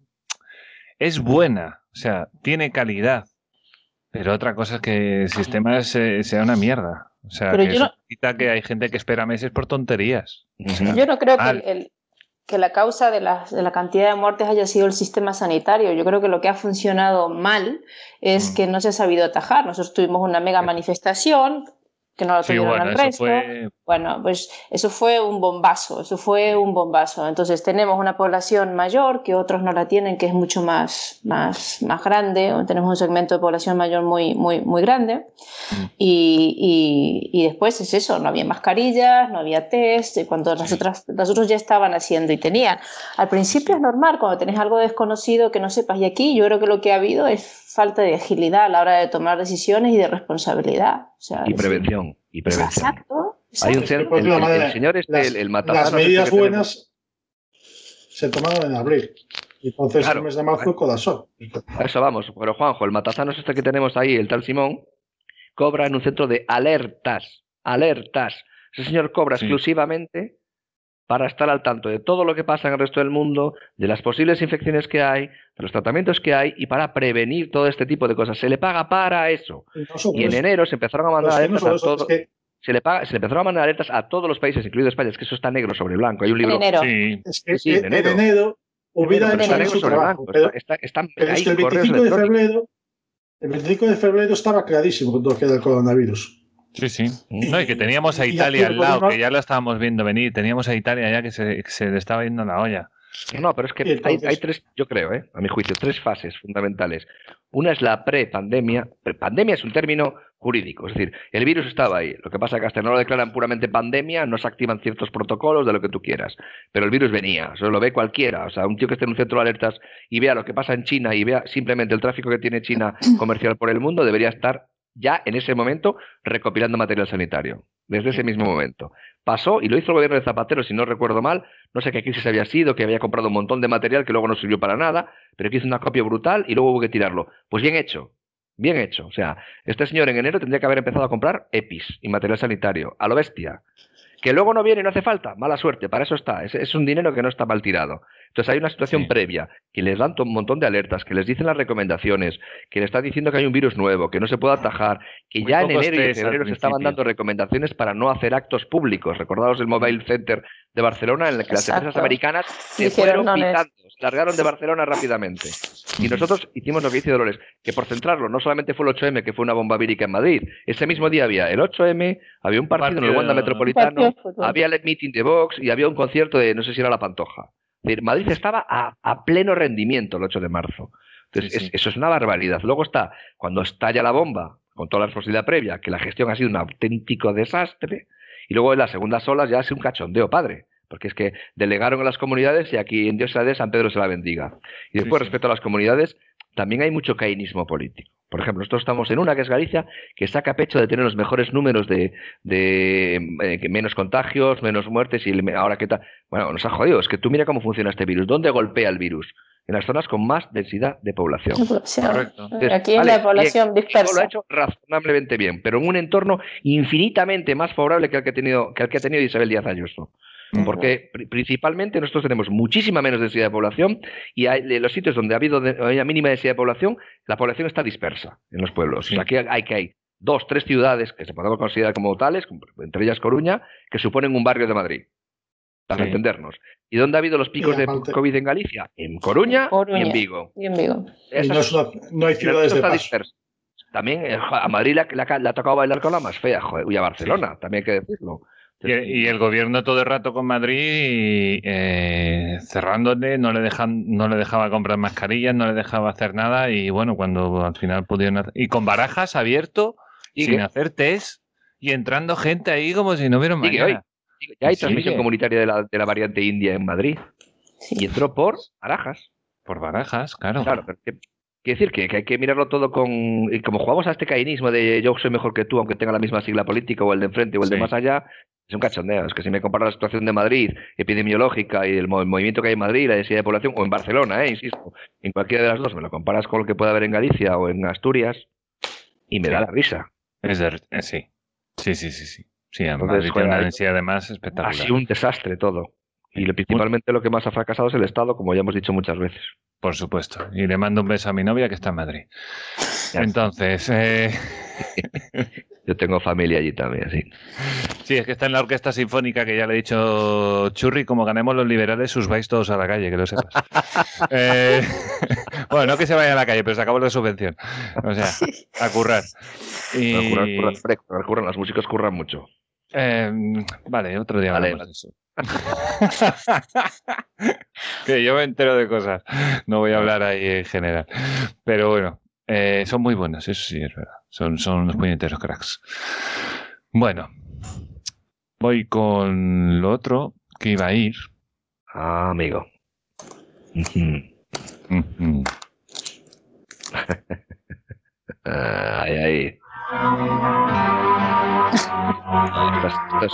A: es buena, o sea, tiene calidad, pero otra cosa es que el sistema se, sea una mierda. O sea,
D: pero
A: que eso
D: no...
A: quita que hay gente que espera meses por tonterías. O sea,
D: yo no creo que, el, el, que la causa de la, de la cantidad de muertes haya sido el sistema sanitario. Yo creo que lo que ha funcionado mal es mm. que no se ha sabido atajar. Nosotros tuvimos una mega manifestación, que no lo
A: sí,
D: tuvieron
A: bueno,
D: el resto.
A: Fue...
D: Bueno, pues eso fue un bombazo, eso fue un bombazo. Entonces tenemos una población mayor que otros no la tienen, que es mucho más, más, más grande. Tenemos un segmento de población mayor muy, muy, muy grande. Mm. Y, y, y después es eso, no había mascarillas, no había test, cuando las otras, las otras ya estaban haciendo y tenían. Al principio es normal, cuando tenés algo desconocido que no sepas. Y aquí yo creo que lo que ha habido es falta de agilidad a la hora de tomar decisiones y de responsabilidad. O sea,
B: y prevención. Y prevención.
D: Exacto. exacto.
B: Hay un centro, el, el, el señor este,
C: las,
B: el, el Matazano.
C: Las medidas
B: este
C: buenas se tomaron en abril. Y entonces claro, el mes de marzo colapsó.
B: A eso vamos. Pero Juanjo, el Matazano este que tenemos ahí, el tal Simón, cobra en un centro de alertas. Alertas. Ese señor cobra sí. exclusivamente para estar al tanto de todo lo que pasa en el resto del mundo, de las posibles infecciones que hay, de los tratamientos que hay y para prevenir todo este tipo de cosas. Se le paga para eso. Y, y en enero se empezaron a mandar alertas no a todos. Es que... se, le paga, se le empezaron a mandar alertas a todos los países, incluido España. Es que eso está negro sobre blanco. Hay un libro.
D: En enero.
C: Sí. Es que sí, en enero. En enero hubiera
B: hecho negro sobre trabajo, blanco. Está, está, está,
C: pero es que el veinticinco de febrero, el veinticinco de febrero estaba clarísimo todo lo que era el coronavirus.
A: Sí, sí. No, y que teníamos a Italia al lado, que ya lo estábamos viendo venir. Teníamos a Italia ya que se, que se le estaba yendo la olla.
B: No, pero es que entonces... hay, hay tres, yo creo, ¿eh? a mi juicio, tres fases fundamentales. Una es la pre-pandemia. Pandemia es un término jurídico, es decir, el virus estaba ahí. Lo que pasa es que hasta no lo declaran puramente pandemia, no se activan ciertos protocolos de lo que tú quieras. Pero el virus venía, eso lo ve cualquiera. O sea, un tío que esté en un centro de alertas y vea lo que pasa en China y vea simplemente el tráfico que tiene China comercial por el mundo, debería estar ya en ese momento recopilando material sanitario, desde ese mismo momento. Pasó y lo hizo el gobierno de Zapatero, si no recuerdo mal, no sé qué crisis había sido, que había comprado un montón de material que luego no sirvió para nada, pero que hizo una copia brutal y luego hubo que tirarlo. Pues bien hecho, bien hecho. O sea, este señor en enero tendría que haber empezado a comprar EPIs y material sanitario, a lo bestia. Que luego no viene y no hace falta, mala suerte, para eso está, es, es un dinero que no está mal tirado. Entonces hay una situación sí. previa, que les dan un montón de alertas, que les dicen las recomendaciones, que les están diciendo que hay un virus nuevo, que no se puede atajar, que Muy ya en enero y en febrero se estaban dando recomendaciones para no hacer actos públicos. Recordaos el Mobile Center de Barcelona, en el que Exacto. las empresas americanas se Dijeron, fueron no pitando, se largaron de Barcelona rápidamente. Y nosotros hicimos lo que hizo Dolores, que por centrarlo, no solamente fue el ocho eme, que fue una bomba vírica en Madrid, ese mismo día había el ocho eme, había un partido, partido en el Wanda Metropolitano, había el meeting de Vox y había un concierto de, no sé si era La Pantoja. Es decir, Madrid estaba a, a pleno rendimiento el ocho de marzo. Entonces, sí, sí. Es, eso es una barbaridad. Luego está, cuando estalla la bomba, con toda la responsabilidad previa, que la gestión ha sido un auténtico desastre, y luego en las segundas olas ya ha sido un cachondeo, padre. Porque es que delegaron a las comunidades y aquí en Dios se la dé, San Pedro se la bendiga. Y después, sí, sí. respecto a las comunidades, también hay mucho cainismo político. Por ejemplo, nosotros estamos en una que es Galicia, que saca pecho de tener los mejores números de, de eh, menos contagios, menos muertes, y el, ahora qué tal. Bueno, nos ha jodido. Es que tú mira cómo funciona este virus. ¿Dónde golpea el virus? En las zonas con más densidad de población.
D: Correcto. Entonces, aquí es vale, la población bien, dispersa.
B: Lo ha hecho razonablemente bien, pero en un entorno infinitamente más favorable que el que ha tenido, que el que ha tenido Isabel Díaz Ayuso. Porque pr principalmente nosotros tenemos muchísima menos densidad de población y hay, de los sitios donde ha habido de, hay mínima densidad de población, la población está dispersa en los pueblos. Sí. O sea, aquí hay que hay dos, tres ciudades que se podemos considerar como tales, entre ellas Coruña, que suponen un barrio de Madrid, para sí. entendernos. ¿Y dónde ha habido los picos de COVID en Galicia? En Coruña,
D: Coruña
B: y en Vigo.
D: Y en Vigo.
C: Y no, es una, no hay ciudades de paso.
B: También a Madrid le ha tocado bailar con la más fea, joder, y a Barcelona, sí. también hay que decirlo.
A: Y, y el gobierno todo el rato con Madrid eh, cerrándole, no le dejan, no le dejaba comprar mascarillas, no le dejaba hacer nada y bueno, cuando al final pudieron hacer, y con Barajas abierto, ¿Y sin qué? hacer test y entrando gente ahí como si no hubiera mañana.
B: Hoy. Ya hay transmisión sí, comunitaria de la, de la variante india en Madrid.
D: Sí.
B: Y entró por Barajas.
A: Por Barajas, claro.
B: Claro, pero que, quiere decir que, que hay que mirarlo todo con... Y como jugamos a este cainismo de yo soy mejor que tú, aunque tenga la misma sigla política, o el de enfrente o el
A: Sí.
B: de más allá, es un cachondeo. Es que si me comparo la situación de Madrid, epidemiológica, y el, mo- el movimiento que hay en Madrid, la densidad de población, o en Barcelona, eh, insisto, en cualquiera de las dos, me lo comparas con lo que puede haber en Galicia o en Asturias, y me
A: Sí.
B: da la risa.
A: Es de- eh, sí. Sí, sí, sí, sí. Sí, en
B: Entonces,
A: Madrid
B: joder,
A: tiene una
B: hay-
A: densidad además
B: Ha
A: espectacular.
B: sido un desastre todo. Y lo,
A: Un-
B: principalmente lo que más ha fracasado es el Estado, como ya hemos dicho muchas veces.
A: Por supuesto. Y le mando un beso a mi novia que está en Madrid.
B: Ya.
A: Entonces, eh,
B: Yo tengo familia allí también, sí.
A: sí, es que está en la orquesta sinfónica que ya le he dicho, Churri, como ganemos los liberales, sus vais todos a la calle, que lo sepas. Eh, bueno, no que se vaya a la calle, pero se acabó la subvención. O sea, a currar. Y,
B: Pero curran, curran, hombre, curran, curran, los músicos curran mucho.
A: eh, vale, otro día
B: Vale,
A: hablamos de eso. Que yo me entero de cosas. No voy a hablar ahí en general. Pero bueno, eh, son muy buenos, eso sí es verdad. Son, son unos puñeteros cracks. Bueno, voy con lo otro que iba a ir.
B: Ah, amigo. Ujú.
A: Ujú.
B: Ah, ahí, ahí. Estás, estás...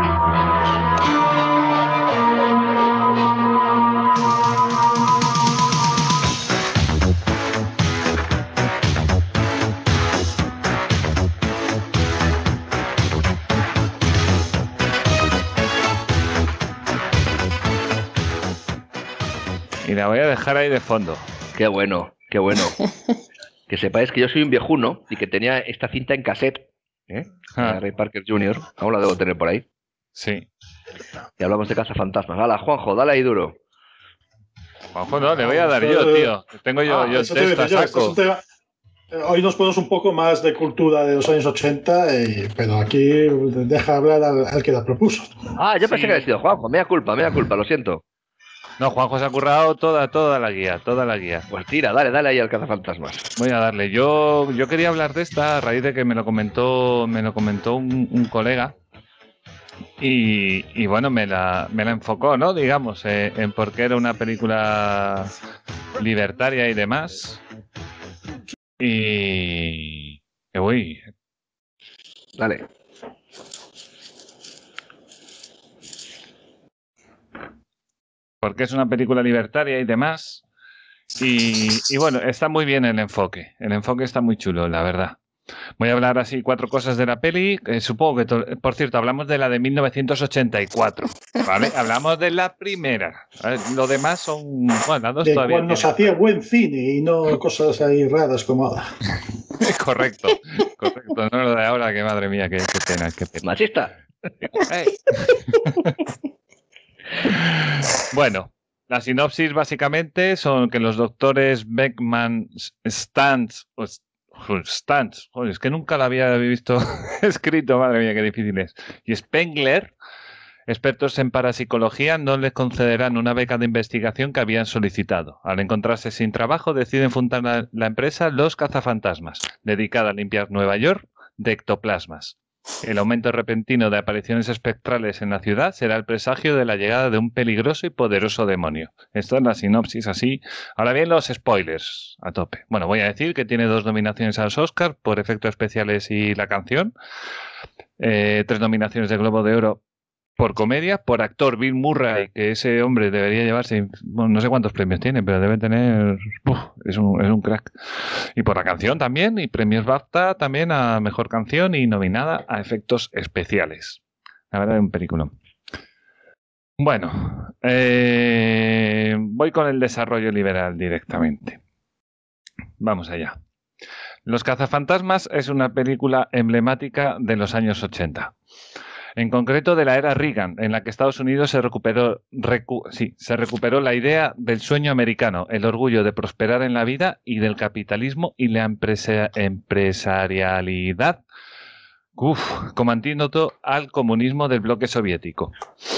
A: Y la voy a dejar ahí de fondo.
B: Qué bueno, qué bueno. Que sepáis que yo soy un viejuno y que tenía esta cinta en cassette. ¿eh?
A: Ah.
B: De Ray Parker junior Aún la debo tener por ahí.
A: Sí.
B: Y hablamos de cazafantasmas. Hala, Juanjo, dale ahí duro.
A: Juanjo, no, le voy a dar yo, tío. Tengo yo,
C: Ah,
A: yo el
C: eso te iba a
A: texto a
C: decir yo, este es
A: saco.
C: un tema- eh, Hoy nos ponemos un poco más de cultura de los años ochenta, eh, pero aquí deja hablar al, al que la propuso.
B: Ah, yo
A: Sí.
B: pensé que había sido Juanjo. Mea culpa, mea culpa, lo siento.
A: No, Juanjo se ha currado toda, toda la guía, toda la guía.
B: Pues tira, dale, dale ahí al cazafantasmas.
A: Voy a darle. Yo, yo quería hablar de esta a raíz de que me lo comentó, me lo comentó un, un colega. Y, y bueno, me la, me la enfocó, ¿no? Digamos, eh, en por qué era una película libertaria y demás. Y. Que voy.
B: Dale.
A: Porque es una película libertaria y demás. Y, y bueno, está muy bien el enfoque. El enfoque está muy chulo, la verdad. Voy a hablar así cuatro cosas de la peli. Eh, supongo que, to- por cierto, hablamos de la de mil novecientos ochenta y cuatro. ¿Vale? Hablamos de la primera. ¿Vale? Lo demás son. Bueno, las dos
C: De
A: todavía.
C: cuando se
A: tienen-
C: hacía buen cine y no cosas ahí raras como ahora.
A: Correcto, correcto. No lo de ahora, que madre mía, qué, qué pena, qué pena.
B: Machista.
A: Ey. Bueno, la sinopsis básicamente son que los doctores Beckman, Stantz, o Stantz, joder, es que nunca la había visto escrito, madre mía, qué difícil es, y Spengler, expertos en parapsicología, no les concederán una beca de investigación que habían solicitado. Al encontrarse sin trabajo, deciden fundar la, la empresa Los Cazafantasmas, dedicada a limpiar Nueva York de ectoplasmas. El aumento repentino de apariciones espectrales en la ciudad será el presagio de la llegada de un peligroso y poderoso demonio. Esto es la sinopsis así. Ahora bien, los spoilers a tope. Bueno, voy a decir que tiene dos nominaciones a los Oscar por efectos especiales y la canción. Eh, tres nominaciones de Globo de Oro por comedia, por actor Bill Murray, que ese hombre debería llevarse, bueno, no sé cuántos premios tiene, pero debe tener, uf, es, un, es un crack. Y por la canción también, y premios BAFTA también a Mejor Canción y nominada a Efectos Especiales. La verdad, es un peliculón. Bueno, eh, voy con el desarrollo liberal directamente. Vamos allá. Los Cazafantasmas es una película emblemática de los años ochenta. En concreto de la era Reagan, en la que Estados Unidos se recuperó, recu sí, se recuperó la idea del sueño americano, el orgullo de prosperar en la vida y del capitalismo y la empresa empresarialidad, uf, como antídoto al comunismo del bloque soviético.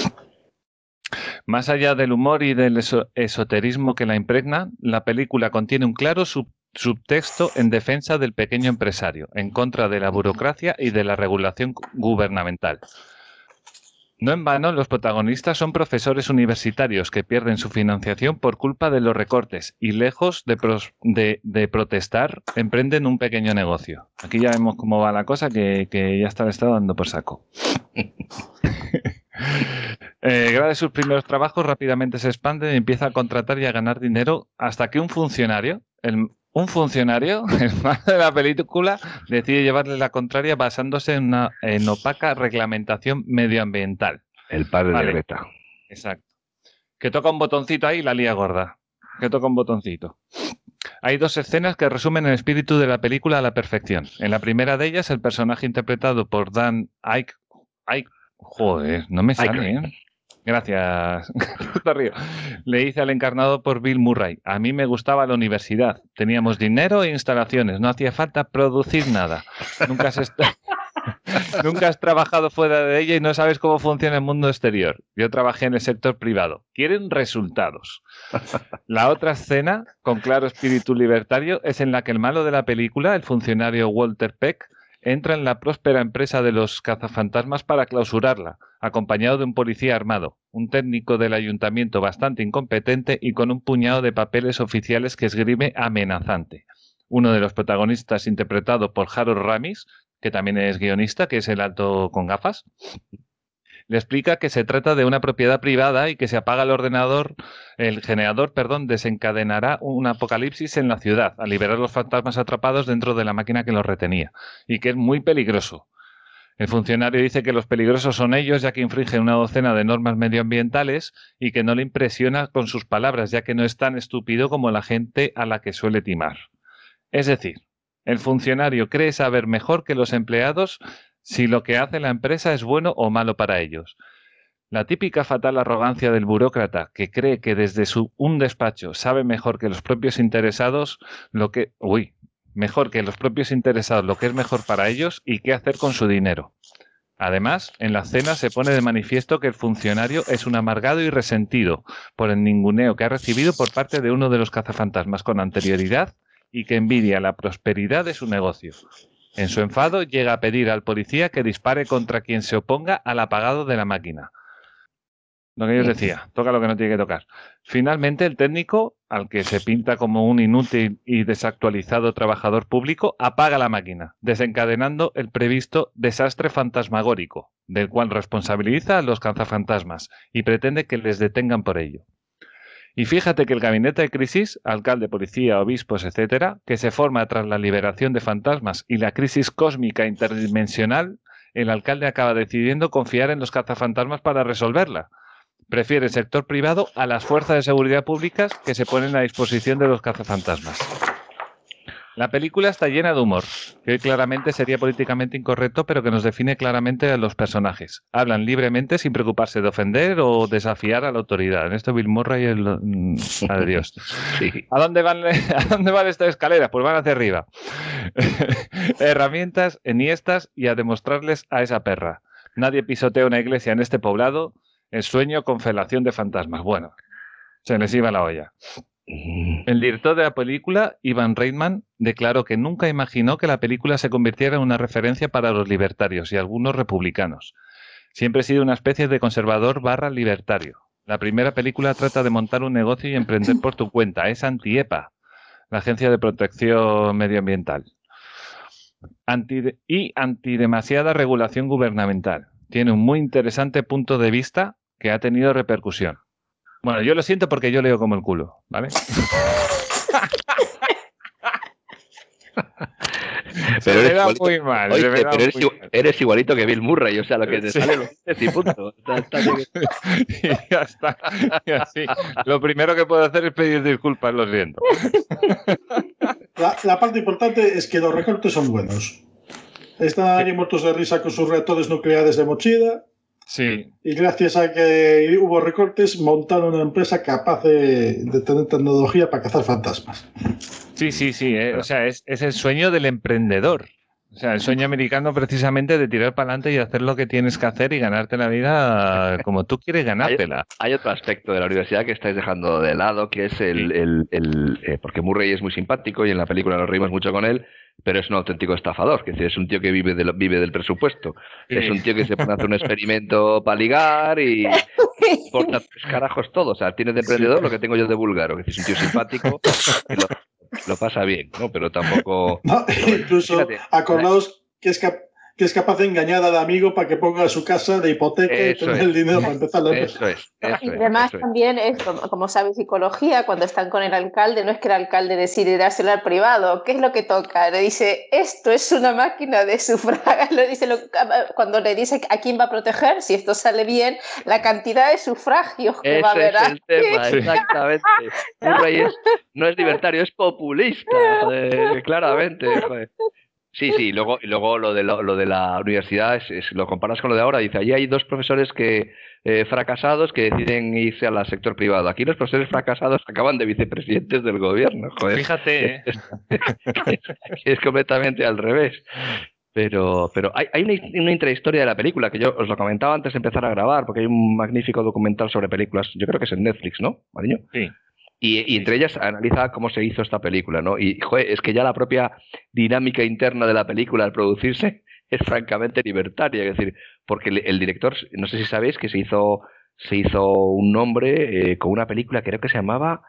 A: Más allá del humor y del eso esoterismo que la impregnan, la película contiene un claro sub subtexto en defensa del pequeño empresario, en contra de la burocracia y de la regulación gubernamental. No en vano, los protagonistas son profesores universitarios que pierden su financiación por culpa de los recortes y, lejos de, pros, de, de protestar, emprenden un pequeño negocio. Aquí ya vemos cómo va la cosa, que, que ya está el Estado dando por saco. Eh, gracias a sus primeros trabajos, rápidamente se expande y empieza a contratar y a ganar dinero hasta que un funcionario, el, un funcionario, el malo de la película, decide llevarle la contraria basándose en una en opaca reglamentación medioambiental.
B: El padre
A: Vale.
B: de Greta.
A: Exacto. Que toca un botoncito ahí y la lía gorda. Que toca un botoncito. Hay dos escenas que resumen el espíritu de la película a la perfección. En la primera de ellas, el personaje interpretado por Dan Ike... Ike joder, no me sale, ¿eh? Gracias. Le dice al encarnado por Bill Murray: a mí me gustaba la universidad. Teníamos dinero e instalaciones. No hacía falta producir nada. Nunca has, est- Nunca has trabajado fuera de ella y no sabes cómo funciona el mundo exterior. Yo trabajé en el sector privado. Quieren resultados. La otra escena, con claro espíritu libertario, es en la que el malo de la película, el funcionario Walter Peck, entra en la próspera empresa de los cazafantasmas para clausurarla, acompañado de un policía armado, un técnico del ayuntamiento bastante incompetente y con un puñado de papeles oficiales que esgrime amenazante. Uno de los protagonistas, interpretado por Harold Ramis, que también es guionista, que es el alto con gafas, le explica que se trata de una propiedad privada y que si apaga el ordenador, el generador, perdón, desencadenará un apocalipsis en la ciudad, al liberar los fantasmas atrapados dentro de la máquina que los retenía, y que es muy peligroso. El funcionario dice que los peligrosos son ellos, ya que infringen una docena de normas medioambientales, y que no le impresiona con sus palabras, ya que no es tan estúpido como la gente a la que suele timar. Es decir, el funcionario cree saber mejor que los empleados si lo que hace la empresa es bueno o malo para ellos. La típica fatal arrogancia del burócrata que cree que desde su, un despacho sabe mejor que los propios interesados lo que... Uy, mejor que los propios interesados lo que es mejor para ellos y qué hacer con su dinero. Además, en la cena se pone de manifiesto que el funcionario es un amargado y resentido por el ninguneo que ha recibido por parte de uno de los cazafantasmas con anterioridad y que envidia la prosperidad de su negocio. En su enfado, llega a pedir al policía que dispare contra quien se oponga al apagado de la máquina. Lo que yo os decía, toca lo que no tiene que tocar. Finalmente, el técnico, al que se pinta como un inútil y desactualizado trabajador público, apaga la máquina, desencadenando el previsto desastre fantasmagórico, del cual responsabiliza a los cazafantasmas y pretende que les detengan por ello. Y fíjate que el gabinete de crisis, alcalde, policía, obispos, etcétera, que se forma tras la liberación de fantasmas y la crisis cósmica interdimensional, el alcalde acaba decidiendo confiar en los cazafantasmas para resolverla. Prefiere el sector privado a las fuerzas de seguridad públicas que se ponen a disposición de los cazafantasmas. La película está llena de humor, que hoy claramente sería políticamente incorrecto, pero que nos define claramente a los personajes. Hablan libremente sin preocuparse de ofender o desafiar a la autoridad. En esto Bill Murray es el... Adiós. Sí. ¿A dónde van, ¿A dónde van estas escaleras? Pues van hacia arriba. Herramientas enhiestas y a demostrarles a esa perra. Nadie pisotea una iglesia en este poblado. El sueño con felación de fantasmas. Bueno, se les iba la olla. El director de la película, Ivan Reitman, declaró que nunca imaginó que la película se convirtiera en una referencia para los libertarios y algunos republicanos. Siempre he sido una especie de conservador barra libertario. La primera película trata de montar un negocio y emprender por tu cuenta. Es anti-EPA, la Agencia de Protección Medioambiental. Anti y anti demasiada regulación gubernamental. Tiene un muy interesante punto de vista que ha tenido repercusión. Bueno, yo lo siento porque yo leo como el culo, ¿vale?
B: Pero eres
A: igualito, muy mal,
B: oíste, pero eres,
A: muy
B: igual,
A: mal.
B: eres igualito que Bill Murray, o sea, lo que te
A: sí.
B: sale lo dices y punto. Está, está
A: y ya está. Y así. Lo primero que puedo hacer es pedir disculpas, lo siento.
C: La, la parte importante es que los recortes son buenos. Están ahí muertos de risa con sus reactores nucleares de Mochida.
A: Sí.
C: Y gracias a que hubo recortes, montaron una empresa capaz de, de tener tecnología para cazar fantasmas.
A: Sí, sí, sí. Eh. O sea, es, es el sueño del emprendedor. O sea, el sueño americano precisamente de tirar para adelante y hacer lo que tienes que hacer y ganarte la vida como tú quieres ganártela.
B: Hay, hay otro aspecto de la universidad que estáis dejando de lado, que es el... el, el eh, porque Murray es muy simpático y en la película nos reímos mucho con él, pero es un auténtico estafador, que es un tío que vive, de lo, vive del presupuesto. Sí. Es un tío que se pone a hacer un experimento para ligar y porta tres carajos todo. O sea, tiene de emprendedor sí. lo que tengo yo de búlgaro, que es un tío simpático que lo, lo pasa bien, ¿no? Pero tampoco...
C: No, incluso, fíjate, acordaos que es capaz que es capaz de engañar al amigo para que ponga su casa de hipoteca eso y tener es, el dinero para empezar la
B: empresa. Eso es, eso
D: y además
B: eso
D: también es, como, como sabe psicología, cuando están con el alcalde, no es que el alcalde decide dárselo al privado, ¿qué es lo que toca? Le dice, esto es una máquina de sufragio, le dice lo, cuando le dice a quién va a proteger, si esto sale bien, la cantidad de sufragios que
B: ese
D: va a haber.
B: Es el tema, exactamente. Murray es, no es libertario, es populista, joder, claramente, joder. Sí, sí, y luego, y luego lo, de lo, lo de la universidad, es, es, lo comparas con lo de ahora, dice, allí hay dos profesores que eh, fracasados que deciden irse al sector privado. Aquí los profesores fracasados acaban de vicepresidentes del gobierno, joder.
A: Fíjate, ¿eh?
B: Es, es, es completamente al revés. Pero, pero hay, hay una, una intrahistoria de la película, que yo os lo comentaba antes de empezar a grabar, porque hay un magnífico documental sobre películas, yo creo que es en Netflix, ¿no, Mariño?
A: Sí.
B: Y, y entre ellas analiza cómo se hizo esta película, ¿no? Y joder, es que ya la propia dinámica interna de la película al producirse es francamente libertaria, es decir, porque el, el director, no sé si sabéis que se hizo se hizo un nombre eh, con una película, creo que se llamaba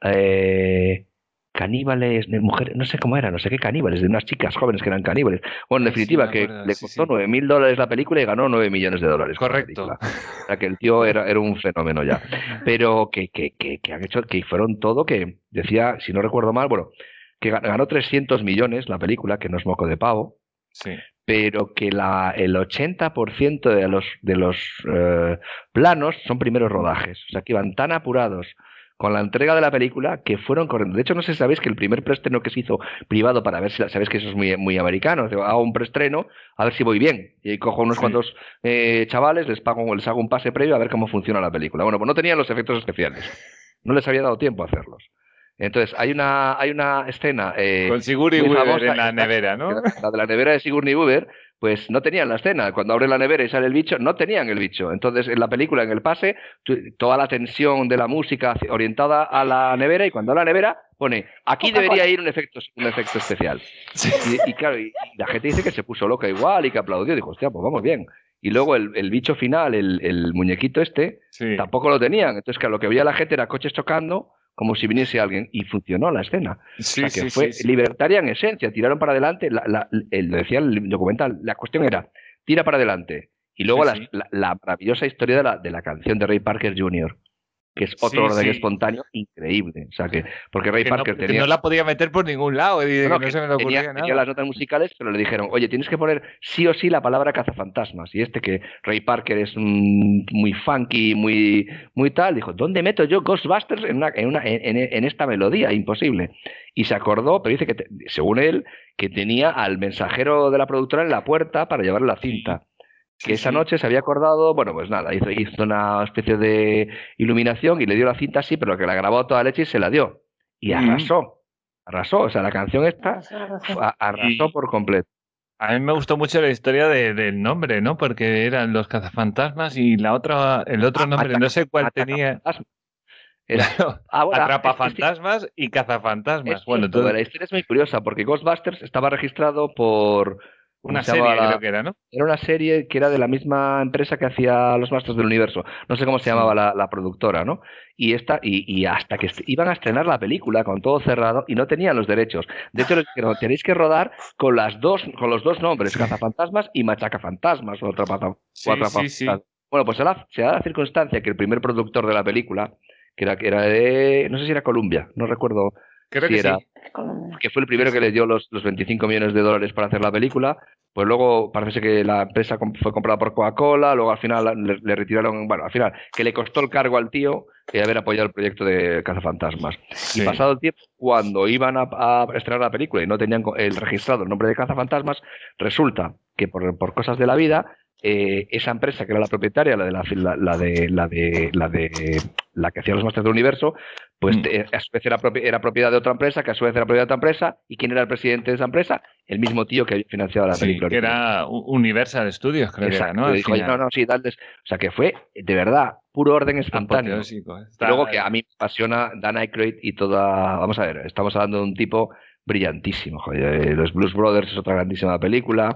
B: eh, Caníbales, de mujeres, no sé cómo era, no sé qué caníbales, de unas chicas jóvenes que eran caníbales. Bueno, en definitiva, sí, que acuerdo, le costó nueve mil dólares la película y ganó nueve millones de dólares.
A: Correcto.
B: O sea, que el tío era, era un fenómeno ya. Pero que, que, que, que han hecho, que fueron todo, que decía, si no recuerdo mal, bueno, que ganó trescientos millones la película, que no es moco de pavo.
A: Sí.
B: Pero que la, el ochenta por ciento de los, de los eh, planos son primeros rodajes. O sea, que iban tan apurados con la entrega de la película que fueron corriendo. De hecho, no sé si sabéis que el primer preestreno que se hizo privado para ver si... Sabéis que eso es muy, muy americano. Hago un preestreno a ver si voy bien. Y cojo unos sí. cuantos eh, chavales, les pago, les hago un pase previo a ver cómo funciona la película. Bueno, pues no tenían los efectos especiales. No les había dado tiempo a hacerlos. Entonces, hay una, hay una escena... Eh,
A: con Sigourney Weaver famosa, en la nevera, ¿no?
B: La, la de la nevera de Sigourney Weaver, pues no tenían la escena. Cuando abre la nevera y sale el bicho, no tenían el bicho. Entonces, en la película, en el pase, toda la tensión de la música orientada a la nevera, y cuando a la nevera pone, aquí debería ir un efecto, un efecto especial. Sí. Y, y claro, y, y la gente dice que se puso loca igual y que aplaudió. Dijo, hostia, pues vamos bien. Y luego el, el bicho final, el, el muñequito este, sí. tampoco lo tenían. Entonces, claro, lo que veía la gente era coches chocando, como si viniese alguien, y funcionó la escena.
A: Sí,
B: o sea, que
A: sí,
B: fue
A: sí, sí.
B: libertaria en esencia, tiraron para adelante, la, la, el, decía el documental, la cuestión era, tira para adelante, y luego sí, la, sí. La, la maravillosa historia de la, de la canción de Ray Parker junior, que es otro sí, orden sí. espontáneo increíble. O sea que, porque Ray
A: que
B: Parker
A: no,
B: tenía...
A: Que no la podía meter por ningún lado, y
B: no, no,
A: que no
B: que
A: se me le ocurría
B: tenía,
A: nada.
B: Tenía las notas musicales, pero le dijeron, oye, tienes que poner sí o sí la palabra cazafantasmas. Y este que Ray Parker es mm, muy funky, muy, muy tal, dijo, ¿dónde meto yo Ghostbusters en, una, en, una, en, en esta melodía? Imposible. Y se acordó, pero dice que, te, según él, que tenía al mensajero de la productora en la puerta para llevarle la cinta. Que esa noche se había acordado, bueno, pues nada, hizo, hizo una especie de iluminación y le dio la cinta así, pero que la grabó a toda leche y se la dio. Y arrasó, mm. arrasó, o sea, la canción esta arrasó y por completo.
A: A mí me gustó mucho la historia de, del nombre, ¿no? Porque eran los cazafantasmas y la otra, el otro nombre,
B: Ataca,
A: no sé cuál tenía. Claro, ah, bueno, Atrapafantasmas este, y cazafantasmas. Bueno,
B: todo... La historia es muy curiosa porque Ghostbusters estaba registrado por...
A: Una serie,
B: la...
A: creo que era, ¿no?
B: Era una serie que era de la misma empresa que hacía Los Masters del Universo. No sé cómo se llamaba sí. la, la productora, ¿no? Y esta y, y hasta que iban a estrenar la película con todo cerrado y no tenían los derechos. De hecho, les dijeron, tenéis que rodar con las dos, con los dos nombres, Cazafantasmas y Machacafantasmas, o Atrapa,
A: sí,
B: o Atrapa,
A: sí, sí.
B: Bueno, pues se da, se da la circunstancia que el primer productor de la película, que era, que era de, no sé si era Columbia, no recuerdo
A: Creo
B: si
A: que
B: era,
A: sí.
B: que fue el primero que le dio los, los veinticinco millones de dólares para hacer la película. Pues luego parece que la empresa fue comprada por Coca-Cola, luego al final le, le retiraron, bueno, al final que le costó el cargo al tío de haber apoyado el proyecto de Cazafantasmas. Sí. Y pasado el tiempo, cuando iban a, a estrenar la película y no tenían el registrado el nombre de Cazafantasmas, resulta que por, por cosas de la vida, eh, esa empresa que era la propietaria, la de la, la, la de la de la de la que hacía los Masters del Universo, pues mm. te, a su vez era, propi era propiedad de otra empresa, que a su vez era propiedad de otra empresa. ¿Y quién era el presidente de esa empresa? El mismo tío que había financiado la
A: sí,
B: película.
A: Que era Universal Studios, creo
B: Exacto,
A: que era, ¿no?
B: Dijo, no, no, sí, dale. O sea, que fue, de verdad, puro orden espontáneo.
A: Está...
B: Luego que a mí me apasiona Dan Aykroyd y toda... Vamos a ver, estamos hablando de un tipo brillantísimo. Joder. Los Blues Brothers es otra grandísima película.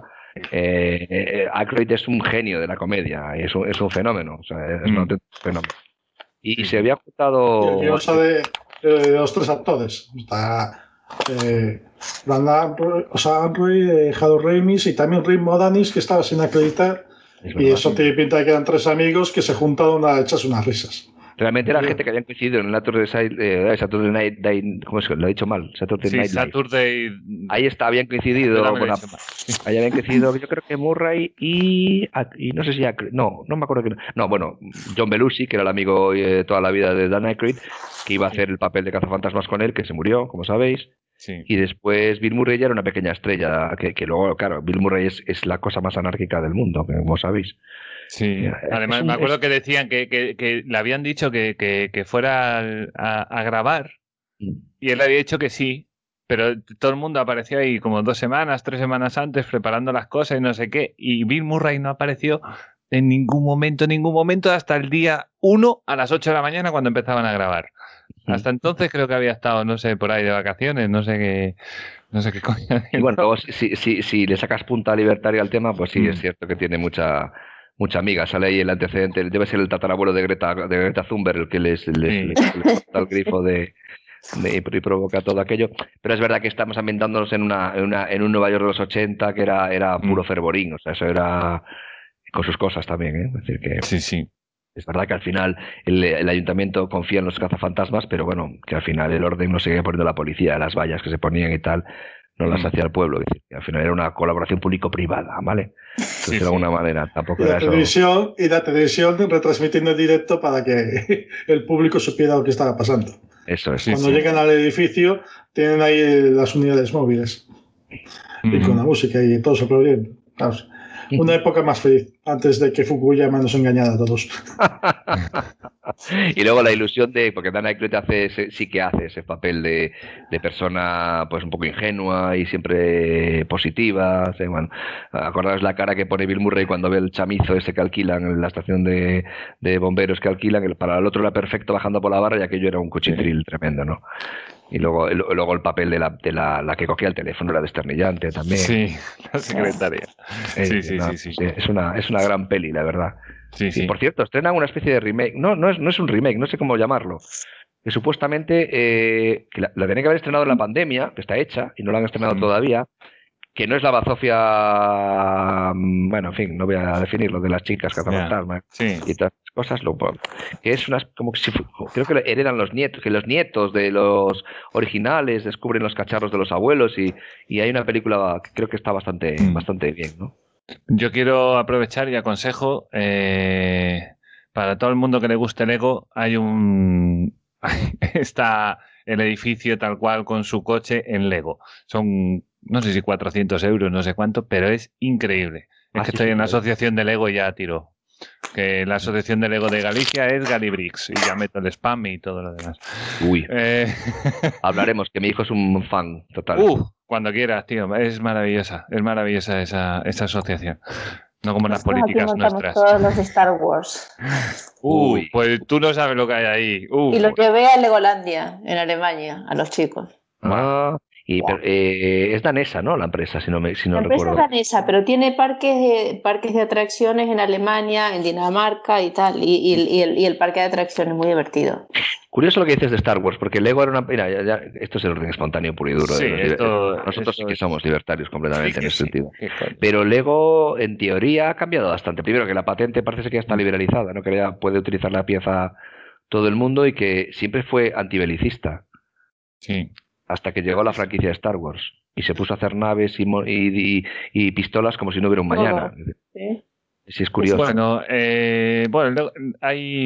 B: Eh, eh, Aykroyd es un genio de la comedia, es un, es un fenómeno, o sea, es mm. un auténtico fenómeno. Y, y se había juntado...
C: Y el de, de los tres actores. Está eh, Brandon Aykroyd, eh, Harold Ramis y también Rick Moranis, que estaba sin acreditar. Y eso tiene pinta de que eran tres amigos que se juntaron a echarse unas risas.
B: Realmente era gente que habían coincidido en el Saturday, eh, Saturday Night, Day, ¿cómo es que lo he dicho mal? Saturday
A: sí,
B: Night
A: Saturday...
B: Ahí está, habían coincidido. Bueno, ahí habían coincidido, yo creo que Murray y, y no sé si no, no me acuerdo que no. No, bueno, John Belushi, que era el amigo eh, toda la vida de Dan Aykroyd, que iba a hacer el papel de cazafantasmas con él, que se murió, como sabéis. Sí. Y después Bill Murray ya era una pequeña estrella, que, que luego, claro, Bill Murray es, es la cosa más anárquica del mundo, como sabéis.
A: Sí, además un, me acuerdo es... que decían que, que, que le habían dicho que, que, que fuera a, a grabar y él había dicho que sí, pero todo el mundo apareció ahí como dos semanas, tres semanas antes preparando las cosas y no sé qué, y Bill Murray no apareció en ningún momento, en ningún momento hasta el día uno a las ocho de la mañana cuando empezaban a grabar. Hasta entonces creo que había estado, no sé, por ahí de vacaciones, no sé qué... No sé qué coño.
B: Y bueno, luego, si, si, si le sacas punta libertaria al tema, pues sí, mm. es cierto que tiene mucha... Mucha amiga, sale ahí el antecedente, debe ser el tatarabuelo de Greta, de Greta Thunberg el que les, les, sí. les, les corta el grifo de, de, y provoca todo aquello, pero es verdad que estamos ambientándonos en una, en, una, en un Nueva York de los ochenta que era, era puro mm. fervorín, o sea, eso era con sus cosas también, ¿eh? Es decir que
A: sí, sí.
B: Es verdad que al final el, el ayuntamiento confía en los cazafantasmas, pero bueno, que al final el orden no seguía poniendo la policía, las vallas que se ponían y tal, no las hacía el pueblo, es decir, que al final era una colaboración público-privada, ¿vale? Entonces, sí, de alguna sí. manera, tampoco
C: y
B: era
C: la televisión, eso. Y la televisión retransmitiendo en directo para que el público supiera lo que estaba pasando.
B: Eso es.
C: Cuando
B: sí,
C: llegan sí. al edificio, tienen ahí las unidades móviles. Mm. Y con la música y todo se aplaudiendo. Claro. Una época más feliz, antes de que Fukuyama nos engañara a todos.
B: Y luego la ilusión de, porque Dan Aykroyd hace ese, sí que hace ese papel de, de persona pues un poco ingenua y siempre positiva. O sea, bueno, acordaos la cara que pone Bill Murray cuando ve el chamizo ese que alquilan en la estación de, de bomberos que alquilan, el, para el otro era perfecto bajando por la barra y aquello era un cuchitril sí. tremendo, ¿no? Y luego, el, luego el papel de, la, de la, la que cogía el teléfono era desternillante también.
A: Sí, la secretaria.
B: Es,
A: sí, sí,
B: una,
A: sí, sí, sí.
B: Es, una, es una gran peli, la verdad.
A: Sí, sí.
B: Y por cierto, estrenan una especie de remake. No, no es, no es un remake, no sé cómo llamarlo. Que supuestamente eh, que la, la tienen que haber estrenado en la pandemia, que está hecha, y no la han estrenado mm. todavía. Que no es la bazofia, bueno, en fin, no voy a definirlo, de las chicas cazafantasmas
A: yeah. sí.
B: y todas las cosas, lo, que es unas, como que si, creo que heredan los nietos, que los nietos de los originales descubren los cacharros de los abuelos y, y hay una película que creo que está bastante, mm. bastante bien, ¿no?
A: Yo quiero aprovechar y aconsejo, eh, para todo el mundo que le guste Lego, hay un... está el edificio tal cual con su coche en Lego. Son... no sé si cuatrocientos euros, no sé cuánto, pero es increíble. Es ah, que sí, estoy sí, en la asociación de Lego y ya tiro. Que la asociación de Lego de Galicia es Galibrix y ya meto el spam y todo lo demás.
B: Uy.
A: Eh...
B: Hablaremos, que mi hijo es un fan total.
A: Uh, cuando quieras, tío. Es maravillosa, es maravillosa esa, esa asociación. No como las políticas
D: aquí
A: nuestras.
D: Todos los de Star Wars.
A: Uy, pues tú no sabes lo que hay ahí. Uh,
D: y lo que ve a Legolandia, en Alemania, a los chicos.
B: Ah. Y, pero, eh, es danesa, ¿no? La empresa, si no, me, si no
D: la empresa
B: recuerdo.
D: es danesa, pero tiene parques de, parques de atracciones en Alemania, en Dinamarca y tal. Y, y, y, el, y el parque de atracciones es muy divertido.
B: Curioso lo que dices de Star Wars, porque Lego era una... Mira, ya, ya, esto es el orden espontáneo puro y duro.
A: Sí,
B: de
A: esto,
B: Nosotros
A: esto
B: sí que somos libertarios completamente sí, en ese
A: sí.
B: sentido. Pero Lego, en teoría, ha cambiado bastante. Primero, que la patente parece que ya está liberalizada, ¿no? Que ya puede utilizar la pieza todo el mundo y que siempre fue antibelicista.
A: Sí.
B: Hasta que llegó la franquicia de Star Wars y se puso a hacer naves y, y, y, y pistolas como si no hubiera un mañana. Oh, ¿sí? Sí, es curioso.
A: Bueno, eh, bueno hay...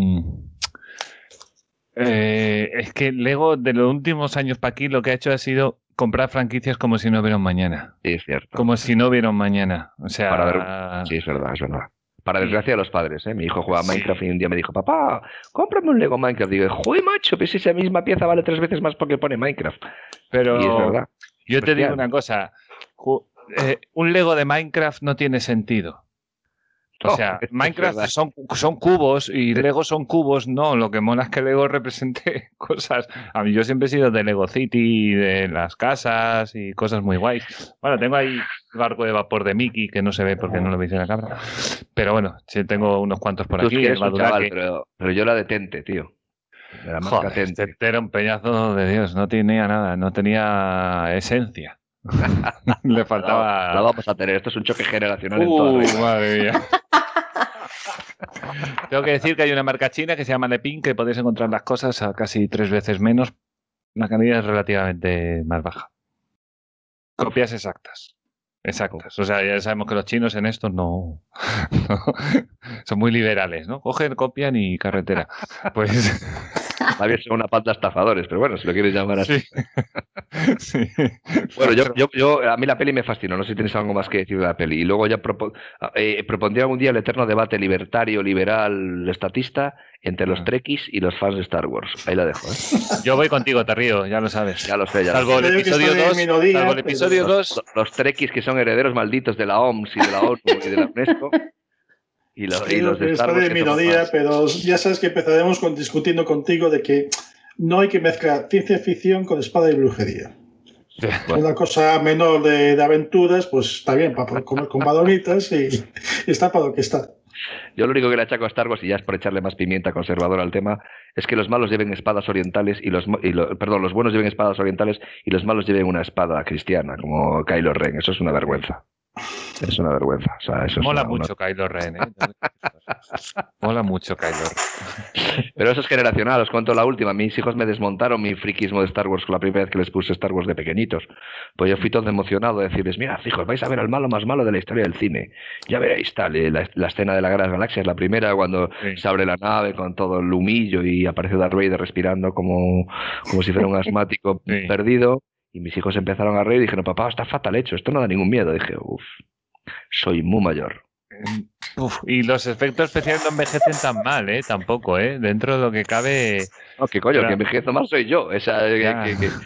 A: Eh, es que Lego de los últimos años para aquí lo que ha hecho ha sido comprar franquicias como si no hubiera un mañana.
B: Sí, es cierto.
A: Como si no hubiera un mañana. O sea...
B: Para ver... Sí, es verdad, es verdad. Para desgracia de los padres, ¿eh? Mi hijo jugaba a Minecraft sí. y un día me dijo, papá, cómprame un Lego Minecraft. Digo, joder, macho, pues esa misma pieza vale tres veces más porque pone Minecraft.
A: Pero
B: y es verdad.
A: Yo te digo una cosa, eh, un Lego de Minecraft no tiene sentido. O sea,
B: oh,
A: Minecraft son, son cubos y Lego son cubos. No, lo que mola es que Lego represente cosas. A mí yo siempre he sido de Lego City, de las casas y cosas muy guays. Bueno, tengo ahí el barco de vapor de Mickey, que no se ve porque no lo veis en la cámara. Pero bueno, sí tengo unos cuantos por
B: Tú
A: aquí.
B: quieres
A: El
B: un chaval,
A: Badulaque.
B: pero, pero yo la de Tente, tío. De la marca
A: Joder,
B: Tente.
A: este era un peñazo de Dios. No tenía nada, no tenía esencia. Le faltaba...
B: La, la vamos a tener. Esto es un choque generacional en
A: Uh,
B: toda regla.
A: madre mía. Tengo que decir que hay una marca china que se llama Lepin, que podéis encontrar las cosas a casi tres veces menos. La calidad es relativamente más baja. Copias exactas. Exactas. O sea, ya sabemos que los chinos en esto no, no son muy liberales, ¿no? Cogen, copian y carretera. Pues...
B: Más bien son una panda de estafadores, pero bueno, si lo quieres llamar así.
A: Sí. Sí.
B: Bueno, yo, yo, yo, a mí la peli me fascinó, no sé si tienes algo más que decir de la peli. Y luego ya propo, eh, propondría un día el eterno debate libertario, liberal, estatista entre los trekkies y los fans de Star Wars. Ahí la dejo, ¿eh?
A: Yo voy contigo, te río, ya lo sabes.
B: Ya lo sé, ya lo
A: Salvo
B: sé.
A: el episodio dos, salvo el episodio dos.
B: Los, los trekkies que son herederos malditos de la O M S y de la ONU y de la UNESCO. Y, lo, y los de Star Wars
C: de minoría, pero ya sabes que empezaremos con, discutiendo contigo de que no hay que mezclar ciencia ficción con espada y brujería. Sí, bueno. Una cosa menor de, de aventuras, pues está bien para comer con badonitas y, y está para lo que está.
B: Yo lo único que le achaco a Star Wars, y ya es por echarle más pimienta conservadora al tema, es que los malos lleven espadas orientales y los y lo, perdón, los buenos lleven espadas orientales y los malos lleven una espada cristiana, como Kylo Ren. Eso es una vergüenza. Es una vergüenza. O sea, eso
A: Mola
B: es una,
A: mucho
B: una...
A: Kylo Ren, ¿eh? Mola mucho Kylo Ren.
B: Pero eso es generacional. Os cuento la última. Mis hijos me desmontaron mi friquismo de Star Wars con la primera vez que les puse Star Wars de pequeñitos. Pues yo fui todo emocionado de decirles, mirad, hijos, vais a ver al malo más malo de la historia del cine. Ya veréis, tal. La, la escena de la Guerra de las Galaxias, la primera, cuando sí. se abre la nave con todo el humillo y aparece Darth Vader respirando como, como si fuera un asmático sí. perdido. Y mis hijos empezaron a reír y dijeron, papá, está fatal hecho, esto no da ningún miedo. Dije, uff, soy muy mayor.
A: Uf, y los efectos especiales no envejecen tan mal, ¿eh? Tampoco, ¿eh? Dentro de lo que cabe...
B: No, que coño, Pero... que envejezo mal soy yo. Esa, que, que...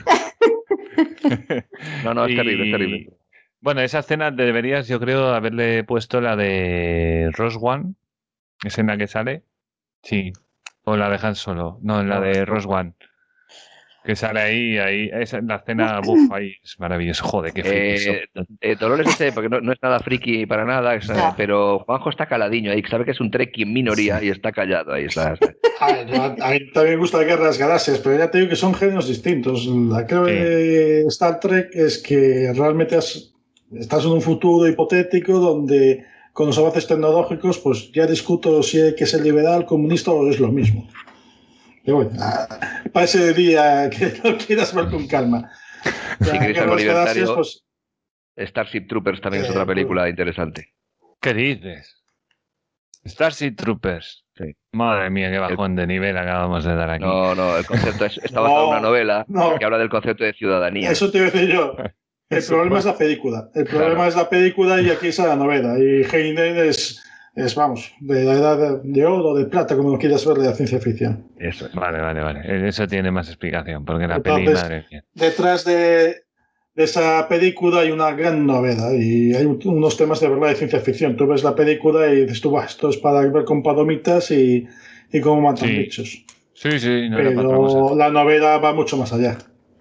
B: No, no, es y... terrible, es terrible.
A: Bueno, esa escena deberías, yo creo, haberle puesto la de Rogue One, escena que sale. Sí. O la dejan solo. No, la de Rogue One. Que sale ahí, ahí, esa, la escena, buf, ahí es maravilloso, joder, qué friki.
B: Eh, eh, Dolores ese, porque no, no es nada friki para nada, es, no. pero Juanjo está caladinho ahí, sabe que es un treki en minoría y está callado ahí. Está, está.
C: A, ver, yo, a mí también me gusta la Guerra de las Galaxias, pero ya te digo que son géneros distintos. La clave sí. de Star Trek es que realmente has, estás en un futuro hipotético donde con los avances tecnológicos, pues ya discuto si hay que ser liberal, comunista o es lo mismo. Pero bueno, para ese día que lo quieras ver con calma.
B: Si queréis algo libertario, pues... Starship Troopers también eh, es otra película pues... interesante.
A: ¿Qué dices? Starship Troopers. Sí. Madre mía, qué bajón el... de nivel acabamos de dar aquí.
B: No, no, el concepto es, está basado no, en una novela no. que habla del concepto de ciudadanía.
C: Eso te iba a decir yo. El problema es la película. El problema claro. es la película y aquí es la novela. Y Heinen es... Es, vamos, de la edad de oro, de plata, como lo quieras ver, de la ciencia ficción.
A: Eso es. Vale, vale, vale. Eso tiene más explicación, porque la Entonces, peli, madre mía.
C: Detrás de, de esa película hay una gran novela y hay unos temas de verdad de ciencia ficción. Tú ves la película y dices, tú, esto es para ver con palomitas y, y cómo matan
A: sí.
C: bichos.
A: Sí, sí, no
C: pero
A: era para otra cosa.
C: La novela va mucho más allá.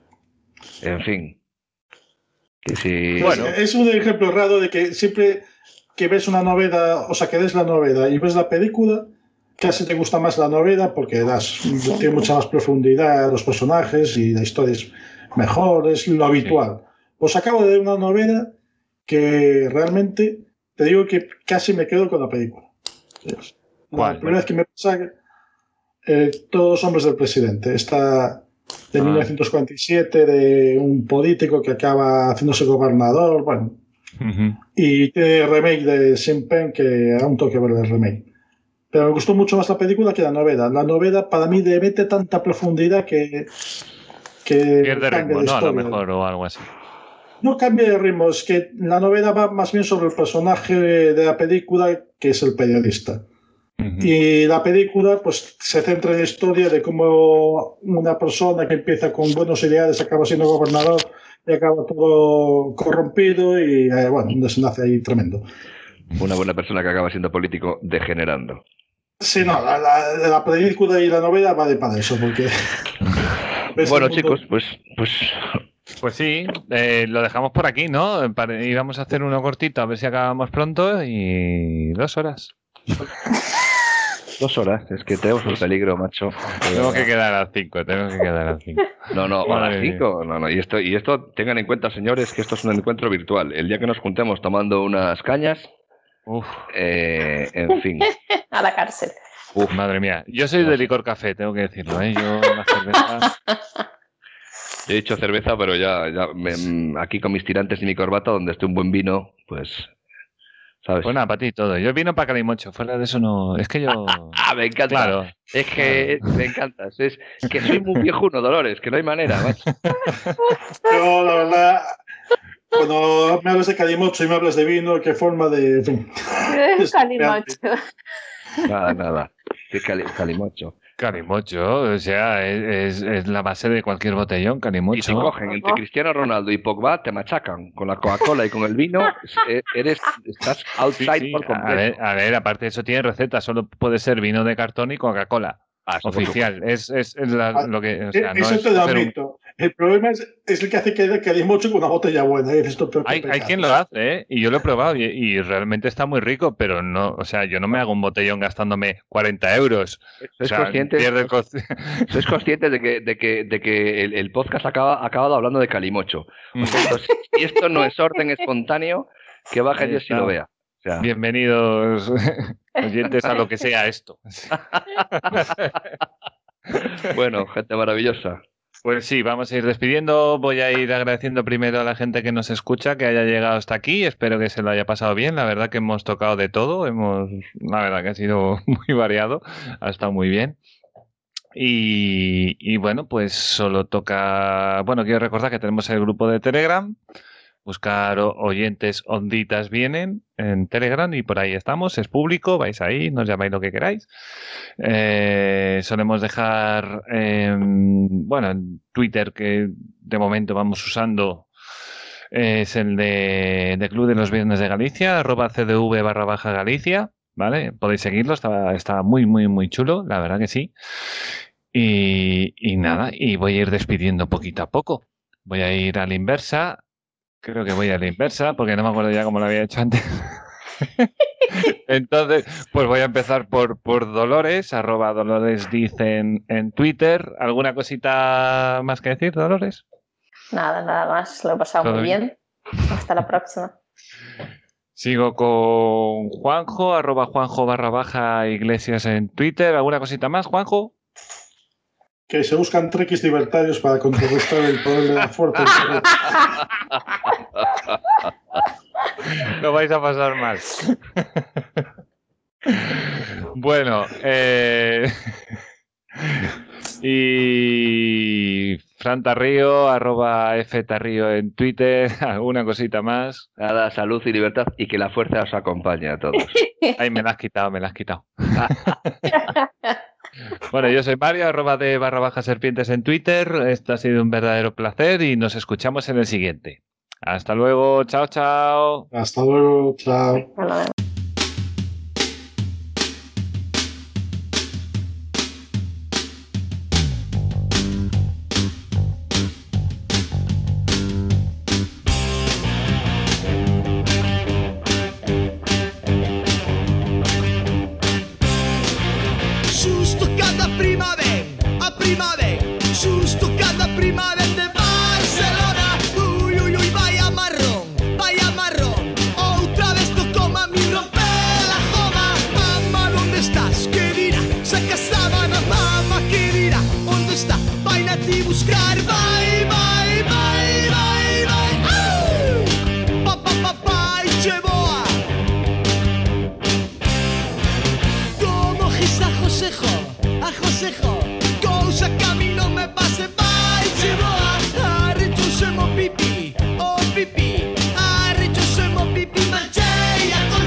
B: En fin. Que sí.
C: Bueno. Es un ejemplo raro de que siempre... que ves una novela, o sea, que ves la novela y ves la película, casi te gusta más la novela porque das, tiene mucha más profundidad los personajes y la historia es mejor, es lo habitual. Sí. Pues acabo de ver una novela que realmente te digo que casi me quedo con la película.
A: ¿Cuál?
C: La primera vez que me pasa eh, Todos los hombres del presidente, esta de ah. mil novecientos cuarenta y siete, de un político que acaba haciéndose gobernador, bueno.
A: Uh-huh.
C: Y tiene remake de Sean Penn, que aún tengo que ver el remake. Pero me gustó mucho más la película que la novela. La novela para mí le mete tanta profundidad que, que
A: pierde ritmo, ¿no? A lo mejor o algo así.
C: No cambia de ritmo, es que la novela va más bien sobre el personaje de la película, que es el periodista. Uh-huh. Y la película pues se centra en la historia de cómo una persona que empieza con buenos ideales acaba siendo gobernador y acaba todo corrompido y eh, bueno, un desenlace ahí tremendo.
B: una buena persona que acaba siendo político degenerando.
C: Sí, no, la, la, la película y la novela vale para eso, porque...
B: Bueno, chicos, pues... pues...
A: Pues sí, eh, lo dejamos por aquí, ¿no? Íbamos a hacer uno cortito, a ver si acabamos pronto y dos horas.
B: Dos horas, es que tenemos un peligro, macho.
A: Tengo que quedar a las cinco, tengo que quedar a las cinco.
B: No, no, a las cinco, no, no. Y esto, y esto, tengan en cuenta, señores, que esto es un encuentro virtual. El día que nos juntemos tomando unas cañas,
A: Uf.
B: Eh, en fin.
D: A la cárcel.
A: Uf, madre mía. Yo soy de licor café, tengo que decirlo, ¿eh? Yo la cerveza...
B: He dicho cerveza, pero ya, ya me, aquí con mis tirantes y mi corbata, donde esté un buen vino, pues, ¿sabes?
A: Pues nada, para ti todo. Yo vino para Calimocho, fuera de eso no... Es que yo...
B: Ah, me encanta. Claro. Es que claro. Me encantas. Es que soy muy viejuno, Dolores, que no hay manera, macho.
C: Yo, la verdad, cuando me hablas de Calimocho y me hablas de vino, qué forma de... En fin.
D: Calimocho.
B: Nada, nada. ¿Qué cali, Calimocho?
A: Calimocho, o sea, es, es la base de cualquier botellón, Calimocho.
B: Y te cogen entre Cristiano Ronaldo y Pogba, te machacan con la Coca-Cola y con el vino, eres, estás outside sí, sí. por completo.
A: A ver, a ver, aparte de eso tiene receta, solo puede ser vino de cartón y Coca-Cola. Ah, oficial, es, es, es la, ah, lo que... O sea,
C: eso
A: no
C: te lo admito. Un... El problema es, es el que hace que Calimocho con una botella buena. ¿eh? Esto
A: hay, hay quien lo hace, ¿eh? Y yo lo he probado y, y realmente está muy rico, pero no, o sea, yo no me hago un botellón gastándome cuarenta euros.
B: ¿Sois
A: o sea,
B: conscientes, ¿sois conscientes de que, de que, de que el, el podcast acaba, ha acabado hablando de Calimocho? O sea, esto, si esto no es orden espontáneo, que baje Dios y lo vea. O sea.
A: Bienvenidos oyentes a lo que sea esto.
B: Bueno, gente maravillosa.
A: Pues sí, vamos a ir despidiendo. Voy a ir agradeciendo primero a la gente que nos escucha, que haya llegado hasta aquí. Espero que se lo haya pasado bien. La verdad que hemos tocado de todo. Hemos, la verdad que ha sido muy variado. Ha estado muy bien. Y, y bueno, pues solo toca... Bueno, quiero recordar que tenemos el grupo de Telegram. Buscar oyentes onditas vienen en Telegram y por ahí estamos, es público, vais ahí, nos llamáis lo que queráis. Eh, solemos dejar, eh, bueno, en Twitter, que de momento vamos usando, eh, es el de, de Club de los Viernes de Galicia, arroba cdv barra baja Galicia, ¿vale? Podéis seguirlo, está, está muy, muy, muy chulo, la verdad que sí. Y, y nada, y voy a ir despidiendo poquito a poco. Voy a ir a la inversa. Creo que voy a la inversa, porque no me acuerdo ya cómo lo había hecho antes. Entonces, pues voy a empezar por, por Dolores, arroba Dolores dicen en Twitter. ¿Alguna cosita más que decir, Dolores?
D: Nada, nada más. Lo he pasado muy bien. bien. Hasta la próxima.
A: Sigo con Juanjo, arroba Juanjo barra baja Iglesias en Twitter. ¿Alguna cosita más, Juanjo?
C: Que se buscan trequis libertarios para contrarrestar el poder de la fuerza.
A: Lo vais a pasar mal. Bueno, eh... y Fran Tarrío, arroba F Tarrío en Twitter. ¿Alguna cosita más?
B: Nada, salud y libertad y que la fuerza os acompañe a todos.
A: Ay, me la has quitado, me la has quitado. Bueno, yo soy Mario, arroba de barra baja serpientes en Twitter. Esto ha sido un verdadero placer y nos escuchamos en el siguiente. Hasta luego, chao, chao.
C: Hasta luego, chao.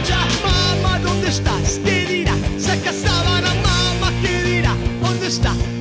G: Stop.